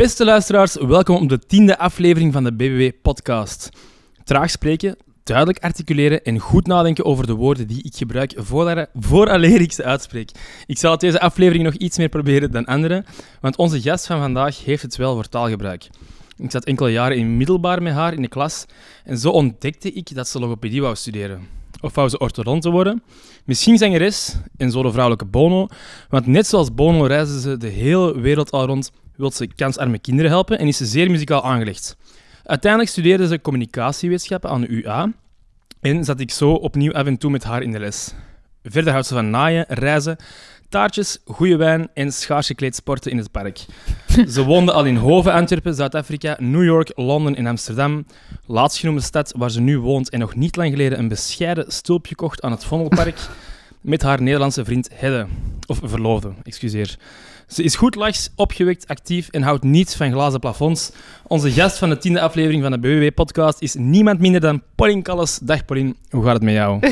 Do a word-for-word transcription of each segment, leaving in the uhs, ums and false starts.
Beste luisteraars, welkom op de tiende aflevering van de B B W-podcast. Traag spreken, duidelijk articuleren en goed nadenken over de woorden die ik gebruik vooraleer ik ze uitspreek. Ik zal het deze aflevering nog iets meer proberen dan anderen, want onze gast van vandaag heeft het wel voor taalgebruik. Ik zat enkele jaren in middelbaar met haar in de klas en zo ontdekte ik dat ze logopedie wou studeren. Of wou ze orthodonte worden, misschien zangeres en zo de vrouwelijke Bono, want net zoals Bono reizen ze de hele wereld al rond, wil ze kansarme kinderen helpen en is ze zeer muzikaal aangelegd. Uiteindelijk studeerde ze communicatiewetenschappen aan de U A en zat ik zo opnieuw af en toe met haar in de les. Verder houdt ze van naaien, reizen, taartjes, goede wijn en schaars gekleed sporten in het park. Ze woonde al in Hoven, Antwerpen, Zuid-Afrika, New York, Londen en Amsterdam. Laatstgenoemde stad waar ze nu woont en nog niet lang geleden een bescheiden stulpje kocht aan het Vondelpark met haar Nederlandse vriend Hedde. Of verloofde, excuseer. Ze is goed lachs, opgewekt, actief en houdt niets van glazen plafonds. Onze gast van de tiende aflevering van de B B W-podcast is niemand minder dan Pauline Calles. Dag Pauline, hoe gaat het met jou?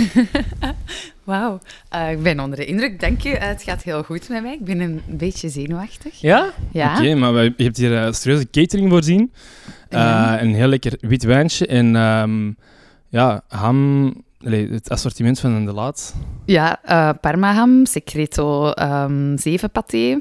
Wauw, uh, ik ben onder de indruk. Dank je. Uh, het gaat heel goed met mij. Ik ben een beetje zenuwachtig. Ja? Ja. Oké, okay, maar we, je hebt hier een serieuze catering voorzien. Uh, ja. Een heel lekker wit wijntje en um, ja, ham... Allee, het assortiment van de laat. Ja, uh, parmaham, secreto um, zevenpaté,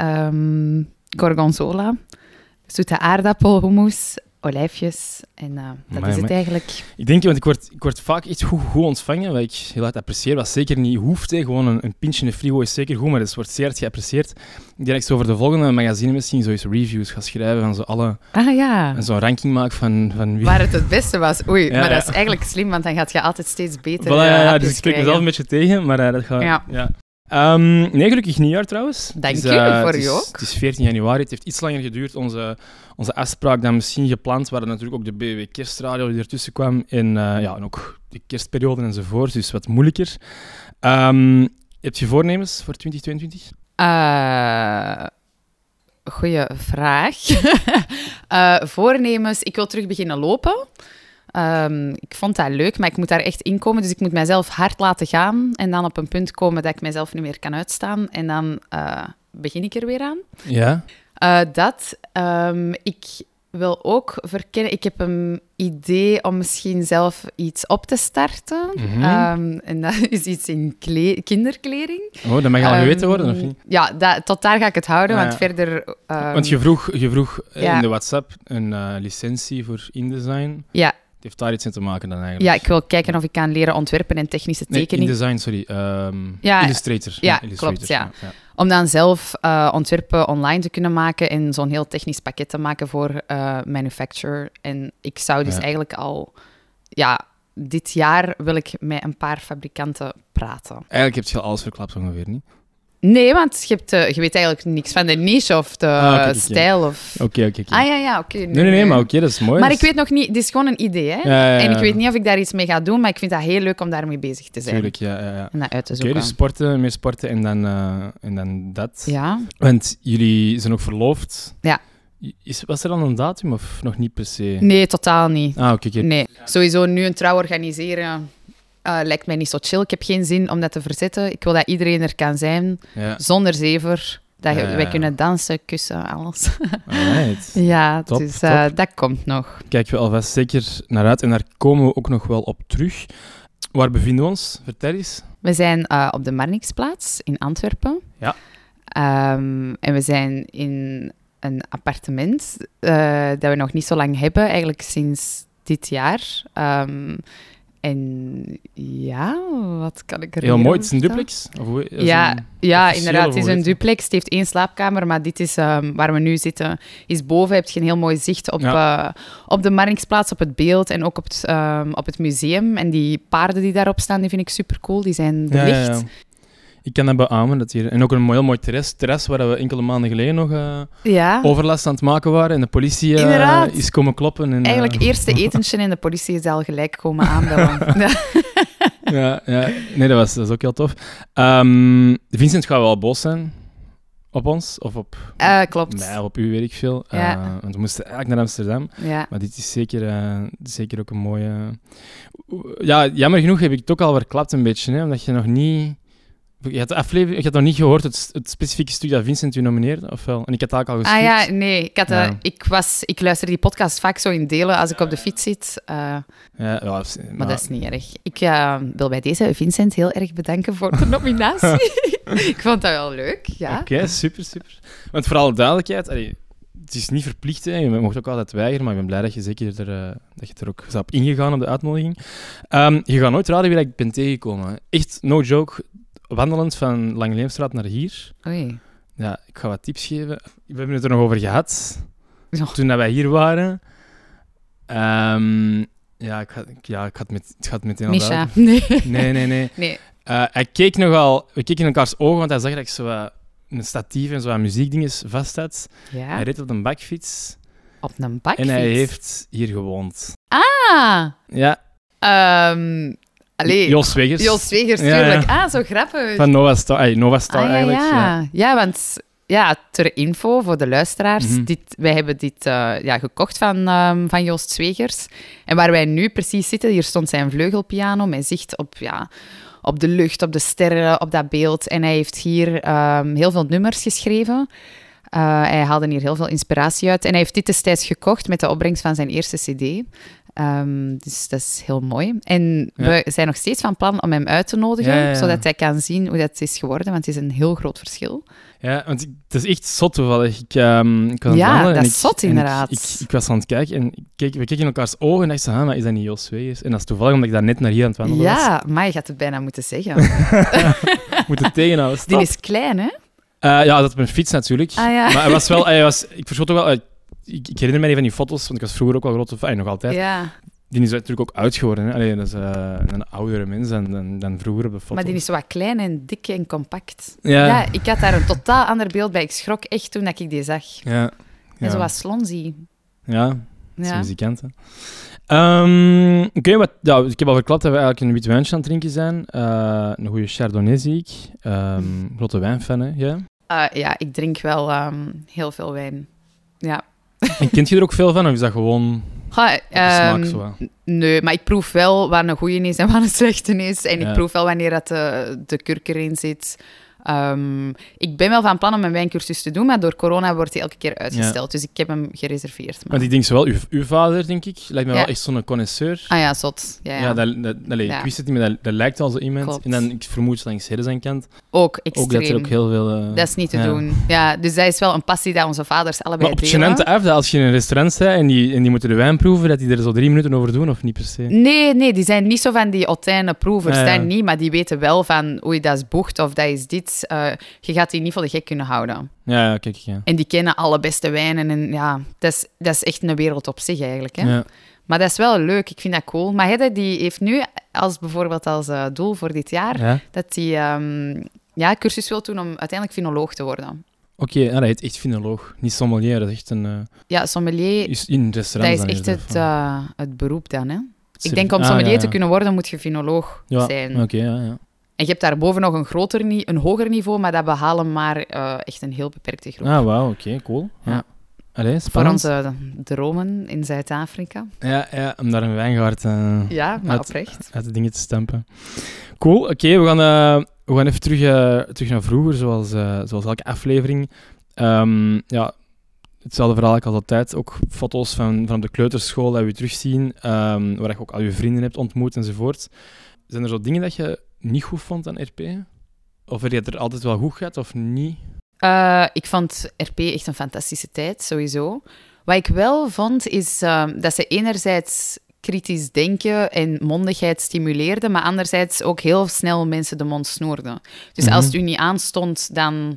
um, gorgonzola, zoete aardappel, hummus, olijfjes en uh, dat Amai, is het amai. eigenlijk. Ik denk, want ik word, ik word vaak echt goed, goed ontvangen, wat ik heel hard apprecieer, wat zeker niet hoeft. Hè. Gewoon een, een pintje in de frigo is zeker goed, maar het wordt zeer hard geapprecieerd. Ik denk dat ik zo voor de volgende magazine misschien zo eens reviews ga schrijven van zo alle... Ah ja. En zo'n ranking maak van... van wie... Waar het het beste was. Oei, Ja, maar ja. dat is eigenlijk slim, want dan gaat je altijd steeds beter Voilà, ja, uh, ja, hapjes dus ik spreek krijgen. mezelf een beetje tegen, maar uh, dat gaat... Ja. ja. Um, nee, gelukkig nieuwjaar trouwens. Dank Het je, is, uh, voor het is, je ook. Het is veertien januari, het heeft iets langer geduurd. Onze, onze afspraak dan misschien gepland, waar natuurlijk ook de B B W kerstradio die ertussen kwam. En, uh, ja, en ook de kerstperiode enzovoort, dus wat moeilijker. Um, heb je voornemens voor twintig tweeëntwintig? Uh, goeie vraag. uh, voornemens, ik wil terug beginnen lopen. Um, ik vond dat leuk, maar ik moet daar echt in komen. Dus ik moet mezelf hard laten gaan en dan op een punt komen dat ik mezelf niet meer kan uitstaan. En dan uh, begin ik er weer aan. Ja. Uh, dat. Um, ik wil ook verkennen... Ik heb een idee om misschien zelf iets op te starten. Mm-hmm. Um, en dat is iets in kle- kinderkleding. Oh, dat mag al Um, geweten worden, of niet? Ja, dat, tot daar ga ik het houden, Ah, want ja. verder... Um, Want je vroeg, je vroeg uh, ja. in de WhatsApp een uh, licentie voor InDesign. Ja, Het heeft daar iets in te maken dan eigenlijk. ja, ik wil kijken of ik kan leren ontwerpen en technische Nee, tekening. InDesign, sorry. Um, Ja, Illustrator. ja, Illustrator. klopt, ja. ja. Om dan zelf uh, ontwerpen online te kunnen maken en zo'n heel technisch pakket te maken voor uh, manufacturer. En ik zou dus Ja. eigenlijk al... Ja, dit jaar wil ik met een paar fabrikanten praten. Eigenlijk heb je al alles verklapt ongeveer, niet? Nee, want je, hebt, uh, je weet eigenlijk niks van de niche of de Ah, oké, oké. stijl. Of... Oké, oké, oké. Ah ja, ja, oké. Nee, nee, nee, maar oké, dat is mooi. Maar Dat ik is- weet nog niet, het is gewoon een idee, hè? Ja, ja, ja. En ik weet niet of ik daar iets mee ga doen, maar ik vind dat heel leuk om daarmee bezig te zijn. Tuurlijk, ja, ja, ja. En dat uit te Oké, zoeken. dus sporten, meer sporten en dan, uh, en dan dat. Ja. Want jullie zijn ook verloofd. Ja. Is, was er dan een datum of nog niet per se? Nee, totaal niet. Ah, oké, oké. Nee. Sowieso nu een trouw organiseren uh, lijkt mij niet zo chill. Ik heb geen zin om dat te verzetten. Ik wil dat iedereen er kan zijn, Ja. zonder zever. Dat je- Ja, ja, wij ja. kunnen dansen, kussen, alles. Alright. Ja, Top, dus uh, top. dat komt nog. Kijken we alvast zeker naar uit en daar komen we ook nog wel op terug. Waar bevinden we ons? Vertel eens. We zijn uh, op de Marnixplaats in Antwerpen. Ja. Um, en we zijn in een appartement uh, dat we nog niet zo lang hebben, eigenlijk sinds dit jaar. Um, en ja, wat kan ik er Heel meer mooi. over Het is een vertellen? duplex? Of hoe- is Ja, een- ja officieel inderdaad. Het is of een hoe heet duplex. Het heeft één slaapkamer, maar dit is um, waar we nu zitten. Is boven heb je een heel mooi zicht op, Ja. uh, op de Marnixplaats, op het beeld en ook op het, um, op het museum. En die paarden die daarop staan, die vind ik super cool. Die zijn Ja, belicht. ja, ja. Ik kan dat beamen. Dat hier... En ook een heel mooi terras, terras waar we enkele maanden geleden nog uh, Ja. overlast aan het maken waren. En de politie uh, Inderdaad. is komen kloppen. En, uh, Eigenlijk eerste etentje en de politie is al gelijk komen aanbellen. Ja. ja, ja. Nee, dat was, dat was ook heel tof. Um, Vincent gaat wel boos zijn op ons. Of op Uh, klopt. mij of op u, weet ik veel. Ja. Uh, want we moesten eigenlijk naar Amsterdam. Ja. Maar dit is zeker, uh, zeker ook een mooie... Ja, jammer genoeg heb ik het ook al verklapt een beetje. Hè, omdat je nog niet... Je had, de aflevering, je had nog niet gehoord het, het specifieke stuk dat Vincent u nomineerde, of wel? En ik had het eigenlijk al Ah gestuurd. ja, nee. Ik, had, uh, Ja. ik, was, ik luister die podcast vaak zo in delen als ik op de fiets zit. Uh, Ja, ja, maar, maar dat is niet erg. Ik uh, wil bij deze Vincent heel erg bedanken voor de nominatie. Ik vond dat wel leuk, ja. Oké, okay, super, super. Want voor alle duidelijkheid, allee, het is niet verplicht, hè. Je mocht ook altijd weigeren, maar ik ben blij dat je zeker er, uh, dat je er ook is op ingegaan op de uitnodiging. Um, je gaat nooit raden wie ik ben tegengekomen. Echt, no joke, wandelend van Langeleemstraat naar hier. Oei. Ja, ik ga wat tips geven. We hebben het er nog over gehad, Ja. toen dat wij hier waren. Um, ja, ik ga, ja, ik ga het, met, ik ga het meteen al Misha. duiden. Nee. Nee, nee, nee. nee. Uh, hij keek nogal... We keken in elkaars ogen, want hij zag dat ik zo wat een statief en zo wat muziekdinges vast had. Ja. Hij reed op een bakfiets. Op een bakfiets? En hij heeft hier gewoond. Ah! Ja. Um, allee. Jos Zwegers. Jos Zwegers, Ja, tuurlijk. ja. Ah, zo grappig. Van Nova Star, ay, Nova Star ah, ja, eigenlijk. Ja. Ja. ja, want ja, ter info voor de luisteraars. Mm-hmm. dit, wij hebben dit uh, ja, gekocht van, um, van Joost Zwegers. En waar wij nu precies zitten, hier stond zijn vleugelpiano met zicht op, ja, op de lucht, op de sterren, op dat beeld. En hij heeft hier um, heel veel nummers geschreven. Uh, hij haalde hier heel veel inspiratie uit. En hij heeft dit destijds gekocht met de opbrengst van zijn eerste cd. Um, dus dat is heel mooi. En ja. we zijn nog steeds van plan om hem uit te nodigen, ja, ja, ja. zodat hij kan zien hoe dat is geworden, want het is een heel groot verschil. Ja, want ik, het is echt zot toevallig. Ik, um, ik was ja, dat is ik, zot inderdaad. Ik, ik, ik was aan het kijken en ik keek, we keken in elkaars ogen en dacht, ah, maar is dat niet Jos Zwegers? En dat is toevallig omdat ik daar net naar hier aan het wandelen ja, was. Ja, maar je gaat het bijna moeten zeggen. Moet het tegenhouden. Stop. Die is klein, hè? Uh, ja, dat op een fiets natuurlijk. Ah, ja. Maar hij was wel... Hij was, ik verschot ook wel... Uh, ik, ik herinner me niet van die foto's, want ik was vroeger ook wel groot, of uh, nog altijd. Ja. Die is natuurlijk ook oud geworden. Hè? Allee, dat is uh, een oudere mens dan, dan, dan vroeger op de foto's. Maar die is zo wat klein en dik en compact. Ja. ja, ik had daar een totaal ander beeld bij. Ik schrok echt toen dat ik die zag. Ja. ja. En zo wat slonzy. Ja, dat is ja. een muzikant. Um, Oké, okay, wat, ja, ik heb al verklapt dat we eigenlijk een wit wijntje aan het drinken zijn. Uh, een goede Chardonnay zie ik. Um, grote wijnfan, hè? Ja. Uh, ja, ik drink wel um, heel veel wijn. Ja. En kent je er ook veel van, of is dat gewoon ha, um, smaak zo? Nee, maar ik proef wel wat een goeie is en wat een slechte is. En ja. ik proef wel wanneer dat de, de kurk erin zit. Um, ik ben wel van plan om een wijncursus te doen, maar door corona wordt hij elke keer uitgesteld. Ja. Dus ik heb hem gereserveerd. Maar... Want ik denk zowel, uw, uw vader, denk ik, lijkt me ja. wel echt zo'n connoisseur. Ah ja, zot. Ja, ja. ja, dat, dat, allez, ja. Ik wist het niet, maar dat, dat lijkt wel zo iemand. Klopt. En dan, ik vermoed langs Heren zijn kant. Ook extreem. Ook dat er ook heel veel... Uh, dat is niet te ja. doen. Ja, dus dat is wel een passie dat onze vaders allebei maar op delen. het gênante af, dat als je in een restaurant bent en die, en die moeten de wijn proeven, dat die er zo drie minuten over doen, of niet per se? Nee, nee, die zijn niet zo van die hautaine proevers, ja, ja. zijn niet, maar die weten wel van, oei, dat is bocht of dat is dit. Uh, je gaat die niet voor de gek kunnen houden. Ja, ja, kijk, ja. En die kennen alle beste wijnen en ja, dat is, dat is echt een wereld op zich eigenlijk. Hè? Ja. Maar dat is wel leuk, ik vind dat cool. Maar Hedde, die heeft nu als bijvoorbeeld als uh, doel voor dit jaar, ja? dat hij um, ja, cursus wil doen om uiteindelijk finoloog te worden. Oké, okay, ja, dat heet echt finoloog. Niet sommelier, dat is echt een... Uh, ja, sommelier, is in restaurants dat is echt het, uh, het beroep dan. Hè? Ik denk om ah, sommelier ja, ja. te kunnen worden, moet je finoloog ja, zijn. Oké, okay, ja, ja. En je hebt daarboven nog een, groter, een hoger niveau, maar dat behalen maar uh, echt een heel beperkte groep. Ah, wauw, oké, okay, cool. Ja. Ja. Allee, voor onze dromen in Zuid-Afrika. Ja, ja, om daar een wijngaard uh, ja, maar uit, oprecht. uit de dingen te stampen. Cool, oké, okay, we, gaan, uh, we gaan even terug, uh, terug naar vroeger, zoals, uh, zoals elke aflevering. Um, ja, hetzelfde verhaal als altijd. Ook foto's van, van de kleuterschool dat we terugzien, um, waar je ook al je vrienden hebt ontmoet enzovoort. Zijn er zo dingen dat je niet goed vond aan R P? Of heb je het er altijd wel goed gehad, of niet? Uh, ik vond R P echt een fantastische tijd, sowieso. Wat ik wel vond, is uh, dat ze enerzijds kritisch denken en mondigheid stimuleerden, maar anderzijds ook heel snel mensen de mond snoerden. Dus mm-hmm. als het u niet aanstond, dan,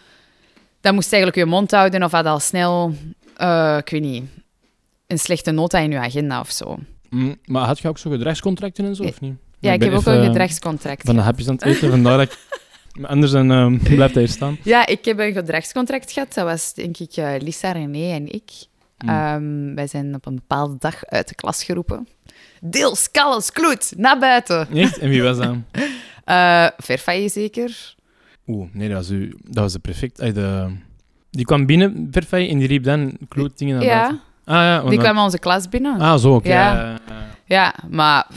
dan moest je eigenlijk je mond houden of had al snel, uh, ik weet niet, een slechte nota in je agenda of zo. Mm, maar had je ook zo gedragscontracten en zo, of niet? Ja, ik, ik heb ook een gedragscontract. Van de hapjes aan het eten, vandaar dat ik... Anders dan uh, blijft hij hier staan. Ja, ik heb een gedragscontract gehad. Dat was, denk ik, uh, Lisa, René en ik. Mm. Um, wij zijn op een bepaalde dag uit de klas geroepen. Deels, Kalles, Kloet, naar buiten. Echt? En wie was dat? uh, Verfaye zeker. Oeh, nee, dat was, u, dat was de prefect. Ay, de, die kwam binnen, Verfaye, en die riep dan Kloet dingen naar ja. buiten. Ah, ja, die kwam onze klas binnen. Ah, zo, oké. Okay. Ja. Ja, ja. ja, maar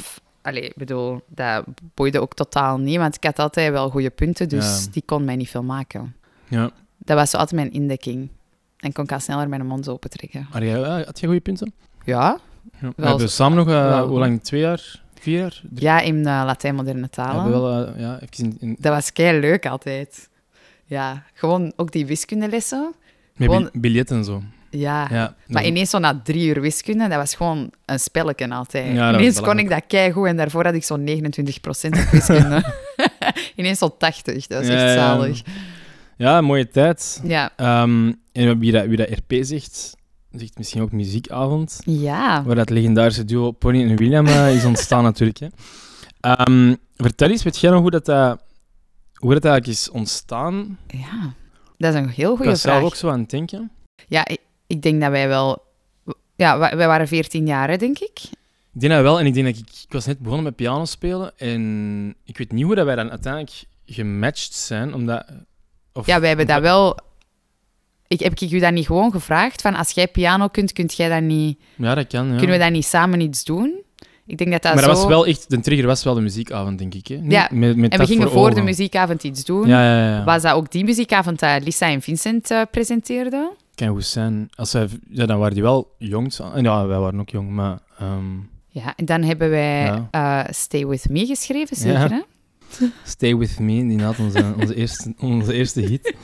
allee, ik bedoel, dat boeide ook totaal niet, want ik had altijd wel goede punten, dus Ja. die kon mij niet veel maken. Ja. Dat was zo altijd mijn indekking. En kon ik al sneller mijn mond open trekken. Maar jij, eh, had je goede punten? Ja, Ja. We Wel hebben zo- samen nog, eh, wel. hoe lang? Twee jaar? Vier jaar? Drie? ja in uh, Latijn-moderne We talen. hebben wel, eh, ja, even in, in, Dat was kei leuk altijd. Ja, gewoon ook die wiskundelessen. met gewoon- bil- biljetten en zo. Ja. Ja, Maar dat- ineens zo na drie uur wiskunde, dat was gewoon een spelletje altijd. Ja, dat was ineens kon ik belachelijk. dat keigoed en daarvoor had ik zo'n negenentwintig procent op wiskunde. ineens zo tachtig, dat is echt Ja, ja. zalig. ja, een mooie tijd. Ja. Ehm, en wie dat, wie dat R P zegt, zegt misschien ook muziekavond. Ja. Waar dat legendarische duo Pony en William eh, is ontstaan natuurlijk. Hè. Ehm, vertel eens, weet jij nog hoe dat, dat, hoe dat eigenlijk is ontstaan? Ja. Dat is een heel Ik goede was zelf vraag. ook zo aan het denken. Ja, ik, ik denk dat wij wel... Ja, wa- wij waren veertien jaar, hè, denk ik. Ik denk dat wel, en ik denk dat ik... Ik was net begonnen met piano spelen en ik weet niet hoe dat wij dan uiteindelijk gematcht zijn, omdat... Of, Ja, wij hebben of- dat wel... Ik, heb ik u dat niet gewoon gevraagd? Van, als jij piano kunt, kunt jij dat niet... Ja, dat kan, ja. Kunnen we dat niet samen iets doen? Ik denk dat dat maar zo... dat was wel echt... De trigger was wel de muziekavond, denk ik. Hè? Niet Ja, met, met En we dat gingen voor de ogen. muziekavond iets doen. Ja, ja, ja. Was dat ook die muziekavond dat Lisa en Vincent eh, presenteerden? Kan goed zijn. Als wij, ja, dan waren die wel jong. zo- Ja, wij waren ook jong, maar... ehm, Ja, en dan hebben wij Ja. eh, Stay With Me geschreven, zeker, Ja. hè? Stay With Me, inderdaad, onze, onze, eerste, onze eerste hit.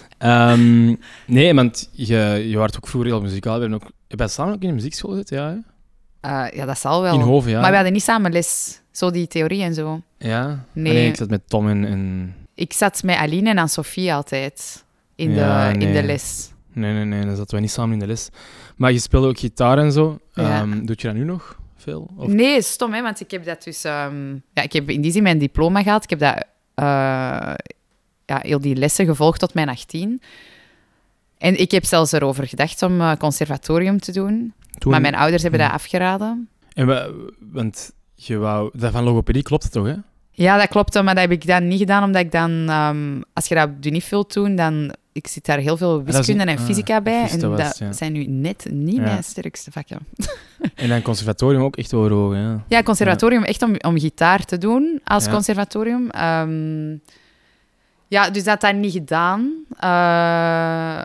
Ehm, nee, want je, je was ook vroeger heel muzikaal. We hebben ook... Heb jij samen ook in de muziekschool gezeten? Ja, hè? Eh, ja, dat zal wel. In Hoven, ja. Maar we hadden niet samen les, zo die theorie en zo. Ja? Nee. Ah, nee, ik zat met Tom en... en... Ik zat met Aline en Anne-Sophie altijd in, Ja, de, in nee. de les. Nee, nee, nee, dan zaten wij niet samen in de les. Maar je speelde ook gitaar en zo. Ja. Ehm, Doet je dat nu nog veel? Of... Nee, stom, hè, want ik heb dat dus... ehm, ja, ik heb in die zin mijn diploma gehad. Ik heb dat... eh, ja, heel die lessen gevolgd tot mijn achttien. En ik heb zelfs erover gedacht om eh, conservatorium te doen. Toen... Maar mijn ouders hebben Hmm. dat afgeraden. En we, want je wou... Dat van logopedie klopt het toch, hè? Ja, dat klopt, maar dat heb ik dan niet gedaan, omdat ik dan... ehm, als je dat op de U N I F wilt doen, dan... Ik zit daar heel veel is wiskunde een- en ah, fysica bij. juist, En dat dat, was, ja. zijn nu net niet Ja. mijn sterkste vakken. En dan conservatorium ook echt wel hoog, hè? Ja, conservatorium, echt om, om gitaar te doen als Ja. conservatorium. Ehm, ja, dus dat had ik niet gedaan. Eh,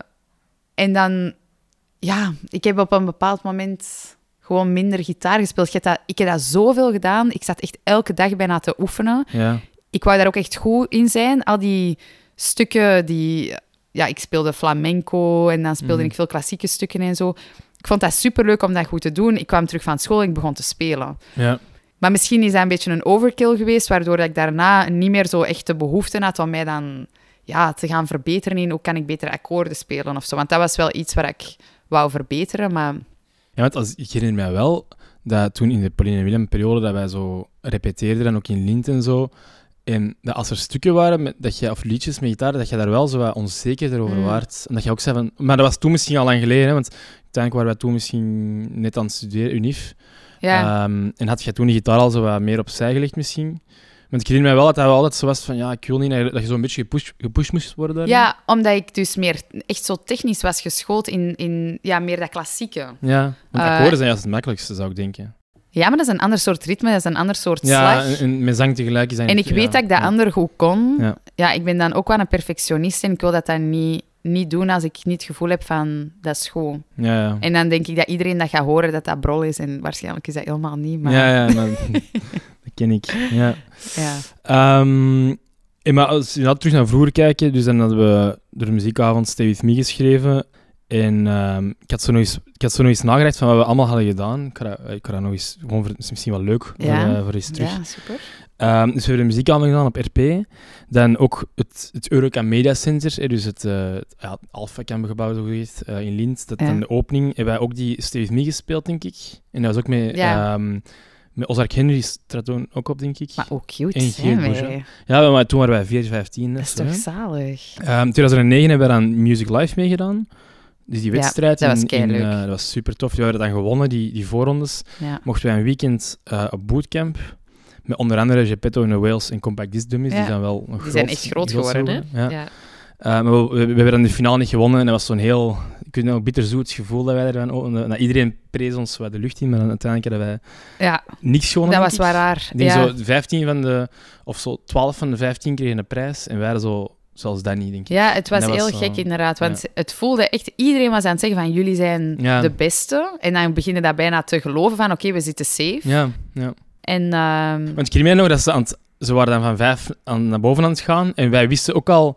en dan... Ja, ik heb op een bepaald moment gewoon minder gitaar gespeeld. Ik heb dat, ik heb dat zoveel gedaan. Ik zat echt elke dag bijna te oefenen. Ja. Ik wou daar ook echt goed in zijn. Al die stukken die... Ja, ik speelde flamenco en dan speelde Mhm. ik veel klassieke stukken en zo. Ik vond dat superleuk om dat goed te doen. Ik kwam terug van school en ik begon te spelen. Ja. Maar misschien is dat een beetje een overkill geweest, waardoor ik daarna niet meer zo echt de behoefte had om mij dan ja, te gaan verbeteren in hoe kan ik beter akkoorden spelen of zo. Want dat was wel iets waar ik wou verbeteren, maar... Ja, want als, ik herinner mij wel dat toen in de Pauline en Willem periode dat wij zo repeteerden en ook in Lint en zo. En dat als er stukken waren, met, dat je, of liedjes met gitaar, dat je daar wel zo wat onzeker over Mm. waart. En dat je ook zei van... Maar dat was toen misschien al lang geleden, hè, want uiteindelijk waren wij toen misschien net aan het studeren, U N I F. Ja, Ehm, en had je toen die gitaar al zo wat meer opzij gelegd misschien? Want ik herinner mij wel dat dat wel altijd zo was van, ja, ik wil niet dat je, dat je zo'n beetje gepusht, gepusht moest worden daarin. ja, omdat ik dus meer echt zo technisch was geschoold in, in ja, meer dat klassieke. Ja, want Eh, akkoorden zijn juist het makkelijkste, zou ik denken. Ja, maar dat is een ander soort ritme, dat is een ander soort Ja, slag. en, en met zang tegelijk is dat En niet- ik weet ja, dat ik dat ja. ander goed kon. Ja. Ja, ik ben dan ook wel een perfectionist en ik wil dat dan niet, niet doen als ik niet het gevoel heb van, dat is goed. Ja, ja. En dan denk ik dat iedereen dat gaat horen, dat dat brol is. En waarschijnlijk is dat helemaal niet, maar... Ja, ja, maar, dat ken ik. Ja. ja. Ehm, en maar als we nou terug naar vroeger kijken, dus dan hadden we door de muziekavond Stay With Me geschreven. En ehm, ik, had zo nog eens, ik had zo nog eens nagedacht van wat we allemaal hadden gedaan. Ik ga dat, ik ga dat nog eens, gewoon voor, het is misschien wel leuk Ja. voor, uh, voor eens terug. Ja, super. Ehm, dus we hebben de muziekavond gedaan op R P. Dan ook het, het Eureka Media Center, hè, dus het, uh, het ja, Alpha-Campgebouw zo gezegd, uh, in Lint. Dat Ja. dan de opening hebben wij ook die Stay With Me gespeeld, denk ik. En dat was ook met, Ja. ehm, met Ozark Henry trad toen ook op, denk ik. Maar ook cute En zijn Geert wij. Bourgeois. Ja, maar toen waren wij veertien, vijftien. Dat is zo, toch hè. zalig? Ehm, tweeduizend negen hebben we aan Music Live meegedaan. Dus die Ja, wedstrijd, dat was in- in, keileuk. eh, dat was super tof. Die hadden dan gewonnen, die, die voorrondes. Ja. Mochten wij een weekend uh, op bootcamp. Met onder andere Geppetto en de Wales en Compact Disc Dummies. Ja. Die zijn wel nog Die zijn echt groot geworden, hè? Ja. Ja. Uh, maar we, we, we hebben dan de finale niet gewonnen en dat was zo'n heel... Ik ik weet nog bitterzoet het gevoel dat wij ervan openden. Dat iedereen prees ons wat de lucht in, maar dan uiteindelijk hadden wij Ja, niks gewonnen. dat denk was ik. wel raar. Ik denk Ja. zo vijftien van de, of zo twaalf van de vijftien kregen een prijs en wij hadden zo, zelfs dat niet, denk ik. Ja, het was En dat heel was gek zo- inderdaad. Want het voelde echt... Iedereen was aan het zeggen van, jullie zijn Ja. de beste. En dan beginnen dat bijna te geloven van, oké, we zitten safe. Ja, ja. En ehm, Want ik herinner me nog dat ze, aan het, ze waren dan van vijf aan, naar boven aan het gaan en wij wisten ook al...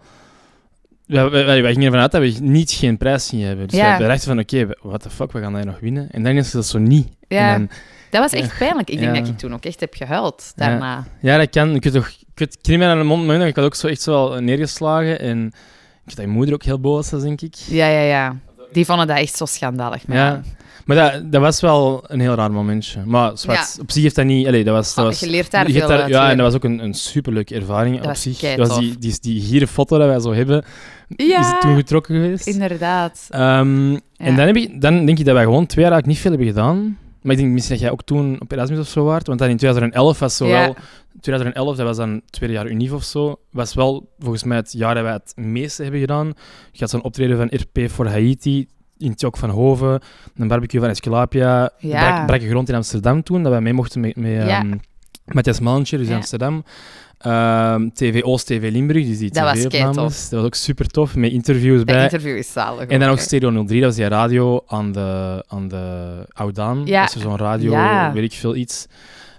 Wij, wij, wij gingen ervan uit dat we niet geen prijs gingen hebben. Dus Ja. wij, wij dachten van, oké, okay, what the fuck, we gaan dat nog winnen. En dan is dat zo niet. ja, En dan, dat was echt pijnlijk. Ik denk Ja. dat ik toen ook echt heb gehuild daarna. ja, dat kan. Ik weet toch... Ik, weet, ik herinner me aan een moment, ik had ook zo echt zo wel neergeslagen en... Ik weet dat je moeder ook heel boos was, denk ik. Ja, ja, ja. Die vonden dat echt zo schandalig. Maar Ja. Maar dat, dat was wel een heel raar momentje. Maar zwart, Ja. op zich heeft dat niet... Allee, dat was, dat Oh, was, je leert daar je veel hebt daar- uit. Ja, en leren. dat was ook een, een superleuke ervaring Dat op was zich. kei Dat was tof. die, die, die gieren foto dat wij zo hebben, Ja, is toen getrokken geweest. inderdaad. Ehm, Ja. En dan, heb ik, dan denk ik dat wij gewoon twee jaar eigenlijk niet veel hebben gedaan. Maar ik denk misschien dat jij ook toen op Erasmus of zo waart. Want dan in twintig elf was zo Ja. wel... twintig elf, dat was dan het tweede jaar Unief of zo, was wel volgens mij het jaar dat wij het meeste hebben gedaan. Je had zo'n optreden van R P voor Haiti, in Tjok van Hoven, een barbecue van Escalapia, Ja. brak, brakke grond in Amsterdam toen, dat wij mee mochten met, met Ja. ehm, Matthias Malentje, dus in Ja. Amsterdam. Ehm, T V Oost, T V Limburg, dus die Dat was tv-opnames. keitof. Dat was ook super tof, met interviews Dat bij. interview is zalig. En dan ook hè. Stereo nul drie, dat was die radio aan de, aan de Oudaan. Ja. Dat is zo'n radio, Ja. weet ik veel iets.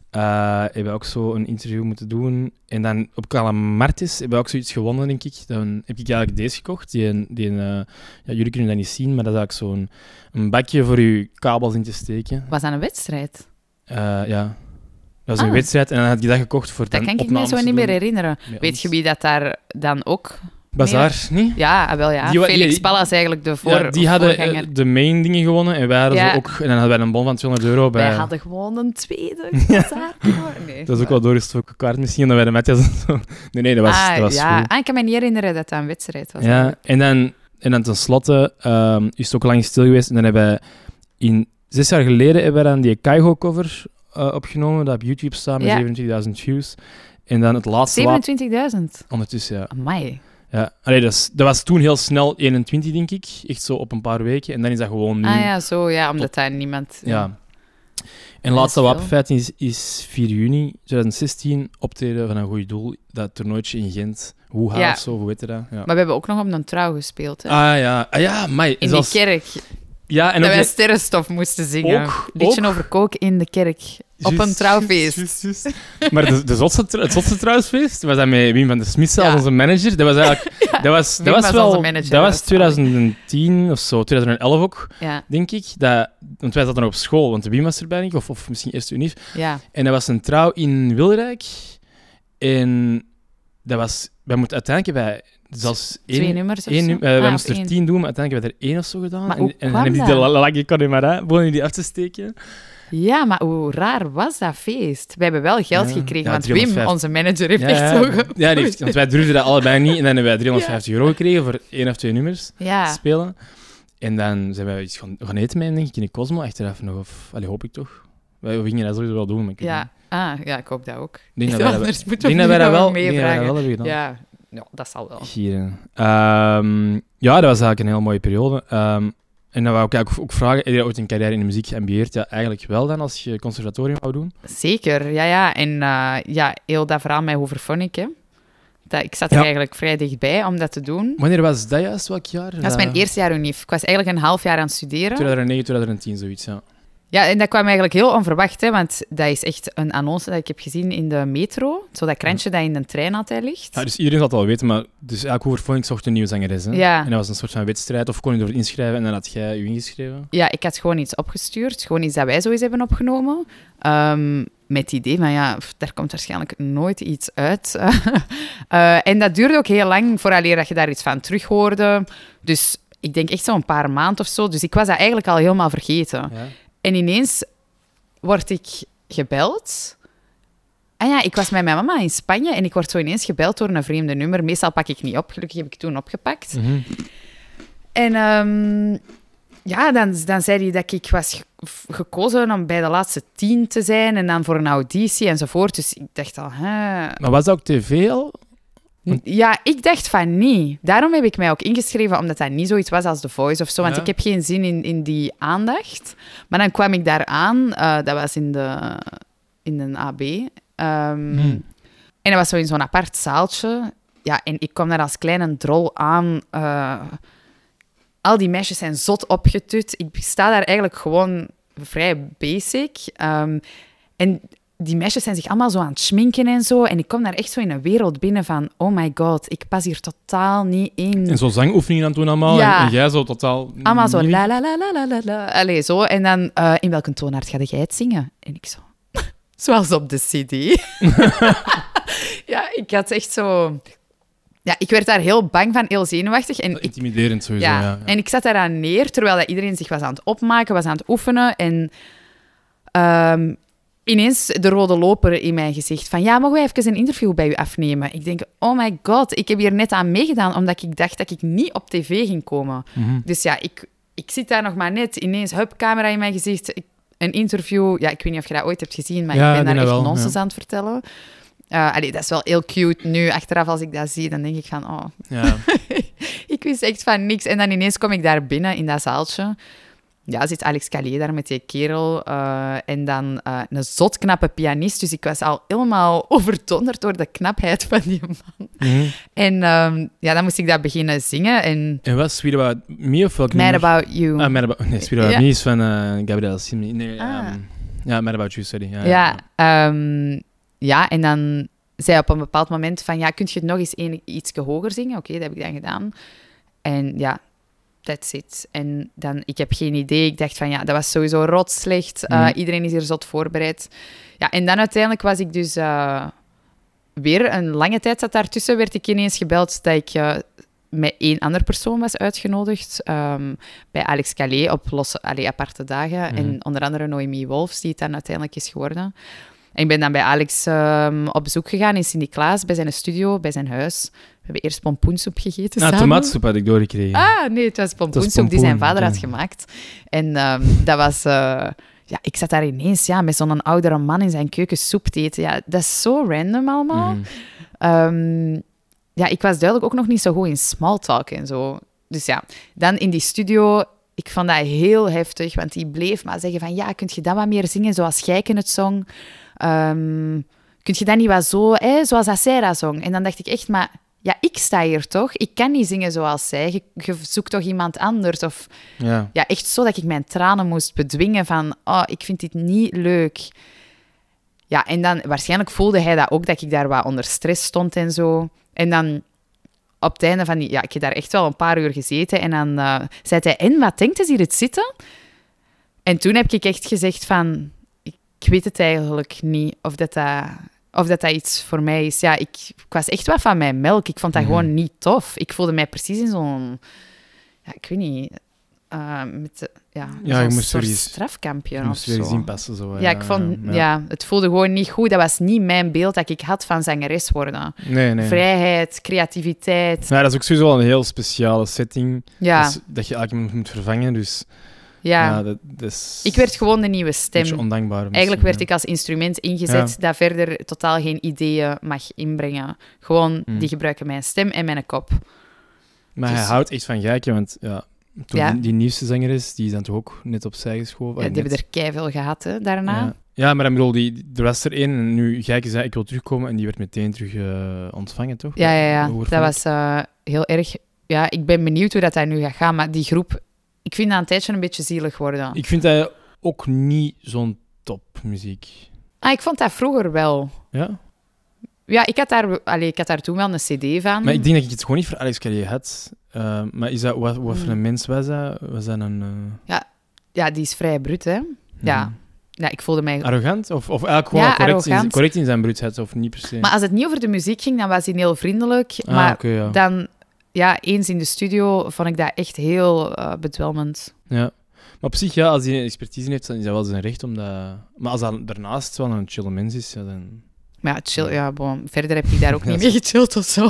Uh, hebben we ook zo een interview moeten doen. En dan op Calamartis hebben we ook zoiets gewonnen, denk ik. Dan heb ik eigenlijk deze gekocht. Die, die, uh, ja, jullie kunnen dat niet zien, maar dat is eigenlijk zo'n een bakje voor je kabels in te steken. Was dat een wedstrijd? Uh, ja. Dat was een Ah. wedstrijd en dan had ik dat gekocht voor Dat dan kan ik me opnames zo te niet meer doen herinneren. met Weet ons. je wie dat daar dan ook... Bazaar, niet? Ja, ah, wel ja. Die wa- Felix die- Pallas eigenlijk de voor, Ja, die hadden voorganger. uh, de main dingen gewonnen en wij hadden Ja. zo ook... En dan hadden wij een bon van tweehonderd euro bij... Wij hadden gewoon een tweede bazaar. Nee. Dat is ook wel doorgestoken kaart misschien, omdat wij de Matthias en zo... Nee, nee, dat was, ah, dat was ja. goed. Ah, ik kan me niet herinneren dat dat een wedstrijd was. Ja, eigenlijk. en dan, en dan tenslotte um, is het ook lang stil geweest. En dan hebben wij in zes jaar geleden hebben wij dan die Kaigo-cover uh, opgenomen, dat op YouTube staat met Ja. zevenentwintigduizend views. En dan het laatste wapen... zevenentwintigduizend? Ondertussen, ja. Amai. ja. Allee, dat, is, dat was toen heel snel eenentwintig, denk ik. Echt zo op een paar weken. En dan is dat gewoon nu... Ah ja, zo, ja, omdat daar niemand... Ja. En dat laatste is veel. wapenfeit is, is vier juni tweeduizend zestien, optreden van een goed doel. Dat toernooitje in Gent. Hoe Ja. of zo, hoe heet je dat? Ja. Maar we hebben ook nog op een trouw gespeeld, hè. Ah ja, ah, ja, mai. in Zelfs- die kerk. Ja, en dat ook... wij sterrenstof moesten zingen. Ook- Liedje ook- over koken in de kerk. Op Juist, een trouwfeest. juist, juist, juist. Maar de, de zotste, tr- het zotste trouwfeest was dat met Wim van der Smissen Ja. als onze manager. Dat was eigenlijk... Dat was, Wim dat was was wel... onze manager, dat dat was was twintig tien of zo, twintig elf ook, Ja, denk ik. Dat, want wij zaten nog op school, want de Wim was erbij, denk ik. Of, of misschien eerst Unief. ja. En dat was een trouw in Wilrijk. En dat was... Wij moeten uiteindelijk bij... Zelfs één, Twee nummers of één zo? nu- eh, wij Ah, moesten of er één. tien doen, maar uiteindelijk hebben we er één of zo gedaan. Maar en hoe en dan kwam heb je dat? de Lagje Connemara, begonnen die af te steken. Ja, maar hoe raar was dat feest? We hebben wel geld Ja. gekregen, Ja, want Wim, driehonderdvijftig. onze manager, heeft Ja, echt ja. zo... ge- Ja, die heeft- want wij durfden dat allebei niet. En dan hebben wij driehonderdvijftig euro gekregen voor één of twee nummers Ja, spelen. En dan zijn wij iets gaan, gaan eten met hem, denk ik, in de Cosmo achteraf nog. Of, allee, hoop ik toch. Wij we gingen dat sowieso wel doen, maar ik weet ja. niet. Ah, ja, ik hoop dat ook. Ik denk dat wij dat, Anders ik moeten denk we dat wij dat nu wel, nog ik denk dat wij dat meevragen. wel hebben gedaan. Ja. ja, dat zal wel. Gieren. Ehm, ja, dat was eigenlijk een heel mooie periode. Ehm, en dan wou ik eigenlijk ook vragen, heb je ooit een carrière in de muziek geambieerd? Ja, eigenlijk wel dan, als je conservatorium wou doen. Zeker, ja, ja. En eh, ja, heel dat verhaal met Hoverphonic, hè. Dat, ik zat er Ja. eigenlijk vrij dichtbij om dat te doen. Wanneer was dat juist? Welk jaar? Dat was mijn eerste jaar unief. Ik was eigenlijk een half jaar aan het studeren. tweeduizend negen, tweeduizend tien, zoiets, ja. Ja, en dat kwam eigenlijk heel onverwacht, hè, want dat is echt een annonce dat ik heb gezien in de metro. Zo dat krantje dat in de trein altijd ligt. Ja, dus iedereen zal het al weten, maar dus eigenlijk Hoverphonic zocht een nieuwe zangeres. Hè? Ja. En dat was een soort van wedstrijd, of kon je door inschrijven en dan had jij je ingeschreven. Ja, ik had gewoon iets opgestuurd. Gewoon iets dat wij zo eens hebben opgenomen. Ehm, met het idee van, ja, pff, daar komt waarschijnlijk nooit iets uit. Eh, en dat duurde ook heel lang, vooraleer dat je daar iets van terug hoorde. Dus ik denk echt zo'n paar maanden of zo. Dus ik was dat eigenlijk al helemaal vergeten. Ja. En ineens word ik gebeld. Ah ja, ik was met mijn mama in Spanje en ik word zo ineens gebeld door een vreemde nummer. Meestal pak ik niet op. Gelukkig heb ik toen opgepakt. Mhm. En ehm, ja, dan, dan zei hij dat ik was ge- gekozen om bij de laatste tien te zijn en dan voor een auditie enzovoort. Dus ik dacht al, hè... Maar was dat ook tv al? Ja, ik dacht van niet. Daarom heb ik mij ook ingeschreven, omdat dat niet zoiets was als The Voice of zo. Want Ja. ik heb geen zin in, in die aandacht. Maar dan kwam ik daar aan. Uh, dat was in de, in een A B. Um, Hmm. En dat was zo in zo'n apart zaaltje. Ja, en ik kwam daar als kleine drol aan. Uh, al die meisjes zijn zot opgetut. Ik sta daar eigenlijk gewoon vrij basic. Um, en die meisjes zijn zich allemaal zo aan het schminken en zo. En ik kom daar echt zo in een wereld binnen van... Oh my god, ik pas hier totaal niet in. En zo zangoefeningen aan het doen allemaal. Ja. En, en jij zo totaal... Allemaal zo niet- la la la la la la la. Allee, zo. En dan, uh, in welke toonaard ga jij het zingen? En ik zo... Zoals op de cd. Ja, ik had echt zo... Ja, ik werd daar heel bang van, heel zenuwachtig. En ik, Intimiderend sowieso, ja, ja. ja. en ik zat daaraan neer, terwijl dat iedereen zich was aan het opmaken, was aan het oefenen. En um, ineens de rode loper in mijn gezicht. Van, ja, mogen wij even een interview bij u afnemen? Ik denk, oh my god, ik heb hier net aan meegedaan, omdat ik dacht dat ik niet op tv ging komen. Mhm. Dus ja, ik, ik zit daar nog maar net. Ineens, hup, camera in mijn gezicht. Ik, een interview. Ja, ik weet niet of je dat ooit hebt gezien, maar Ja, ik ben ik daar denk echt dat wel, nonsens ja. aan het vertellen. Uh, allee, dat is wel heel cute nu. Achteraf, als ik dat zie, dan denk ik van... Oh, Ja. ik wist echt van niks. En dan ineens kom ik daar binnen, in dat zaaltje. Ja, zit Alex Callier daar met die kerel. Uh, en dan uh, een zotknappe pianist. Dus ik was al helemaal overdonderd door de knapheid van die man. Mhm. En um, ja, dan moest ik dat beginnen zingen. En En wat, Sweet About Me of welk Mad nummer? About You. Ah, Mad About... Nee, Sweet About Ja. Me is van uh, Gabrielle Simi. Nee, Ah. um, ja, Mad About You, sorry. Ja, Ja, ja. Um, ja, en dan zei op een bepaald moment van... Ja, kun je het nog eens een, iets hoger zingen? Oké, okay, dat heb ik dan gedaan. En ja, that's it. En dan, ik heb geen idee. Ik dacht van, ja, dat was sowieso rot slecht. Uh, Mm. Iedereen is hier zot voorbereid. Ja, en dan uiteindelijk was ik dus... Uh, weer een lange tijd zat daartussen, werd ik ineens gebeld dat ik... Uh, met één andere persoon was uitgenodigd. Um, bij Alex Callier op losse, allee, aparte dagen. Mhm. En onder andere Noemi Wolfs, die het dan uiteindelijk is geworden. En ik ben dan bij Alex um, op bezoek gegaan in Sint-Niklaas, bij zijn studio, bij zijn huis. We hebben eerst pompoensoep gegeten Nou, samen. tomatensoep had ik doorgekregen. Ah, nee, het was pompoensoep die zijn pompoen, vader had oké. gemaakt. En um, dat was... Uh, ja, ik zat daar ineens ja, met zo'n oudere man in zijn keuken soep te eten. Ja, dat is zo random allemaal. Mhm. Um, ja, ik was duidelijk ook nog niet zo goed in small talk en zo. Dus ja, dan in die studio, ik vond dat heel heftig, want die bleef maar zeggen van, ja, kun je dat wat meer zingen zoals Gijken het zong? Um, kun je dat niet wat zo, hè, zoals dat zij dat zong? En dan dacht ik echt, maar ja, ik sta hier toch? Ik kan niet zingen zoals zij. Je, je zoekt toch iemand anders? Of Ja. ja, echt zo dat ik mijn tranen moest bedwingen van, oh, ik vind dit niet leuk. Ja, en dan waarschijnlijk voelde hij dat ook, dat ik daar wat onder stress stond en zo. En dan op het einde van die... Ja, ik heb daar echt wel een paar uur gezeten. En dan uh, zei hij, en wat denkt ze hier het zitten? En toen heb ik echt gezegd van... Ik weet het eigenlijk niet of dat dat, of dat, dat iets voor mij is. Ja, ik, ik was echt wat van mijn melk. Ik vond dat Mhm. gewoon niet tof. Ik voelde mij precies in zo'n... Ja, ik weet niet... Uh, met de, ja, Ja, zo'n je moest soort er eens- strafkampje Je of moest weer zo. zien passen. Zo, Ja, ik vond, ja. ja. het voelde gewoon niet goed. Dat was niet mijn beeld dat ik had van zangeres worden. Nee, nee. Vrijheid, creativiteit. Ja, dat is ook sowieso wel een heel speciale setting. Ja, Dat, is- dat je elke moment moet vervangen. Dus ja. ja, dat, dat is Ik werd gewoon de nieuwe een stem. beetje ondankbaar. Eigenlijk misschien, werd ik als instrument ingezet dat verder totaal geen ideeën mag inbrengen. Gewoon, Mm. die gebruiken mijn stem en mijn kop. ja. Maar hij dus- houdt echt van Gijken, want ja, toen Ja. die, die nieuwste zanger is, die is dan toch ook net opzij geschoven. Ja, Ah, die net. hebben er keiveel gehad, hè, daarna. Ja. Ja, maar ik bedoel, die, er was er één en nu Gijken zei ik wil terugkomen en die werd meteen terug uh, ontvangen, toch? Ja, ja, ja. Hoe Dat vond was uh, heel erg... Ja, ik ben benieuwd hoe dat, dat nu gaat gaan, maar die groep... Ik vind dat een tijdje een beetje zielig worden. Ik vind dat ook niet zo'n topmuziek. Ah, ik vond dat vroeger wel. Ja? Ja, ik had daar, allee, ik had daar toen wel een cd van. Maar ik denk dat ik het gewoon niet voor Alex Callier had. Uh, maar is dat, wat, wat voor Hmm. een mens was dat? Was dat een... Uh... Ja, die is vrij brut, hè. Ja. Mhm. Ja, ik voelde mij... Arrogant? Of, of eigenlijk gewoon Ja, al correct, in, arrogant. correct in zijn bruutheid, of niet per se? Maar als het niet over de muziek ging, dan was hij heel vriendelijk. ah, maar oké, ja. dan, ja, eens in de studio vond ik dat echt heel uh, bedwelmend. ja. Maar op zich, ja, als hij een expertise heeft, dan is dat wel zijn recht om dat... Maar als dat daarnaast wel een chille mens is, ja, dan... Maar ja, chill, ja, bon. Verder heb ik daar ook Ja, niet zo. mee gechillt of zo.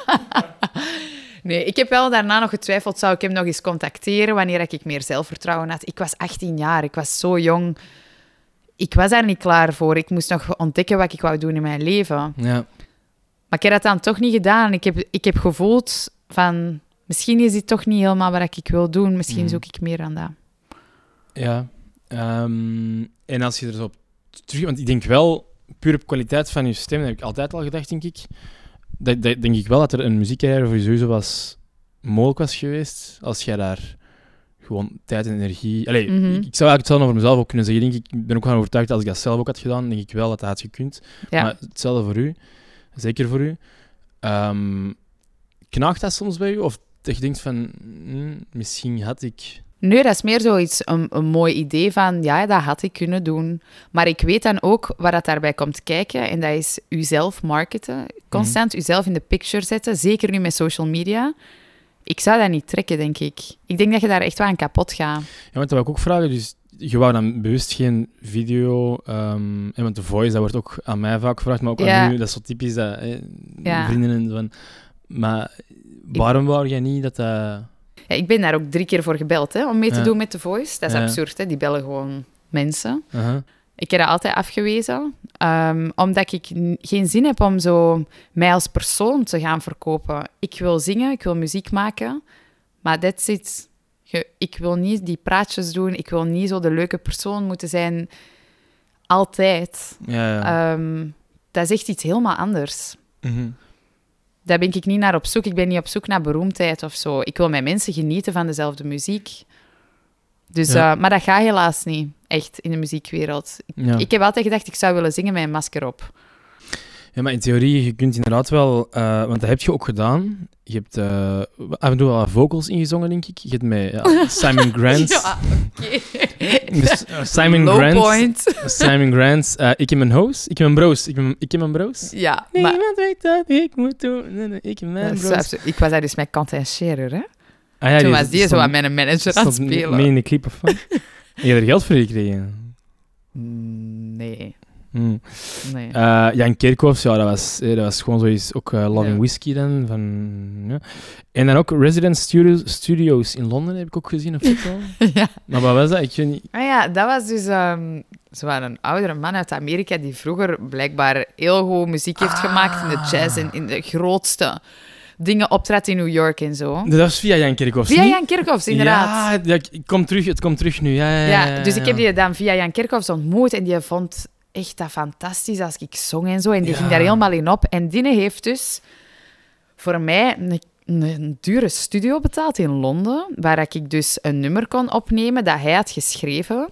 Nee, ik heb wel daarna nog getwijfeld, zou ik hem nog eens contacteren wanneer ik meer zelfvertrouwen had. Ik was achttien jaar, ik was zo jong. Ik was daar niet klaar voor. Ik moest nog ontdekken wat ik wou doen in mijn leven. Ja. Maar ik heb dat dan toch niet gedaan. Ik heb, ik heb gevoeld van... Misschien is dit toch niet helemaal wat ik wil doen. Misschien Mm. zoek ik meer aan dat. Ja. Um, en als je er zo op terug... Want ik denk wel, puur op kwaliteit van je stem, dat heb ik altijd al gedacht, denk ik. Dat, dat denk ik wel dat er een muziekcarrière voor je sowieso was, mogelijk was geweest, als jij daar gewoon tijd en energie... Allee, Mm-hmm. ik, ik zou eigenlijk hetzelfde over mezelf ook kunnen zeggen. Denk ik, ik ben ook van overtuigd dat als ik dat zelf ook had gedaan, denk ik wel dat dat had gekund. Ja. Maar hetzelfde voor u. Zeker voor u. Um, knaagt dat soms bij u? Of dat je denkt van, hm, misschien had ik... Nee, dat is meer zoiets, een, een mooi idee van, ja, dat had ik kunnen doen. Maar ik weet dan ook waar dat daarbij komt kijken. En dat is uzelf marketen. Constant mm. uzelf in de picture zetten. Zeker nu met social media. Ik zou dat niet trekken, denk ik. Ik denk dat je daar echt wel aan kapot gaat. Ja, want dat wil ik ook vragen. Dus je wou dan bewust geen video... Um, want de voice, dat wordt ook aan mij vaak gevraagd. Maar ook ja. aan u. Dat is zo typisch, dat, hè, ja. vrienden en zo. Maar waarom wou jij niet dat dat... Ja, ik ben daar ook drie keer voor gebeld, hè, om mee te ja. doen met The Voice. Dat is ja. absurd, hè. Die bellen gewoon mensen. Uh-huh. Ik heb dat altijd afgewezen, um, omdat ik n- geen zin heb om zo mij als persoon te gaan verkopen. Ik wil zingen, ik wil muziek maken, maar that's it. Je, ik wil niet die praatjes doen, ik wil niet zo de leuke persoon moeten zijn, altijd. Ja, ja. Um, dat is echt iets helemaal anders. Mm-hmm. Daar ben ik niet naar op zoek. Ik ben niet op zoek naar beroemdheid of zo. Ik wil met mensen genieten van dezelfde muziek. Dus, ja. uh, maar dat gaat helaas niet, echt, in de muziekwereld. Ik, ja. ik heb altijd gedacht, ik zou willen zingen met een masker op. Ja, maar in theorie, je kunt inderdaad wel... Uh, want dat heb je ook gedaan. Je hebt uh, af en toe wel vocals ingezongen, denk ik. Je hebt met ja, Simon Grant... ja, oké. Okay. Dus, uh, Simon Low Grant... point. Simon Grant... Uh, ik heb mijn host. Ik heb mijn broos. Ik heb, ik heb mijn broos. Ja, nee, maar... Niemand weet dat ik moet doen. Nee, nee, ik heb mijn broos. Ik was daar dus met Kant en Scherer, hè? Ah, ja, Toen die was die zo aan mijn manager aan het spelen. Mee in de clip of wat? Heb je er geld voor gekregen? Nee. Hmm. nee. Uh, Jan Kerkhoffs, ja, dat was, eh, dat was gewoon zoiets, ook uh, Love ja. and Whiskey dan. Van, ja. En dan ook Resident Studios, Studios in Londen heb ik ook gezien op foto. ja. Maar wat was dat? Ik weet niet. Ah ja, dat was dus um, zo een oudere man uit Amerika die vroeger blijkbaar heel goed muziek heeft ah. gemaakt in de jazz en in de grootste dingen optrad in New York en zo. Dat was via Jan Kerkhoffs, Via niet? Jan Kerkhoffs, inderdaad. Ja, het komt terug, het komt terug nu. Ja, ja, Ja, ja, ja, dus ik heb ja. die dan via Jan Kerkhoffs ontmoet en die vond echt dat fantastisch als ik zong en zo. En die Ja. ging daar helemaal in op. En Dine heeft dus voor mij een, een dure studio betaald in Londen, waar ik dus een nummer kon opnemen dat hij had geschreven.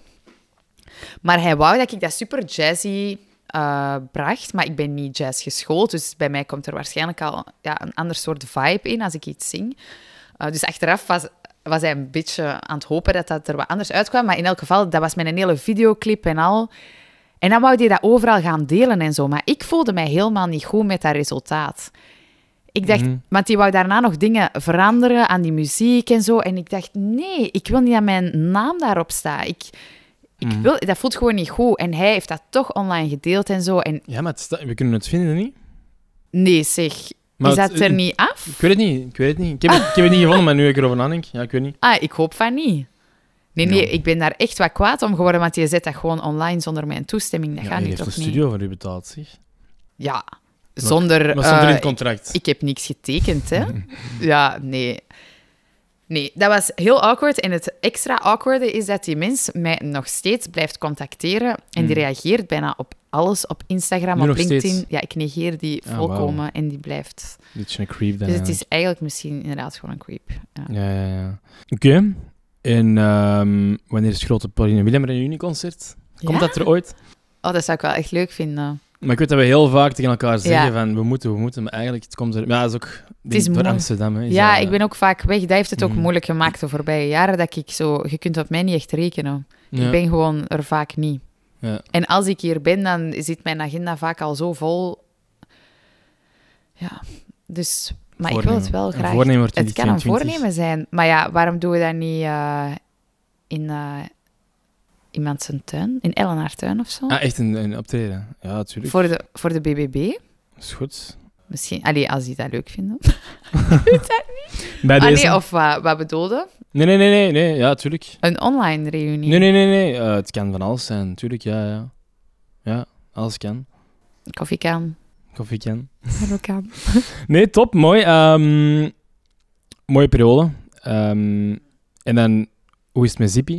Maar hij wou dat ik dat super jazzy uh, bracht, maar ik ben niet jazz geschoold, dus bij mij komt er waarschijnlijk al ja, een ander soort vibe in als ik iets zing. Uh, dus achteraf was, was hij een beetje aan het hopen dat dat er wat anders uitkwam, maar in elk geval, dat was met een hele videoclip en al. En dan wou hij dat overal gaan delen en zo, maar ik voelde mij helemaal niet goed met dat resultaat. Ik dacht, Mm-hmm. want die wou daarna nog dingen veranderen aan die muziek en zo. En ik dacht, nee, ik wil niet dat mijn naam daarop staat. Ik, ik Mm. wil, dat voelt gewoon niet goed. En hij heeft dat toch online gedeeld en zo. En Ja, maar het sta- we kunnen het vinden, niet? nee, zeg, Maar is het- dat er niet af? Ik weet het niet, ik weet het niet. Ik heb het, ik heb het niet gevonden, maar nu ik erover nadenk, ja, ik weet niet. Ah, ik hoop van niet. Nee, nee, Ja. ik ben daar echt wat kwaad om geworden, want je zet dat gewoon online zonder mijn toestemming. Dat Ja, gaat je niet, heeft toch een niet? studio voor u betaald, zeg. Ja, zonder... Maar stond er in eh, het contract. Ik heb niks getekend, hè. Ja, nee. Nee, dat was heel awkward. En het extra awkwarde is dat die mens mij nog steeds blijft contacteren. En die Mm. reageert bijna op alles, op Instagram, Nu op nog LinkedIn. steeds? Ja, ik negeer die Ah, volkomen wauw. en die blijft... Beetje een creep dan. Dus het eigenlijk. is eigenlijk misschien inderdaad gewoon een creep. Ja. Ja, ja, ja. Oké. En um, wanneer is het grote Pauline Willem reunieconcert? Komt Ja? dat er ooit? Oh, dat zou ik wel echt leuk vinden. Maar ik weet dat we heel vaak tegen elkaar zeggen Ja. van we moeten, we moeten, maar eigenlijk het komt er... Ja, dat is ook denk, is door mooi. Amsterdam. Hè, is Ja, dat, ik ben ook vaak weg. Dat heeft het ook Mhm. moeilijk gemaakt de voorbije jaren, dat ik zo... Je kunt op mij niet echt rekenen. ja. Ik ben gewoon er vaak niet. Ja. En als ik hier ben, dan zit mijn agenda vaak al zo vol. Ja, dus... Maar ik wil het wel Een graag... voornemen wordt in Het kan een tweeëntwintig. voornemen zijn. Maar ja, waarom doen we dat niet uh, in uh, iemand zijn tuin? In Ellen haar tuin of zo? Ah, echt een, een optreden? Ja, natuurlijk. voor, de, voor de B B B? Dat is goed. Misschien... Allee, als die dat leuk vinden. Bij Ah, deze? nee, of wat, wat bedoelde? Nee, nee, nee, nee, nee. Ja, tuurlijk. Een online reunie. Nee, nee, nee, nee. Uh, het kan van alles zijn, tuurlijk, ja, ja. Ja, alles kan. Koffiekan. Koffie kan. Dat ook aan. Nee, top. Mooi. Um, mooie periode. Um, en dan, hoe is het met Zippy?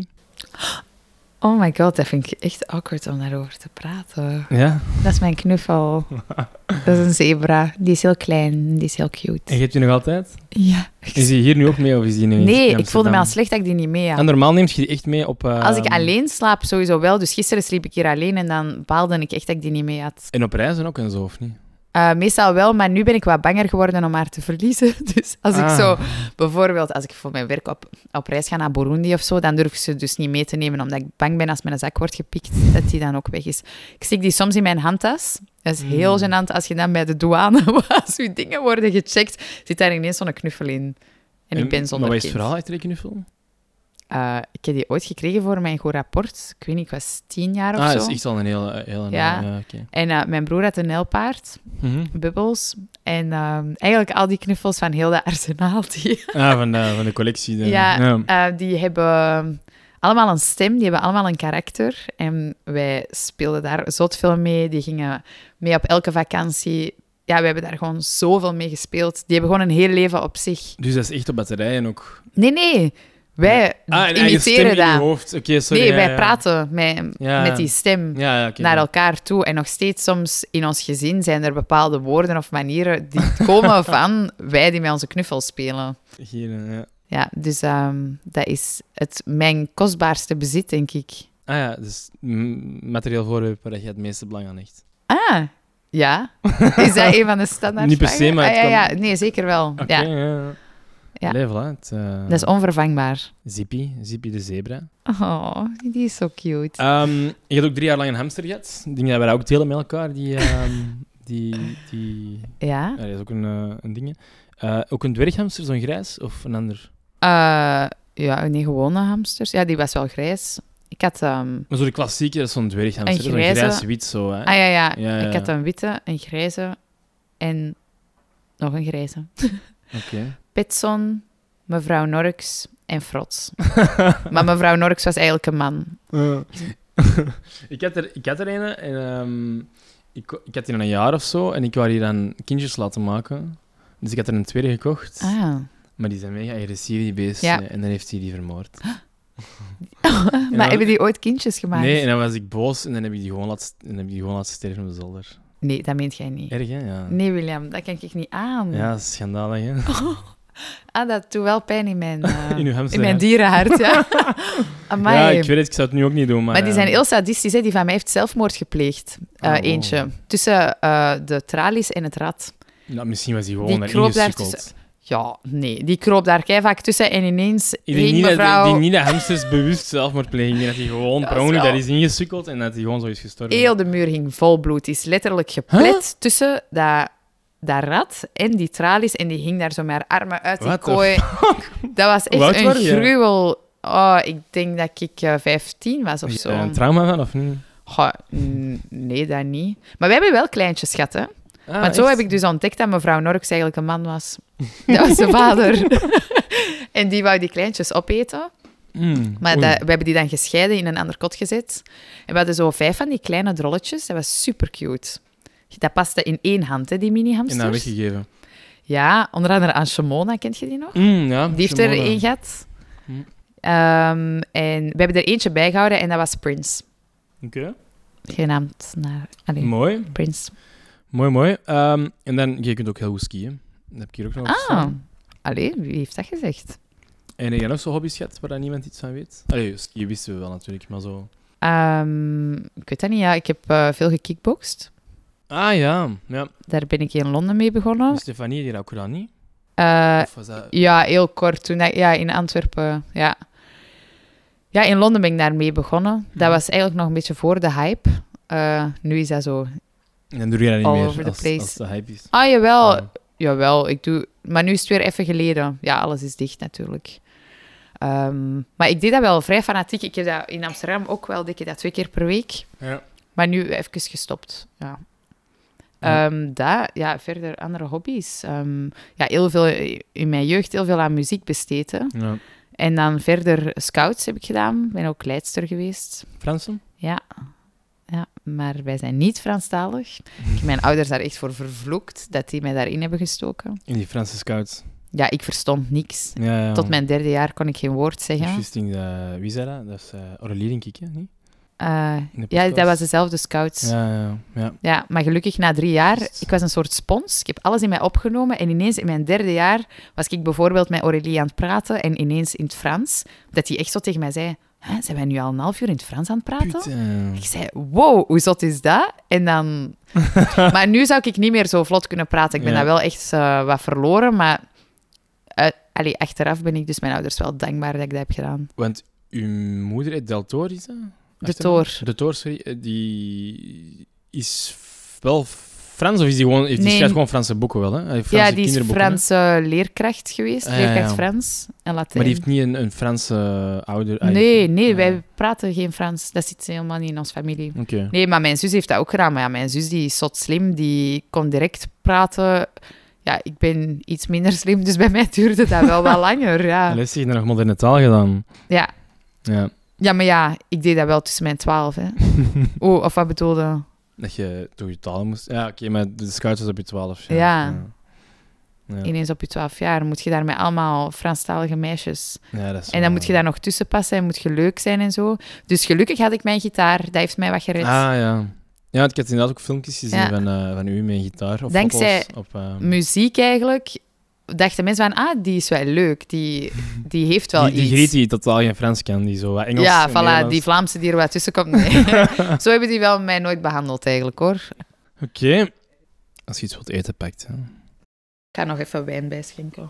Oh my god, dat vind ik echt awkward om daarover te praten. Ja? Dat is mijn knuffel. Dat is een zebra. Die is heel klein, die is heel cute. En je hebt die nog altijd? Ja. Is die hier nu ook mee of is die nu in Nee, Amsterdam? ik voelde me al slecht dat ik die niet mee had. En normaal neemt je die echt mee op... Uh, Als ik alleen slaap, sowieso wel. Dus gisteren sliep ik hier alleen en dan baalde ik echt dat ik die niet mee had. En op reizen ook en zo, of niet? Uh, meestal wel, maar nu ben ik wat banger geworden om haar te verliezen. Dus als ik Ah. zo... Bijvoorbeeld, als ik voor mijn werk op, op reis ga naar Burundi of zo, dan durf ik ze dus niet mee te nemen, omdat ik bang ben als mijn zak wordt gepikt, dat die dan ook weg is. Ik steek die soms in mijn handtas. Dat is heel Mm. gênant als je dan bij de douane, als je dingen worden gecheckt, zit daar ineens zo'n knuffel in. En, ik ben zonder Maar wat is het kind. verhaal achter die knuffel? Uh, ik heb die ooit gekregen voor mijn goed rapport. Ik weet niet, ik was tien jaar of Ah, zo. dat is echt al een hele... hele Ja. ja oké. En uh, mijn broer had een nijlpaard, Mhm. Bubbles. En uh, eigenlijk al die knuffels van heel dat arsenaal, die, Ah, van de, van de collectie. De, ja, uh, die hebben allemaal een stem, die hebben allemaal een karakter. En wij speelden daar zot veel mee. Die gingen mee op elke vakantie. Ja, we hebben daar gewoon zoveel mee gespeeld. Die hebben gewoon een heel leven op zich. Dus dat is echt op batterijen ook. Nee, nee. Wij Ah, en eigen stem imiteren in je dat. hoofd. Oké, sorry. Nee, ja, wij ja. praten met, Ja, met ja. die stem Ja, ja, oké. naar elkaar toe. En nog steeds soms in ons gezin zijn er bepaalde woorden of manieren die komen van wij die met onze knuffel spelen. Hier, ja. Ja, dus um, dat is het, mijn kostbaarste bezit, denk ik. Ah ja, dus mm, materieel voorwerp waar je het meeste belang aan hecht. Ah, ja. Is dat een van de standaard Niet per se, vragen? maar het ah, ja, kan- ja, nee, zeker wel. Oké, Ja, ja. ja. Ja. Allee, voilà, het, uh, dat is onvervangbaar. Zippy, Zippy de zebra. Oh, die is zo cute. Um, je hebt ook drie jaar lang een hamster gehad. Ik denk dat wij dat ook delen met elkaar. Die, um, die, die... Ja? Ja, dat is ook een, uh, een ding. Uh, ook een dwerghamster, zo'n grijs, of een ander? Uh, ja, nee, gewone hamsters. Ja, die was wel grijs. Ik had... Um, Maar zo de klassieke, dat is zo'n dwerghamster. Een Zo'n grijze- grijs-wit zo, hè. ah ja, ja, Ja, ja, ik had ja. een witte, een grijze en nog een grijze. Oké. Petson, mevrouw Norks en Frots. Maar mevrouw Norks was eigenlijk een man. Uh, ik, had er, ik had er een en um, ik, ik had die een jaar of zo en ik wou hier dan kindjes laten maken. Dus ik had er een tweede gekocht. Ah. Maar die zijn mega agressief, die beesten. Ja. En dan heeft hij die vermoord. Maar dan- hebben die ooit kindjes gemaakt? Nee, en dan was ik boos en dan heb ik die gewoon laten, en dan heb ik die gewoon laten sterven op de zolder. Nee, dat meent jij niet. Erg, hè? Ja. Nee, William, dat kan ik niet aan. Ja, dat is schandalig, hè? Ah, dat doet wel pijn in mijn, uh, In uw in hamster. mijn dierenhart, ja. Amai. Ja, ik weet het, ik zou het nu ook niet doen, maar... Maar die uh, zijn heel sadistisch, hè. Die van mij heeft zelfmoord gepleegd. Uh, Oh, wow. Eentje. Tussen uh, de tralies en het rad. Nou, misschien was hij gewoon Die erin kroop daar gesukkeld. tussen- Ja, nee. Die kroop daar keihard tussen en ineens Ik denk ging niet, dat, ik mevrouw denk niet dat hamsters bewust zelfmoord plegen. Ik denk dat hij gewoon Dat per is ongeluk wel- daar is ingesukkeld en dat hij gewoon zo is gestorven. heel de muur ging vol bloed. Die is letterlijk geplet tussen dat, dat rad en die tralies. En die hing daar zo met haar armen uit die What the kooi. Dat was Hoe oud echt een waren je? gruwel. Oh, ik denk dat ik uh, vijftien was of Heb je zo. er een trauma van, of niet? Goh, mm, nee, dat niet. Maar we hebben wel kleintjes gehad, hè. Ah, Want zo echt? heb ik dus ontdekt dat mevrouw Norks eigenlijk een man was. Dat was zijn vader. En die wou die kleintjes opeten. Mm, Maar oei. dat, we hebben die dan gescheiden in een ander kot gezet. En we hadden zo vijf van die kleine drolletjes. Dat was super cute. Dat paste in één hand, hè, die En dan mini-hamsters. weggegeven. Ja, onder andere aan Shimona, kent je die nog? Mm, ja, Die heeft er Shimona. één gehad. Hm. Ehm, en we hebben er eentje bijgehouden en dat was Prince. Oké. Genaamd naar... Allee, Mooi, Prince. mooi, mooi. Um, en dan, je kunt ook heel goed skiën. Dat heb ik hier ook nog op Ah, staan. allee, wie heeft dat gezegd? En heb jij nog zo hobby's gehad waar daar niemand iets van weet? Allee, skiën wisten we wel natuurlijk, maar zo... Ehm, ik weet dat niet, ja. Ik heb eh, veel gekickboxd. Ah ja, ja. Daar ben ik in Londen mee begonnen. Stefanie, die had ook gedaan, niet? Eh, Of was dat... ja, heel kort. Toen, dat- ja, in Antwerpen, ja. Ja, in Londen ben ik daarmee begonnen. Dat was eigenlijk nog een beetje voor de hype. Eh, nu is dat zo... En dan doe je dat niet all meer over the als, place. als de hype is. Ah, jawel. Ah. Jawel, ik doe... Maar nu is het weer even geleden. Ja, alles is dicht natuurlijk. Ehm, maar ik deed dat wel vrij fanatiek. Ik heb dat in Amsterdam ook wel, deed ik dat twee keer per week. Ja. Maar nu even gestopt, ja. Ja. Ehm, dat, ja, verder andere hobby's. Ehm, ja, heel veel, in mijn jeugd heel veel aan muziek besteed. Hè. Ja. En dan verder scouts heb ik gedaan. Ik ben ook leidster geweest. Fransen? Ja. Ja, maar wij zijn niet Franstalig. Ik heb mijn ouders daar echt voor vervloekt dat die mij daarin hebben gestoken. In die Franse scouts. Ja, ik verstond niks. Ja, ja. Tot mijn derde jaar kon ik geen woord zeggen. Juist, uh, wie zei dat? Dat is uh, Aurélie, denk ik, hè? Niet? Uh, ja, dat was dezelfde scouts. Ja, ja, ja. ja, maar gelukkig na drie jaar, ik was een soort spons. Ik heb alles in mij opgenomen en ineens in mijn derde jaar was ik bijvoorbeeld met Aurélie aan het praten en ineens in het Frans, dat hij echt zo tegen mij zei, huh, zijn wij nu al een half uur in het Frans aan het praten? Putain. Ik zei, wow, hoe zot is dat? En dan... maar nu zou ik niet meer zo vlot kunnen praten. Ik ben ja. dat wel echt uh, wat verloren, maar uh, allee, achteraf ben ik dus mijn ouders wel dankbaar dat ik dat heb gedaan. Want uw moeder heet Del Toor, is dat? De Toor. De Toor, sorry. Die is wel Frans, of is die gewoon... Die nee. schrijft gewoon Franse boeken wel, hè? Franse ja, die is Franse leerkracht geweest. Ah, leerkracht ja, ja. Frans en Latijn. Maar die heeft niet een, een Franse ouder... Nee, nee, ja. wij praten geen Frans. Dat zit helemaal niet in onze familie. Okay. Nee, maar mijn zus heeft dat ook gedaan. Maar ja, mijn zus die is zot slim, die kon direct praten. Ja, ik ben iets minder slim, dus bij mij duurde dat wel wat langer. Ja. En heeft hij nog moderne taal gedaan? Ja. Ja. Ja, maar ja, ik deed dat wel tussen mijn twaalf. Hè. Oh, of wat bedoelde? Dat je toch je taal moest... Ja, oké, okay, maar de scouts was op je twaalf. Ja. Ja. Ja. Ja. Ineens op je twaalf jaar moet je daar met allemaal Franstalige meisjes. Ja, dat is en dan moet je daar nog tussen passen en moet je leuk zijn en zo. Dus gelukkig had ik mijn gitaar. Dat heeft mij wat gered. Ah, ja. Ja, ik had inderdaad ook filmpjes gezien ja. van, uh, van u met een gitaar. Of dankzij foto's op, uh... muziek eigenlijk... dachten mensen van, ah, die is wel leuk. Die, die heeft wel die, die iets. Griet die totaal geen Frans kan, die zo wat Engels... Ja, en voilà, Nederlands. die Vlaamse die er wat tussen komt. Nee. Zo hebben die wel mij nooit behandeld eigenlijk, hoor. Oké. Okay. Als je iets wilt eten, pakt. Hè. Ik ga nog even wijn bijschenken.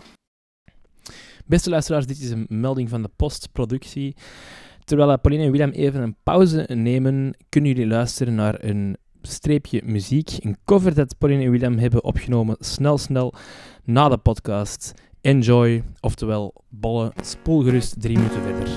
Beste luisteraars, dit is een melding van de postproductie. Terwijl Pauline en William even een pauze nemen, kunnen jullie luisteren naar een streepje muziek. Een cover dat Pauline en William hebben opgenomen snel, snel na de podcast. Enjoy, oftewel bollen, spoel gerust drie minuten verder.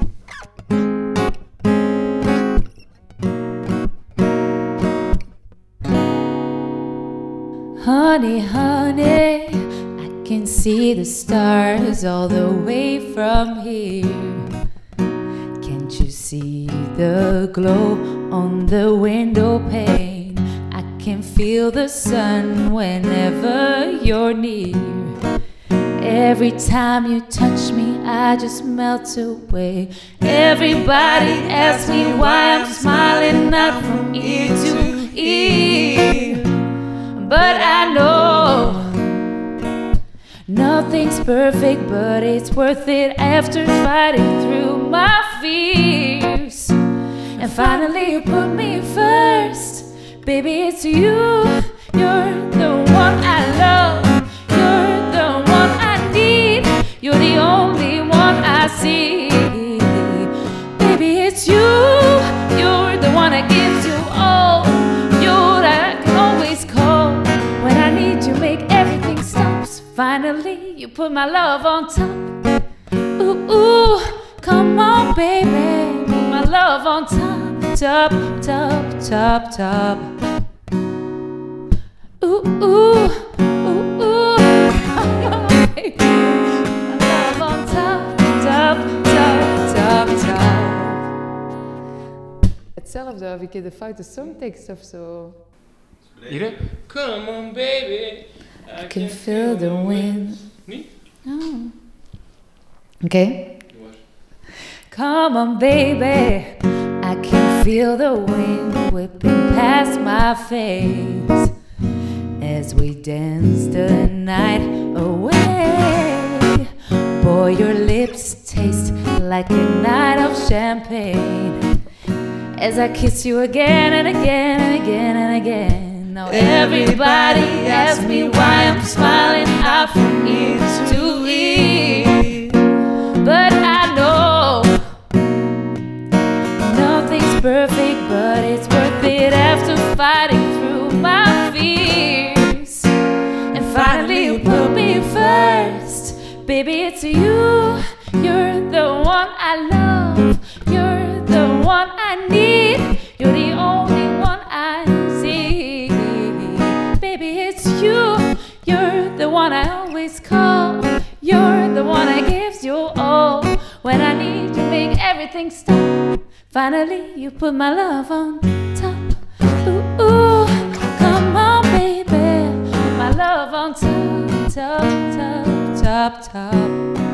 Honey, honey, I can see the stars all the way from here. Can't you see the glow on the window pane? I can feel the sun whenever you're near. Every time you touch me, I just melt away. Everybody asks me why I'm smiling, not from ear to ear. But I know nothing's perfect, but it's worth it after fighting through my fears. And finally you put me first. Baby, it's you. You're the one I love. You're the one I need. You're the only one I see. Baby, it's you. You're the one that gives you all. You're that I can always call when I need you, make everything stops. Finally, you put my love on top. Ooh, ooh, come on, baby. Put my love on top, top, top, top, top. Ooh, ooh, ooh, ooh, come on, baby. My love on top, top, top, top, top. Hetzelfde, of ik heb de foute songtekst of zo. Hier, come on baby, I can feel the wind. Niet? Oh. Oké. Okay. Come on, baby. I can feel the wind whipping past my face as we dance the night away. Boy, your lips taste like a night of champagne as I kiss you again and again and again and again. Now everybody asks me why I'm smiling out from ear to ear, but I know nothing's perfect, but it's worth it after fighting through my fears. And finally you put me first. Baby, it's you. You're the one I love. You're the one I need. You're the only one I see. Baby, it's you. You're the one I always call. You're the one that gives you all when I need to make make everything stop. Finally, you put my love on top. Ooh, ooh, come on, baby. Put my love on top, top, top, top, top.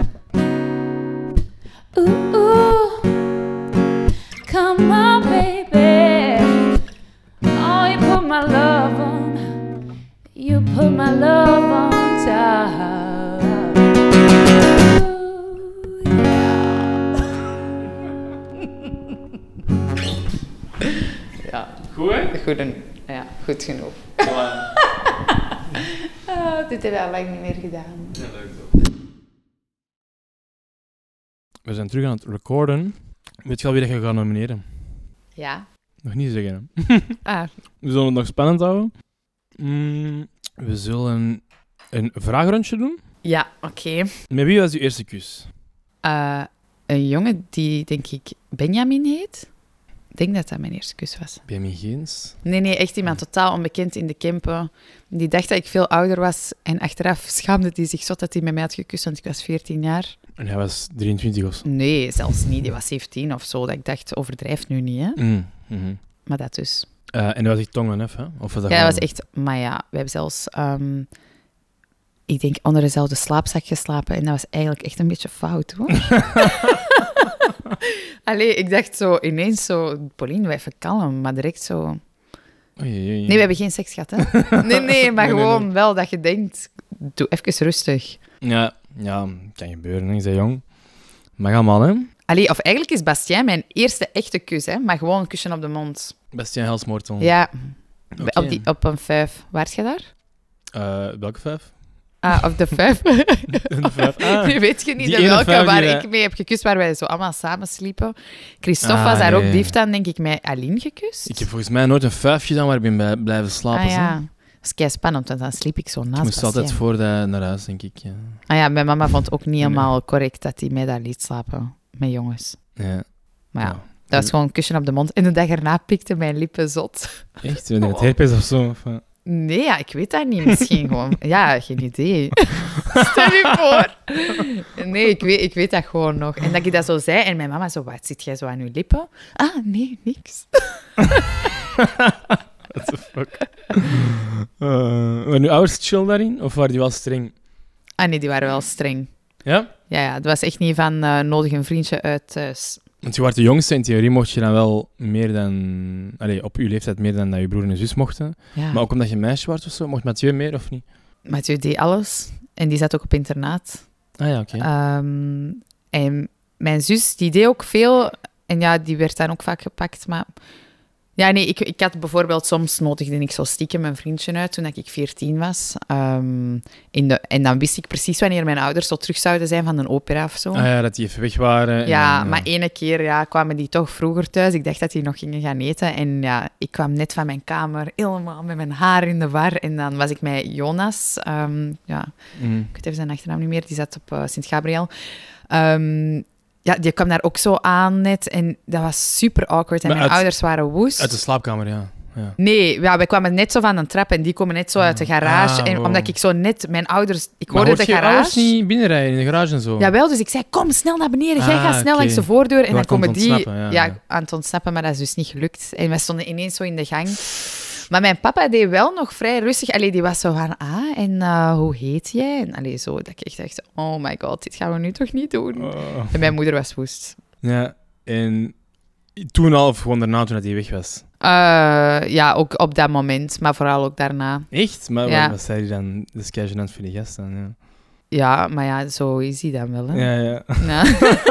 Ooh, ooh, come on, baby. Oh, you put my love on. You put my love on top. Ja. Goed, hè? Goed, en- ja, goed genoeg. Voilà. Oh, dit hebben we al lang niet meer gedaan. Ja, leuk toch. We zijn terug aan het recorden. Weet je al wie dat je gaat nomineren? Ja. Nog niet zeggen, hè? Ah, We zullen het nog spannend houden. Mm, we zullen een vraagrondje doen. ja, oké. Met wie was uw eerste kus? Eh, een jongen die, denk ik, Benjamin heet. Ik denk dat dat mijn eerste kus was. Benjamin Geens. Nee, nee, echt iemand totaal onbekend in de Kempen. Die dacht dat ik veel ouder was. En achteraf schaamde hij zich zot dat hij met mij had gekust, want ik was veertien jaar. En hij was drieëntwintig of zo. Nee, zelfs niet. Die was zeventien of zo. Dat ik dacht, overdrijf nu niet, hè. Mm, mhm. Maar dat dus. Eh, en dat was echt tong en eff, hè? Of was dat Ja, gewoon- dat was echt... Maar ja, we hebben zelfs... ehm, ik denk onder dezelfde slaapzak geslapen. En dat was eigenlijk echt een beetje fout, hoor. Allee, ik dacht zo ineens zo... Pauline, wij even kalm, maar direct zo... Oei, oei, oei. Nee, we hebben geen seks gehad, hè? Nee, nee, maar Nee, nee, gewoon nee. wel dat je denkt... Doe even rustig. Ja, ja, kan gebeuren, hè. Je bent jong. Mag allemaal, hè? Allee, of eigenlijk is Bastien mijn eerste echte kus, hè? Maar gewoon een kusje op de mond. Bastien Helsmoortel. Ja, Oké. op, die, op een vijf. Waar je daar? Eh, welke vijf? Ah, op de vijf. Een vijf. Ah. Nu weet je niet Die de ene welke vijf waar die wij- ik mee heb gekust, waar wij zo allemaal samen sliepen. Christophe Ah, was daar ja, ook, ja. die heeft dan denk ik met Aline gekust. Ik heb volgens mij nooit een vijf gedaan waar ik ben bij blijven slapen. Ah hè. ja, dat is kei spannend, want dan sliep ik zo naast Ik moest Bastien. altijd voor de, naar huis, denk ik. Ja. Ah ja, mijn mama vond ook niet Nee. helemaal correct dat hij mij daar liet slapen met jongens. Ja. Maar ja, Ja. dat was gewoon een kusje op de mond. En de dag erna pikte mijn lippen zot. Echt? Ben je het herpes of zo? Of, eh? Nee, ja, ik weet dat niet. Misschien gewoon... Ja, geen idee. Stel je voor. Nee, ik weet, ik weet dat gewoon nog. En dat ik dat zo zei en mijn mama zo... Wat, zit jij zo aan je lippen? Ah, nee, niks. What the fuck? Uh, waren uw ouders chill daarin? Of waren die wel streng? Ah nee, die waren wel streng. Ja? Ja, ja, het was echt niet van uh, nodig een vriendje uit thuis. Want je was de jongste. In theorie mocht je dan wel meer dan... Allee, op uw leeftijd meer dan dat je broer en zus mochten. Ja. Maar ook omdat je een meisje was of zo, mocht Mathieu meer of niet? Mathieu deed alles. En die zat ook op internaat. Ah ja, oké. Ehm, en mijn zus, die deed ook veel. En ja, die werd dan ook vaak gepakt. Maar ja, nee, ik, ik had bijvoorbeeld soms nodigde ik zo stiekem mijn vriendje uit toen ik veertien was. Ehm, in de, en dan wist ik precies wanneer mijn ouders zo terug zouden zijn van een opera of zo. Ah ja, dat die even weg waren. en Ja, dan, maar ene keer ja, kwamen die toch vroeger thuis. Ik dacht dat die nog gingen gaan eten. En ja, ik kwam net van mijn kamer, helemaal met mijn haar in de war. En dan was ik met Jonas. ehm, ja, Mm. ik weet even zijn achternaam niet meer. Die zat op uh, Sint-Gabriel. Ehm, ja, die kwam daar ook zo aan net. En dat was super awkward. En Maar mijn uit- ouders waren woest. Uit de slaapkamer, ja. ja. Nee, ja, wij kwamen net zo van een trap en die komen net zo uit de garage. Ah, en wow. omdat ik zo net... Mijn ouders... Ik Maar hoorde hoort de je ouders garage. niet binnenrijden in de garage en zo? Jawel, dus ik zei, kom snel naar beneden. Jij Ah, gaat snel oké. langs de voordeur. En Je dan wordt aan komen het die ontsnappen, ja, ja, ja. aan het ontsnappen, maar dat is dus niet gelukt. En wij stonden ineens zo in de gang. Maar mijn papa deed wel nog vrij rustig. Allee, die was zo van, ah, en uh, hoe heet jij? En allee, zo, dat ik echt dacht, oh my god, dit gaan we nu toch niet doen? Oh. En mijn moeder was woest. Ja, en toen al, of gewoon daarna toen dat hij weg was? Uh, ja, ook op dat moment, maar vooral ook daarna. Echt? Maar Ja. wat, wat zei hij dan? Dat is kei gênant voor die gast dan, ja. Ja, maar ja, zo is hij dan wel, hè? Ja, ja. Ja.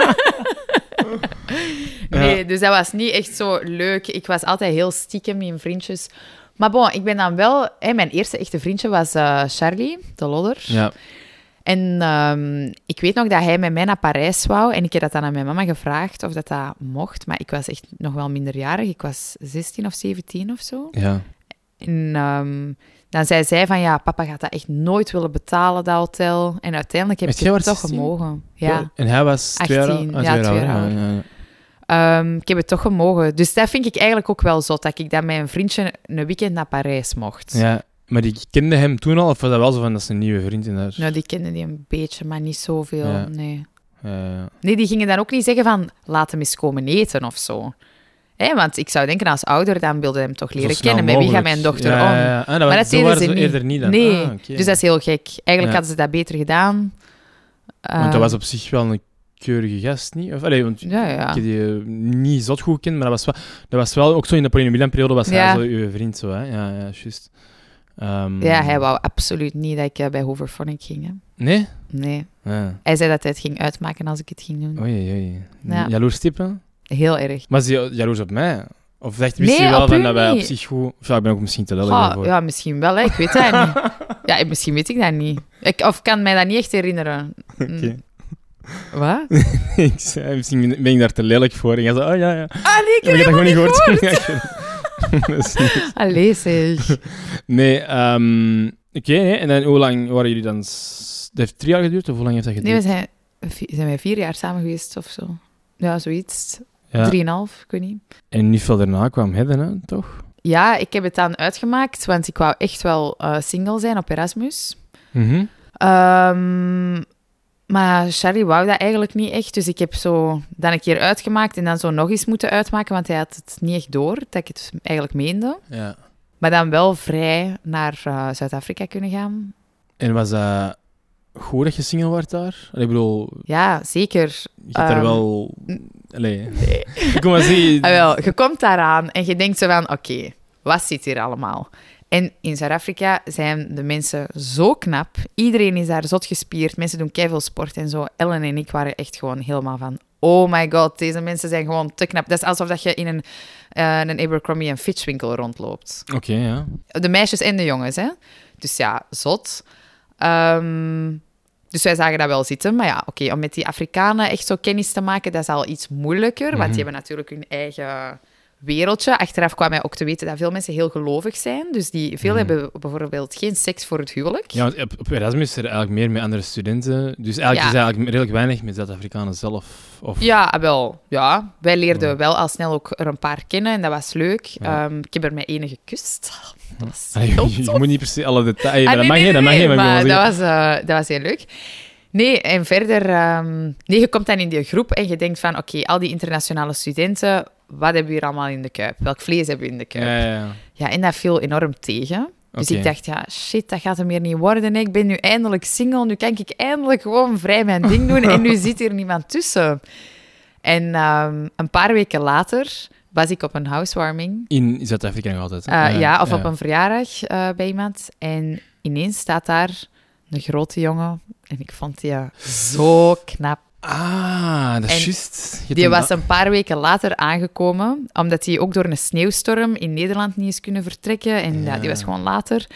Nee, dus dat was niet echt zo leuk. Ik was altijd heel stiekem in vriendjes. Maar bon, ik ben dan wel... Hè, mijn eerste echte vriendje was uh, Charlie, de lodder. Ja. En um, ik weet nog dat hij met mij naar Parijs wou. En ik heb dat dan aan mijn mama gevraagd of dat, dat mocht. Maar ik was echt nog wel minderjarig. Ik was zestien of zeventien of zo. Ja. En um, dan zei zij van... Ja, papa gaat dat echt nooit willen betalen, dat hotel. En uiteindelijk heb Weet ik jij het waar toch zestien? gemogen. Ja. En hij was twee jaar achttien, oud? ja, Ah, twee jaar ouder. ouder. Ja, ja, ja. Um, ik heb het toch gemogen. Dus dat vind ik eigenlijk ook wel zot, dat ik dan met een vriendje een weekend naar Parijs mocht. Ja, maar die kende hem toen al, of was dat wel zo van, dat is een nieuwe vriend in haar? Nou, die kende die een beetje, maar niet zoveel, Ja. nee. Uh, Nee, die gingen dan ook niet zeggen van, laat hem eens komen eten of zo. Hè, want ik zou denken, als ouder, dan wilde hem toch leren kennen. Met wie gaat mijn dochter ja, om? Ja, ja. Ah, dat maar was, dat zo deden waren ze ze niet. eerder niet dan. Nee, ah, okay. dus dat is heel gek. Eigenlijk Ja. hadden ze dat beter gedaan. Want dat Uh, was op zich wel een keurige gast, niet? Of, allee, want Ja, ja. ik heb die uh, niet zot goed gekend, maar dat was wel, dat was wel ook zo in de Pauline Milan-periode was Ja. hij zo uw vriend, zo, hè? Ja, ja, juist. Um, Ja, hij wou absoluut niet dat ik uh, bij Hoverphonic ging. Hè. Nee? Nee. Ja. Hij zei dat hij het ging uitmaken als ik het ging doen. Oei, oei. Ja. Jaloers type? Heel erg. Maar is hij jaloers op mij? Of dacht wist Nee, je wel op van u dat wij op niet. zich goed... Of ja, ik ben ook misschien te lullig Goh, daarvoor. ja, misschien wel, hè. Ik weet dat niet. Ja, misschien weet ik dat niet. Ik, of kan mij dat niet echt herinneren. Mm. Oké. Wat? Ik zei, misschien ben ik daar te lelijk voor. En jij zei, oh ja, ja. Ah, nee, ik Maar heb je hebt dat gewoon niet helemaal gehoord. niet Ja, dat is niet- Allee, zeg. Nee, um, oké. nee. En dan, hoe lang waren jullie dan... s- Dat heeft drie jaar geduurd, of hoe lang heeft dat Nee, geduurd? we zijn, vi- zijn wij vier jaar samen geweest of zo. Ja, zoiets. Ja. Drieënhalf, ik weet niet. En niet veel daarna kwam Hedden, hè, toch? Ja, ik heb het dan uitgemaakt, want ik wou echt wel uh, single zijn op Erasmus. Mhm. Um, maar Charlie wou dat eigenlijk niet echt. Dus ik heb zo dan een keer uitgemaakt en dan zo nog eens moeten uitmaken, want hij had het niet echt door dat ik het eigenlijk meende. Ja. Maar dan wel vrij naar uh, Zuid-Afrika kunnen gaan. En was dat goed dat je single werd daar? Allee, ik bedoel, Ja, zeker. je hebt daar Um, wel... Allee. Ik kom maar zien. Ah, wel, je komt daaraan en je denkt zo van, oké, okay, wat zit hier allemaal? En in Zuid-Afrika zijn de mensen zo knap. Iedereen is daar zot gespierd. Mensen doen keiveel sport en zo. Ellen en ik waren echt gewoon helemaal van... Oh my god, deze mensen zijn gewoon te knap. Dat is alsof dat je in een, uh, een Abercrombie en Fitch winkel rondloopt. Oké, okay, ja. De meisjes en de jongens, hè. Dus ja, zot. Um, dus wij zagen dat wel zitten. Maar ja, oké, okay, om met die Afrikanen echt zo kennis te maken, dat is al iets moeilijker. Mm-hmm. Want die hebben natuurlijk hun eigen... wereldje. Achteraf kwam mij ook te weten dat veel mensen heel gelovig zijn. Dus die, veel mm. hebben bijvoorbeeld geen seks voor het huwelijk. Ja, want op, op Erasmus is er eigenlijk meer met andere studenten. Dus eigenlijk ja. is er eigenlijk redelijk weinig met Zuid-Afrikanen zelf. Of... Ja, wel. Ja. Wij leerden ja. wel al snel ook er een paar kennen en dat was leuk. Ja. Um, ik heb er met ene gekust. Dat was Allee, heel je, tof. je moet niet per se alle details... Ah, dat nee, mag nee, je, dat mag nee, je. maar, maar dat, was, uh, dat was heel leuk. Nee, en verder... Um, nee, je komt dan in die groep en je denkt van... Oké, okay, al die internationale studenten... Wat hebben we hier allemaal in de kuip? Welk vlees hebben we in de kuip? Ja, ja, ja. ja en dat viel enorm tegen. Dus okay. ik dacht, ja, shit, dat gaat hem meer niet worden. Ik ben nu eindelijk single. Nu kan ik eindelijk gewoon vrij mijn ding doen. En nu zit hier niemand tussen. En um, een paar weken later was ik op een housewarming. In Zuid-Afrika nog altijd? Uh, ja, ja, of ja. op een verjaardag uh, bij iemand. En ineens staat daar een grote jongen. En ik vond die zo knap. Ah, dat is juist. Die was een paar weken later aangekomen, omdat hij ook door een sneeuwstorm in Nederland niet is kunnen vertrekken. En ja. Ja, die was gewoon later.